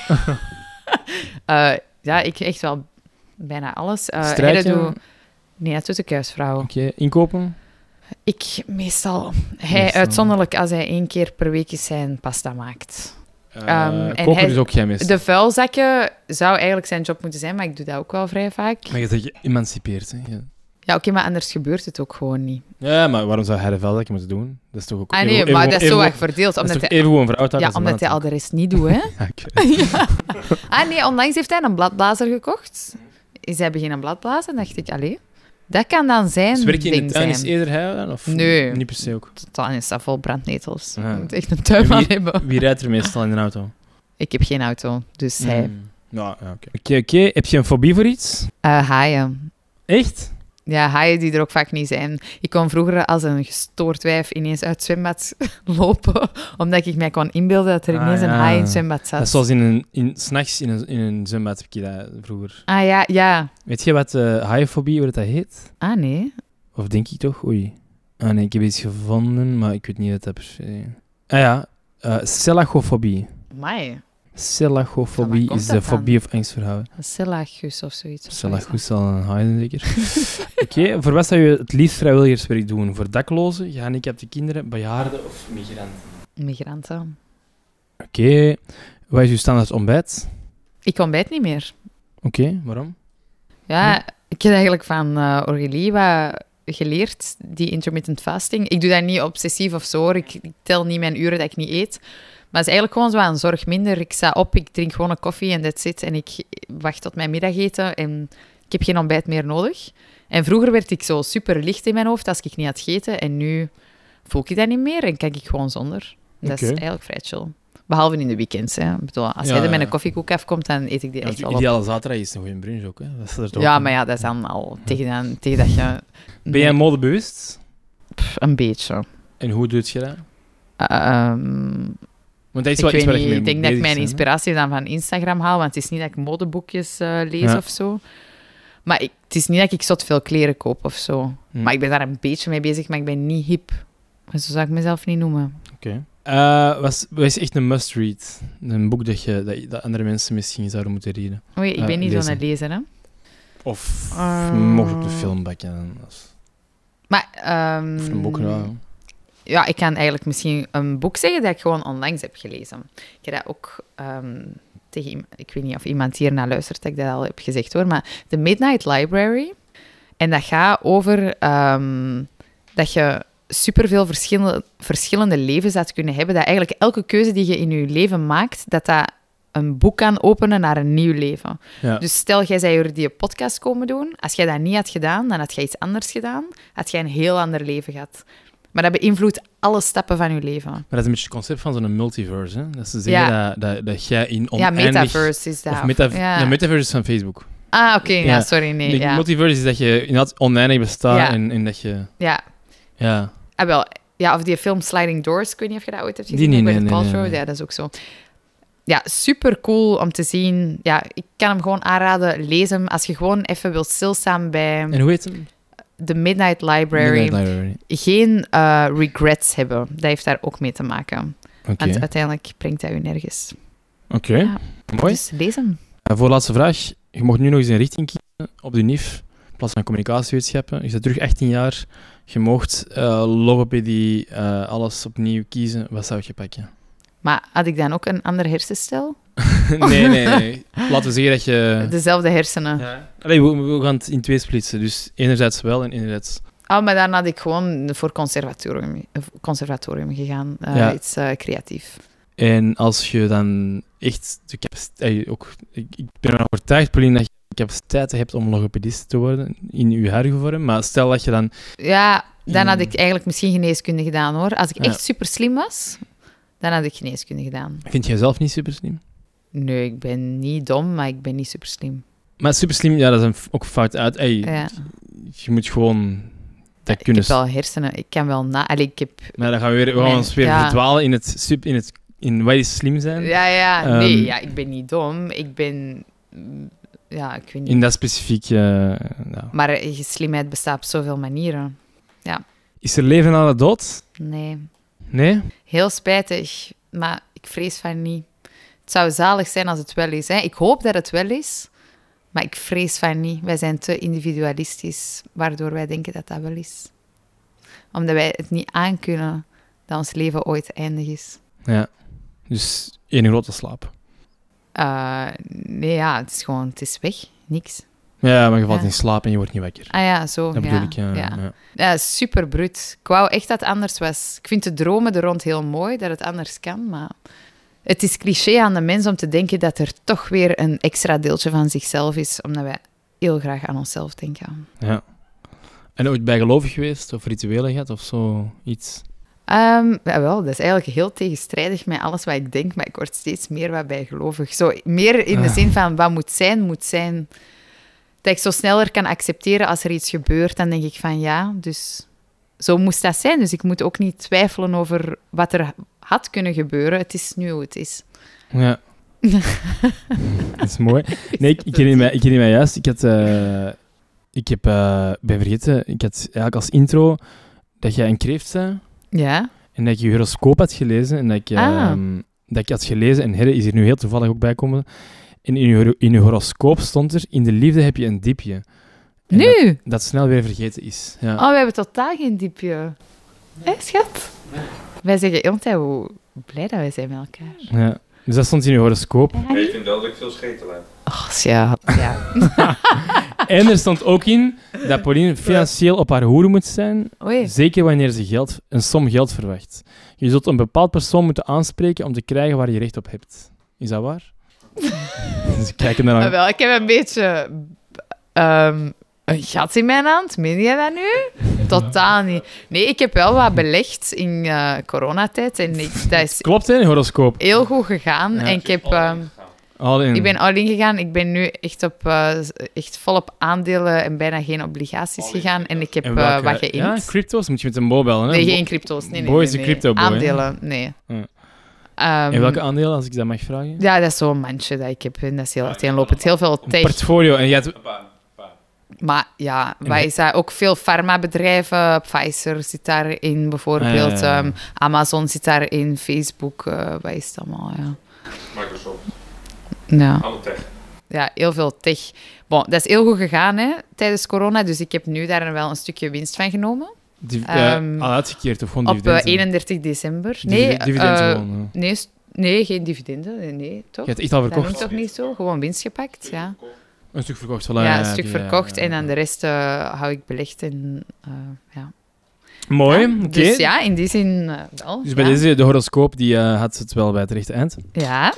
uh, ja, ik echt wel bijna alles. Uh, Strijtje? Doe... Nee, dat doet de kuisvrouw. Oké, okay. Inkopen? Ik meestal. Hij meestal. Uitzonderlijk als hij één keer per week zijn pasta maakt. Uh, um, en koken hij, dus ook jij meestal? De vuilzakken zou eigenlijk zijn job moeten zijn, maar ik doe dat ook wel vrij vaak. Maar je zegt geëmancipeerd, hè? Ja, ja oké, okay, maar anders gebeurt het ook gewoon niet. Ja, maar waarom zou hij de vuilzakken moeten doen? Dat is toch ook... Ah even, nee, even, maar even, dat is zo even, erg verdeeld. Dat is omdat toch hij, even gewoon vrouw ja, omdat hij al de rest niet doet, hè? Ja, ja. Ah nee, onlangs heeft hij een bladblazer gekocht. Is hij beginnen bladblazen? Dacht ik, allee, dat kan dan zijn Dus werk je in de tuin zijn. is eerder hij dan? Of Nee. Niet per se ook? Dan is dat vol brandnetels. Ah. Je moet echt een tuinman wie, hebben. Wie rijdt er meestal in een auto? Ik heb geen auto, dus Mm. hij... Ja, ja, oké. Oké, oké. Heb je een fobie voor iets? Uh, haaien. Echt? Ja, haaien die er ook vaak niet zijn. Ik kon vroeger als een gestoord wijf ineens uit het zwembad lopen, omdat ik mij kon inbeelden dat er ineens Ah, ja. een haai in het zwembad zat. Dat is zoals in een, in, 's nachts in een, in een zwembad heb je dat vroeger. Ah ja, ja. Weet je wat uh, haaienfobie, hoe dat heet? Ah nee. Of denk ik toch? Oei. Ah nee, ik heb iets gevonden, maar ik weet niet wat dat per se... Ah ja, uh, selachofobie. Amai. Selachofobie komt is dat de dan? fobie of angst voor houden. Selagus of zoiets. Selagus zal een haaien zeker. Oké, okay, voor wat zou je het liefst vrijwilligerswerk doen? Voor daklozen, gehandicapte kinderen, bejaarden of migranten? Migranten. Oké, okay. Wat is uw standaard ontbijt? Ik ontbijt niet meer. Oké, okay, waarom? Ja, Hm? ik heb eigenlijk van uh, Aurélie wat geleerd, die intermittent fasting. Ik doe dat niet obsessief of zo, hoor. Ik, ik tel niet mijn uren dat ik niet eet. Maar het is eigenlijk gewoon zo aan zorg minder. Ik sta op, ik drink gewoon een koffie en that's it. En ik wacht tot mijn middageten en ik heb geen ontbijt meer nodig. En vroeger werd ik zo super licht in mijn hoofd als ik niet had gegeten. En nu voel ik dat niet meer en kan ik gewoon zonder. Dat Okay. is eigenlijk vrij chill. Behalve in de weekends. Hè. Ik bedoel, als Ja, hij er met ja. een koffiekoek afkomt, dan eet ik die Ja, echt de wel op. ideale zaterdag is een goede brunch ook, hè? Dat is er toch Ja, in. maar ja, dat is dan al tegen, dan, tegen dat je... Ben jij modebewust? Pff, een beetje. En hoe doe je dat? Um, Want dat is ik wel iets weet waar niet, je mee ik denk moet dat ik bezig mijn zijn, hè? inspiratie dan van Instagram haal, want het is niet dat ik modeboekjes uh, lees Ja. of zo. Maar ik, het is niet dat ik zot veel kleren koop of zo. Hm. Maar ik ben daar een beetje mee bezig, maar ik ben niet hip. Zo zou ik mezelf niet noemen. Oké. Uh, wat is echt een must-read? Een boek dat, je, dat, dat andere mensen misschien zouden moeten lezen. Oei, ik Uh, ben niet lezen. zo'n lezer, hè. Of Uh, mocht je op de film bakken. Als- Maar, um, Of een boek, ja. Ja, ik kan eigenlijk misschien een boek zeggen dat ik gewoon onlangs heb gelezen. Ik heb dat ook um, tegen iemand... Ik weet niet of iemand hier naar luistert, dat ik dat al heb gezegd hoor, maar The Midnight Library. En dat gaat over um, dat je superveel verschillende, verschillende levens had kunnen hebben. Dat eigenlijk elke keuze die je in je leven maakt, dat dat een boek kan openen naar een nieuw leven. Ja. Dus stel, jij zou hier die podcast komen doen. Als jij dat niet had gedaan, dan had jij iets anders gedaan. Had jij een heel ander leven gehad. Maar dat beïnvloedt alle stappen van je leven. Maar dat is een beetje het concept van zo'n multiverse. Hè? Dat ze zeggen Ja. dat, dat, dat jij in Ja, oneindig... metaverse is dat. Of meta... ja. ja, metaverse is van Facebook. Ah, oké. ja. Ja. sorry. Nee, De ja. multiverse is dat je inderdaad oneindig bestaat Ja. en, en dat je... Ja. Ja. Ah, wel. Ja, of die film Sliding Doors. Ik weet niet of je dat ooit hebt Die gezien. niet, met nee, Gwyneth nee, Paltrow. nee, nee. Ja, dat is ook zo. Ja, super cool om te zien. Ja, ik kan hem gewoon aanraden. Lees hem als je gewoon even wilt stilstaan bij En hoe heet hem? The Midnight Library. Midnight Library. Geen uh, regrets hebben. Dat heeft daar ook mee te maken. Oké. Want uiteindelijk brengt dat u nergens. Oké. Ja. Mooi. Dus lees hem. Uh, voorlaatste vraag. Je mocht nu nog eens een richting kiezen op de N I F. In plaats van communicatiewetenschappen. Je bent terug achttien jaar. Je mocht uh, logopedie, uh, alles opnieuw kiezen. Wat zou je pakken? Maar had ik dan ook een ander hersenstel? nee, nee, nee. Laten we zeggen dat je... Dezelfde hersenen. Ja. Allee, we, we gaan het in twee splitsen. Dus enerzijds wel en enerzijds... Oh, maar dan had ik gewoon voor conservatorium, conservatorium gegaan. Uh, Ja. Iets uh, creatief. En als je dan echt de capaciteit... Ook, ik, ik ben ervan overtuigd, Pauline, dat je de capaciteit hebt om logopedist te worden in je huidige vorm. Maar stel dat je dan... Ja, dan had Hmm. ik eigenlijk misschien geneeskunde gedaan, hoor. Als ik Ja. echt super slim was, dan had ik geneeskunde gedaan. Vind je jezelf niet super slim? Nee, ik ben niet dom, maar ik ben niet super slim. Maar super slim, ja, dat is een, f- ook fout uit. Ey, Ja. Je moet gewoon dat Ik kunnen... heb wel hersenen. Ik kan wel na... Allee, ik heb... Maar dan gaan we, weer, we gaan Nee, ons weer ja. verdwalen in het, sub, in het in wat is slim zijn. Ja, ja. Nee, Ehm, ja, ik ben niet dom. Ik ben... mm, Ja, ik weet niet. In dat specifieke... Uh, ja. Maar eh, slimheid bestaat op zoveel manieren. Is er leven na de dood? Nee. Nee? Heel spijtig, maar ik vrees van niet. Het zou zalig zijn als het wel is. Hè. Ik hoop dat het wel is, maar ik vrees van niet. Wij zijn te individualistisch, waardoor wij denken dat dat wel is. Omdat wij het niet aankunnen dat ons leven ooit eindig is. Ja. Dus één grote slaap. Uh, nee, ja, het is gewoon, het is weg. Niks. Ja, maar je valt Ja. in slaap en je wordt niet wakker. Ah ja, zo. Dat ja, bedoel ik, ja. ja. ja. Ja, super bruut. Ik wou echt dat het anders was. Ik vind de dromen er rond heel mooi, dat het anders kan, maar... Het is cliché aan de mens om te denken dat er toch weer een extra deeltje van zichzelf is, omdat wij heel graag aan onszelf denken. Ja. En ooit bijgelovig geweest? Of rituelen gehad? Of zo iets? Um, ja, wel, dat is eigenlijk heel tegenstrijdig met alles wat ik denk, maar ik word steeds meer wat bijgelovig. Zo, meer in de Ah. zin van, wat moet zijn, moet zijn. Dat ik zo sneller kan accepteren als er iets gebeurt, dan denk ik van ja, dus zo moest dat zijn. Dus ik moet ook niet twijfelen over wat er had kunnen gebeuren. Het is nu hoe het is. Ja. Dat is mooi. Nee, ik, ik, herinner mij, ik herinner mij juist, ik had... Uh, ik heb, uh, ben vergeten, ik had eigenlijk als intro dat jij een kreeft zei Ja? en dat ik je horoscoop had gelezen en dat ik, Ah. um, dat ik had gelezen, en Herre is hier nu heel toevallig ook bij komen, en in je, horo- in je horoscoop stond er, in de liefde heb je een diepje. En Nu? Dat, dat snel weer vergeten is. Ja. Oh, we hebben totaal geen diepje. Hé, schat? Wij zeggen heel de tijd hoe blij dat wij zijn met elkaar. Ja. Dus dat stond in je horoscoop. Ja, je vindt wel dat ik veel scheten laat. Oh, ja. ja. En er stond ook in dat Pauline financieel op haar hoede moet zijn, Oei. zeker wanneer ze geld, een som geld verwacht. Je zult een bepaald persoon moeten aanspreken om te krijgen waar je recht op hebt. Is dat waar? Dus kijken naar Ah, wel, ik heb een beetje um, een gat in mijn hand. Meen je dat nu? Totaal niet. Nee, ik heb wel wat belegd in uh, coronatijd en ik, dat is Klopt, hè, een horoscoop? heel goed gegaan. Ja. En ik heb... Um, All in. Ik ben all in gegaan. Ik ben nu echt, op, uh, echt volop aandelen en bijna geen obligaties gegaan. En ik heb En uh, welke- wat geïnd. Ja, crypto's moet je met een bo bellen. Hè? Nee, Bo- geen crypto's. Nee, nee, Boy nee, is een nee. crypto-boy, hè? Aandelen, nee. Ja. Ehm, En welke aandelen, als ik dat mag vragen? Ja, dat is zo'n mandje dat ik heb. En dat is heel uiteenlopend. Heel veel Een tech. portfolio. En je hebt... Maar ja, En wat hij- is dat? Ook veel farmabedrijven. Pfizer zit daarin bijvoorbeeld. Ah, ja, ja, ja. Ehm, Amazon zit daarin. Facebook. eh wat is het allemaal? Ja. Microsoft. Ja. Alle tech. Ja, heel veel tech. Bon, dat is heel goed gegaan hè, tijdens corona. Dus ik heb nu daar wel een stukje winst van genomen. Die, ja, Ehm, al uitgekeerd of gewoon Op eh, dividenden? eenendertig december. Divi- Nee, dividenden eh, gewoon, ja. nee, st- nee, geen dividenden. Nee, nee, toch? Je hebt echt al Dat noemt verkocht? toch niet zo? Gewoon winst gepakt, ja. Een stuk verkocht. Voilà, Ja, ja, een stuk oké, ja, verkocht ja, en ja. dan de rest eh, hou ik belegd. En, eh, ja. Mooi, Ja, oké. Dus ja, in die zin eh, wel. Dus bij ja. deze, de horoscoop, die eh, had het wel bij het rechte eind. Ja.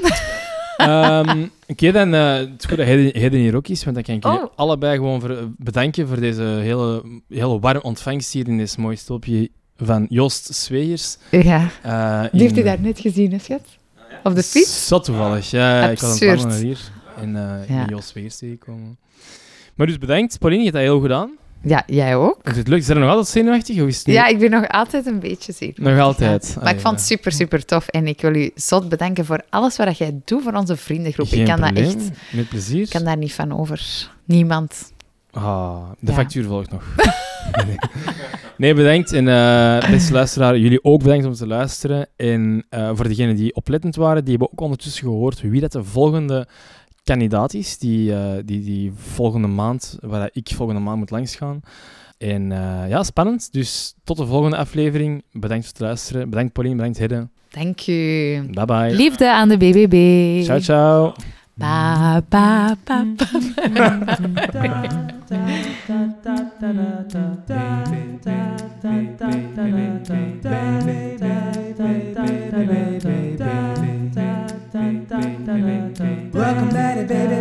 Ehm, Oké, dan uh, het is goed dat Heden, Heden hier ook is, want dan kan ik jullie Oh. allebei gewoon ver- bedanken voor deze hele, hele warme ontvangst hier in dit mooie stulpje van Joost Swegers. Ja. Uh, Die heeft u daar net gezien, hè, schat? Op de fiets? Zot toevallig, ja. Ik was aan het Absurd. wandelen hier en uh, Ja. in Joost Swegers tegengekomen. Maar dus bedankt, Pauline, je hebt dat heel goed gedaan. Ja, jij ook. Is het leuk? Is er nog altijd zenuwachtig? Of is het nu... Ja, ik ben nog altijd een beetje zenuwachtig. Nog altijd. ja. Ah, Maar ik ja. vond het super, super tof. En ik wil u zot bedanken voor alles wat jij doet voor onze vriendengroep. Geen ik kan probleem. dat echt... Met plezier. Ik kan daar niet van over. Niemand. Ah, de Ja. factuur volgt nog. nee. nee, bedankt. En uh, beste luisteraar, jullie ook bedankt om te luisteren. En uh, voor degenen die oplettend waren, die hebben ook ondertussen gehoord wie dat de volgende kandidaat is, die, uh, die, die volgende maand, waar ik volgende maand moet langsgaan. En uh, ja, spannend. Dus tot de volgende aflevering. Bedankt voor het luisteren. Bedankt Pauline, bedankt Hedde. Dank u. Bye bye. Liefde aan de B B B. Ciao, ciao. Ba, ba, ba, ba. Welcome back to baby